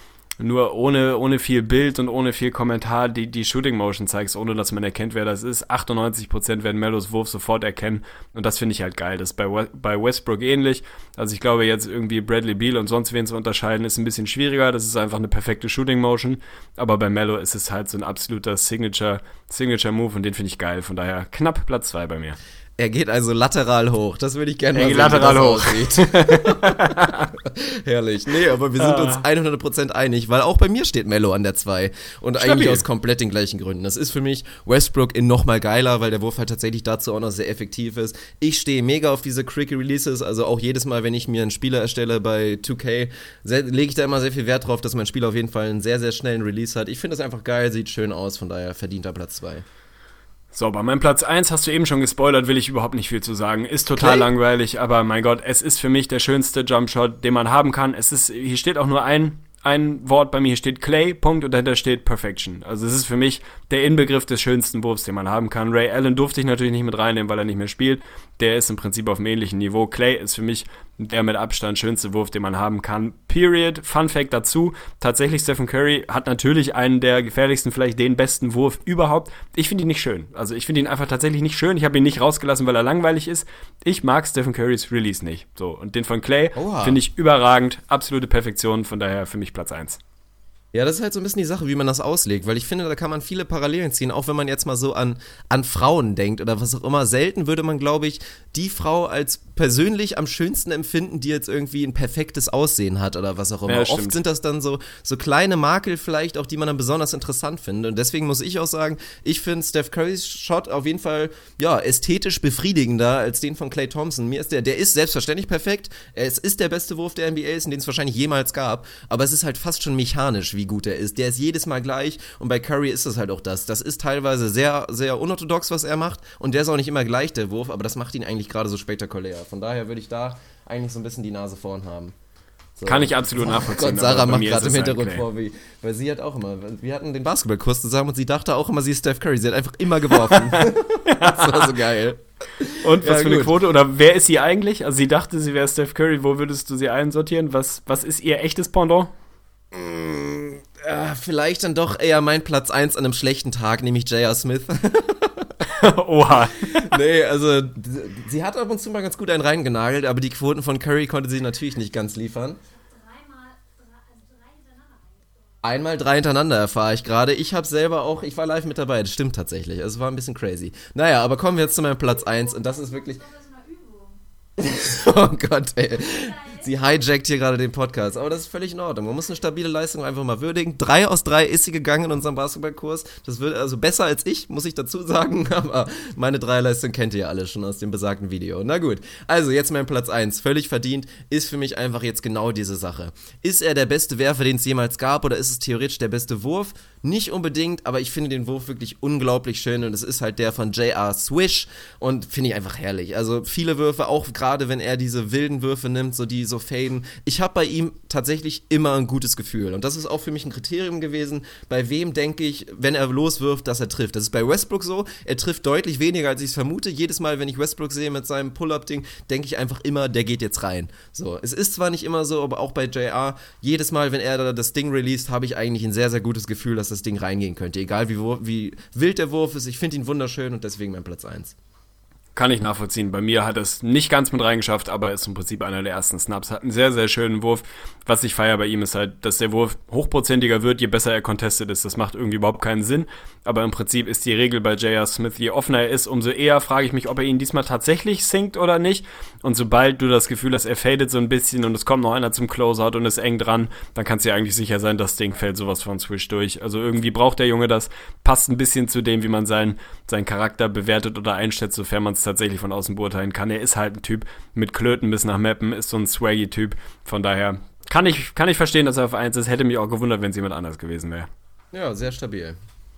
nur ohne, ohne viel Bild und ohne viel Kommentar die, die Shooting Motion zeigst, ohne dass man erkennt, wer das ist. achtundneunzig Prozent werden Melos Wurf sofort erkennen und das finde ich halt geil. Das ist bei, bei Westbrook ähnlich. Also ich glaube jetzt irgendwie Bradley Beal und sonst wen zu unterscheiden ist ein bisschen schwieriger. Das ist einfach eine perfekte Shooting Motion, aber bei Melo ist es halt so ein absoluter Signature, Signature Move und den finde ich geil. Von daher knapp Platz zwei bei mir. Er geht also lateral hoch. Das würde ich gerne mal sehen, lateral wie das hoch. Herrlich. Nee, aber wir sind ah. uns hundert Prozent einig, weil auch bei mir steht Melo an der zwei. Und Stabil. Eigentlich aus komplett den gleichen Gründen. Das ist für mich Westbrook in nochmal geiler, weil der Wurf halt tatsächlich dazu auch noch sehr effektiv ist. Ich stehe mega auf diese Quick Releases. Also auch jedes Mal, wenn ich mir einen Spieler erstelle bei zwei K, lege ich da immer sehr viel Wert drauf, dass mein Spieler auf jeden Fall einen sehr, sehr schnellen Release hat. Ich finde das einfach geil, sieht schön aus. Von daher verdient er Platz zwei. So, bei meinem Platz eins hast du eben schon gespoilert, will ich überhaupt nicht viel zu sagen. Ist total Clay? langweilig, aber mein Gott, es ist für mich der schönste Jumpshot, den man haben kann. Es ist, hier steht auch nur ein, ein Wort bei mir, hier steht Clay, Punkt, und dahinter steht Perfection. Also es ist für mich der Inbegriff des schönsten Wurfs, den man haben kann. Ray Allen durfte ich natürlich nicht mit reinnehmen, weil er nicht mehr spielt. Der ist im Prinzip auf einem ähnlichen Niveau. Clay ist für mich der mit Abstand schönste Wurf, den man haben kann. Period. Fun Fact dazu, tatsächlich Stephen Curry hat natürlich einen der gefährlichsten, vielleicht den besten Wurf überhaupt. Ich finde ihn nicht schön. Also ich finde ihn einfach tatsächlich nicht schön. Ich habe ihn nicht rausgelassen, weil er langweilig ist. Ich mag Stephen Currys Release nicht. So, und den von Clay finde ich überragend. Absolute Perfektion, von daher für mich Platz eins. Ja, das ist halt so ein bisschen die Sache, wie man das auslegt, weil ich finde, da kann man viele Parallelen ziehen, auch wenn man jetzt mal so an, an Frauen denkt oder was auch immer. Selten würde man, glaube ich, die Frau als persönlich am schönsten empfinden, die jetzt irgendwie ein perfektes Aussehen hat oder was auch immer. Ja, oft sind das dann so, so kleine Makel vielleicht auch, die man dann besonders interessant findet. Und deswegen muss ich auch sagen, ich finde Steph Currys Shot auf jeden Fall, ja, ästhetisch befriedigender als den von Klay Thompson. Mir ist der, der ist selbstverständlich perfekt. Es ist der beste Wurf der N B A, den es wahrscheinlich jemals gab. Aber es ist halt fast schon mechanisch, wie gut er ist. Der ist jedes Mal gleich und bei Curry ist das halt auch das. Das ist teilweise sehr, sehr unorthodox, was er macht und der ist auch nicht immer gleich, der Wurf, aber das macht ihn eigentlich gerade so spektakulär. Von daher würde ich da eigentlich so ein bisschen die Nase vorn haben. So. Kann ich absolut nachvollziehen. Gott, Sarah macht gerade im Hintergrund vor, wie, weil sie hat auch immer, wir hatten den Basketballkurs zusammen und sie dachte auch immer, sie ist Steph Curry. Sie hat einfach immer geworfen. Das war so geil. Und was ja, für gut. eine Quote? Oder wer ist sie eigentlich? Also sie dachte, sie wäre Steph Curry. Wo würdest du sie einsortieren? Was, was ist ihr echtes Pendant? Mm, äh, vielleicht dann doch eher mein Platz eins an einem schlechten Tag, nämlich J R. Smith. Oha. Nee, also sie hat ab und zu mal ganz gut einen reingenagelt, aber die Quoten von Curry konnte sie natürlich nicht ganz liefern. Einmal drei hintereinander erfahre ich gerade. Ich habe selber auch, ich war live mit dabei, das stimmt tatsächlich. Also es war ein bisschen crazy. Naja, aber kommen wir jetzt zu meinem Platz eins und das ist wirklich... Oh Gott, ey. Sie hijackt hier gerade den Podcast, aber das ist völlig in Ordnung. Man muss eine stabile Leistung einfach mal würdigen. Drei aus drei ist sie gegangen in unserem Basketballkurs. Das wird also besser als ich, muss ich dazu sagen. Aber meine Dreierleistung kennt ihr ja alle schon aus dem besagten Video. Na gut, also jetzt mein Platz eins. Völlig verdient, ist für mich einfach jetzt genau diese Sache. Ist er der beste Werfer, den es jemals gab, oder ist es theoretisch der beste Wurf? Nicht unbedingt, aber ich finde den Wurf wirklich unglaublich schön und es ist halt der von J R. Swish und finde ich einfach herrlich. Also viele Würfe, auch gerade wenn er diese wilden Würfe nimmt, so die so faden. Ich habe bei ihm tatsächlich immer ein gutes Gefühl und das ist auch für mich ein Kriterium gewesen, bei wem denke ich, wenn er loswirft, dass er trifft. Das ist bei Westbrook so, er trifft deutlich weniger, als ich es vermute. Jedes Mal, wenn ich Westbrook sehe mit seinem Pull-Up-Ding, denke ich einfach immer, der geht jetzt rein. So, es ist zwar nicht immer so, aber auch bei J R, jedes Mal, wenn er da das Ding released, habe ich eigentlich ein sehr, sehr gutes Gefühl, dass das Ding reingehen könnte. Egal wie, wie wild der Wurf ist, ich finde ihn wunderschön und deswegen mein Platz eins. Kann ich nachvollziehen. Bei mir hat es nicht ganz mit reingeschafft, aber ist im Prinzip einer der ersten Snaps. Hat einen sehr, sehr schönen Wurf. Was ich feiere bei ihm ist halt, dass der Wurf hochprozentiger wird, je besser er contested ist. Das macht irgendwie überhaupt keinen Sinn. Aber im Prinzip ist die Regel bei J R. Smith, je offener er ist, umso eher frage ich mich, ob er ihn diesmal tatsächlich sinkt oder nicht. Und sobald du das Gefühl hast, er fadet so ein bisschen und es kommt noch einer zum Closeout und ist eng dran, dann kannst du dir eigentlich sicher sein, das Ding fällt sowas von Swish durch. Also irgendwie braucht der Junge das, passt ein bisschen zu dem, wie man seinen, seinen Charakter bewertet oder einschätzt, sofern man es tatsächlich von außen beurteilen kann. Er ist halt ein Typ mit Klöten bis nach Mappen, ist so ein swaggy-Typ. Von daher kann ich, kann ich verstehen, dass er auf eins ist. Hätte mich auch gewundert, wenn es jemand anders gewesen wäre. Ja, sehr stabil.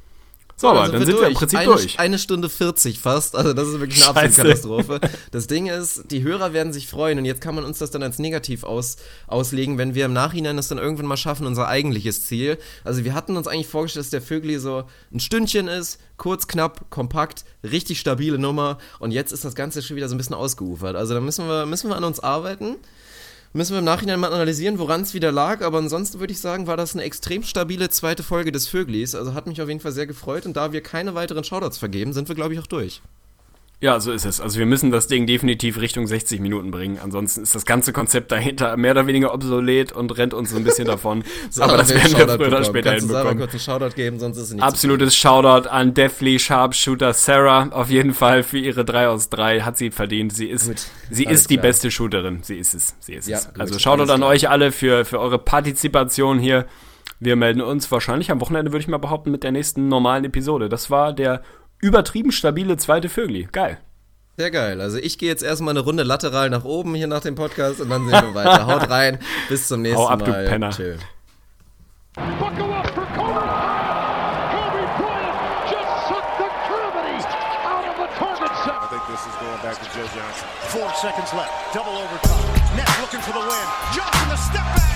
So, aber also dann sind durch. wir im Prinzip eine, durch. Eine Stunde vierzig fast, also das ist wirklich eine absolute Katastrophe. Das Ding ist, die Hörer werden sich freuen und jetzt kann man uns das dann als negativ aus, auslegen, wenn wir im Nachhinein das dann irgendwann mal schaffen, unser eigentliches Ziel. Also wir hatten uns eigentlich vorgestellt, dass der Vögli so ein Stündchen ist, kurz, knapp, kompakt, richtig stabile Nummer und jetzt ist das Ganze schon wieder so ein bisschen ausgeufert. Also da müssen wir, müssen wir an uns arbeiten. Müssen wir im Nachhinein mal analysieren, woran es wieder lag, aber ansonsten würde ich sagen, war das eine extrem stabile zweite Folge des Vöglis, also hat mich auf jeden Fall sehr gefreut und da wir keine weiteren Shoutouts vergeben, sind wir, glaube ich, auch durch. Ja, so ist es. Also wir müssen das Ding definitiv Richtung sechzig Minuten bringen. Ansonsten ist das ganze Konzept dahinter mehr oder weniger obsolet und rennt uns so ein bisschen davon. Aber das werden wir früher oder später hinbekommen. Sarah hinbekommen. kurz einen Shoutout geben, sonst ist es nicht Absolutes Shoutout an Deathly Sharpshooter Sarah. Auf jeden Fall für ihre drei aus drei hat sie verdient. Sie ist, Gut, sie alles ist die klar. beste Shooterin. Sie ist es. Sie ist Ja, es. gut, Also Shoutout alles an klar. euch alle für, für eure Partizipation hier. Wir melden uns wahrscheinlich am Wochenende, würde ich mal behaupten, mit der nächsten normalen Episode. Das war der übertrieben stabile zweite Vögli. Geil. Sehr geil. Also ich gehe jetzt erstmal eine Runde lateral nach oben hier nach dem Podcast und dann sehen wir weiter. Haut rein. Bis zum nächsten Hau ab, du Mal. Penner. Chill. Buckle up for Kobe. Kobe Bryant just sucked the gravity out of the target set. I think this is going back to Joe Johnson. Four seconds left. Double overtime. Nets looking for the win. Johnson the step back.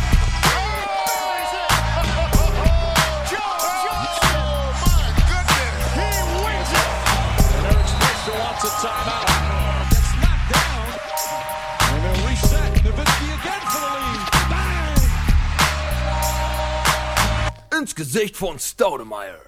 Joe Johnson. Oh my goodness. He wins it. And Eric Spoelstra wants a timeout. Gets knocked down. And they'll reset. Nowitzki again for the lead. Bang! Ins Gesicht von Stoudemire.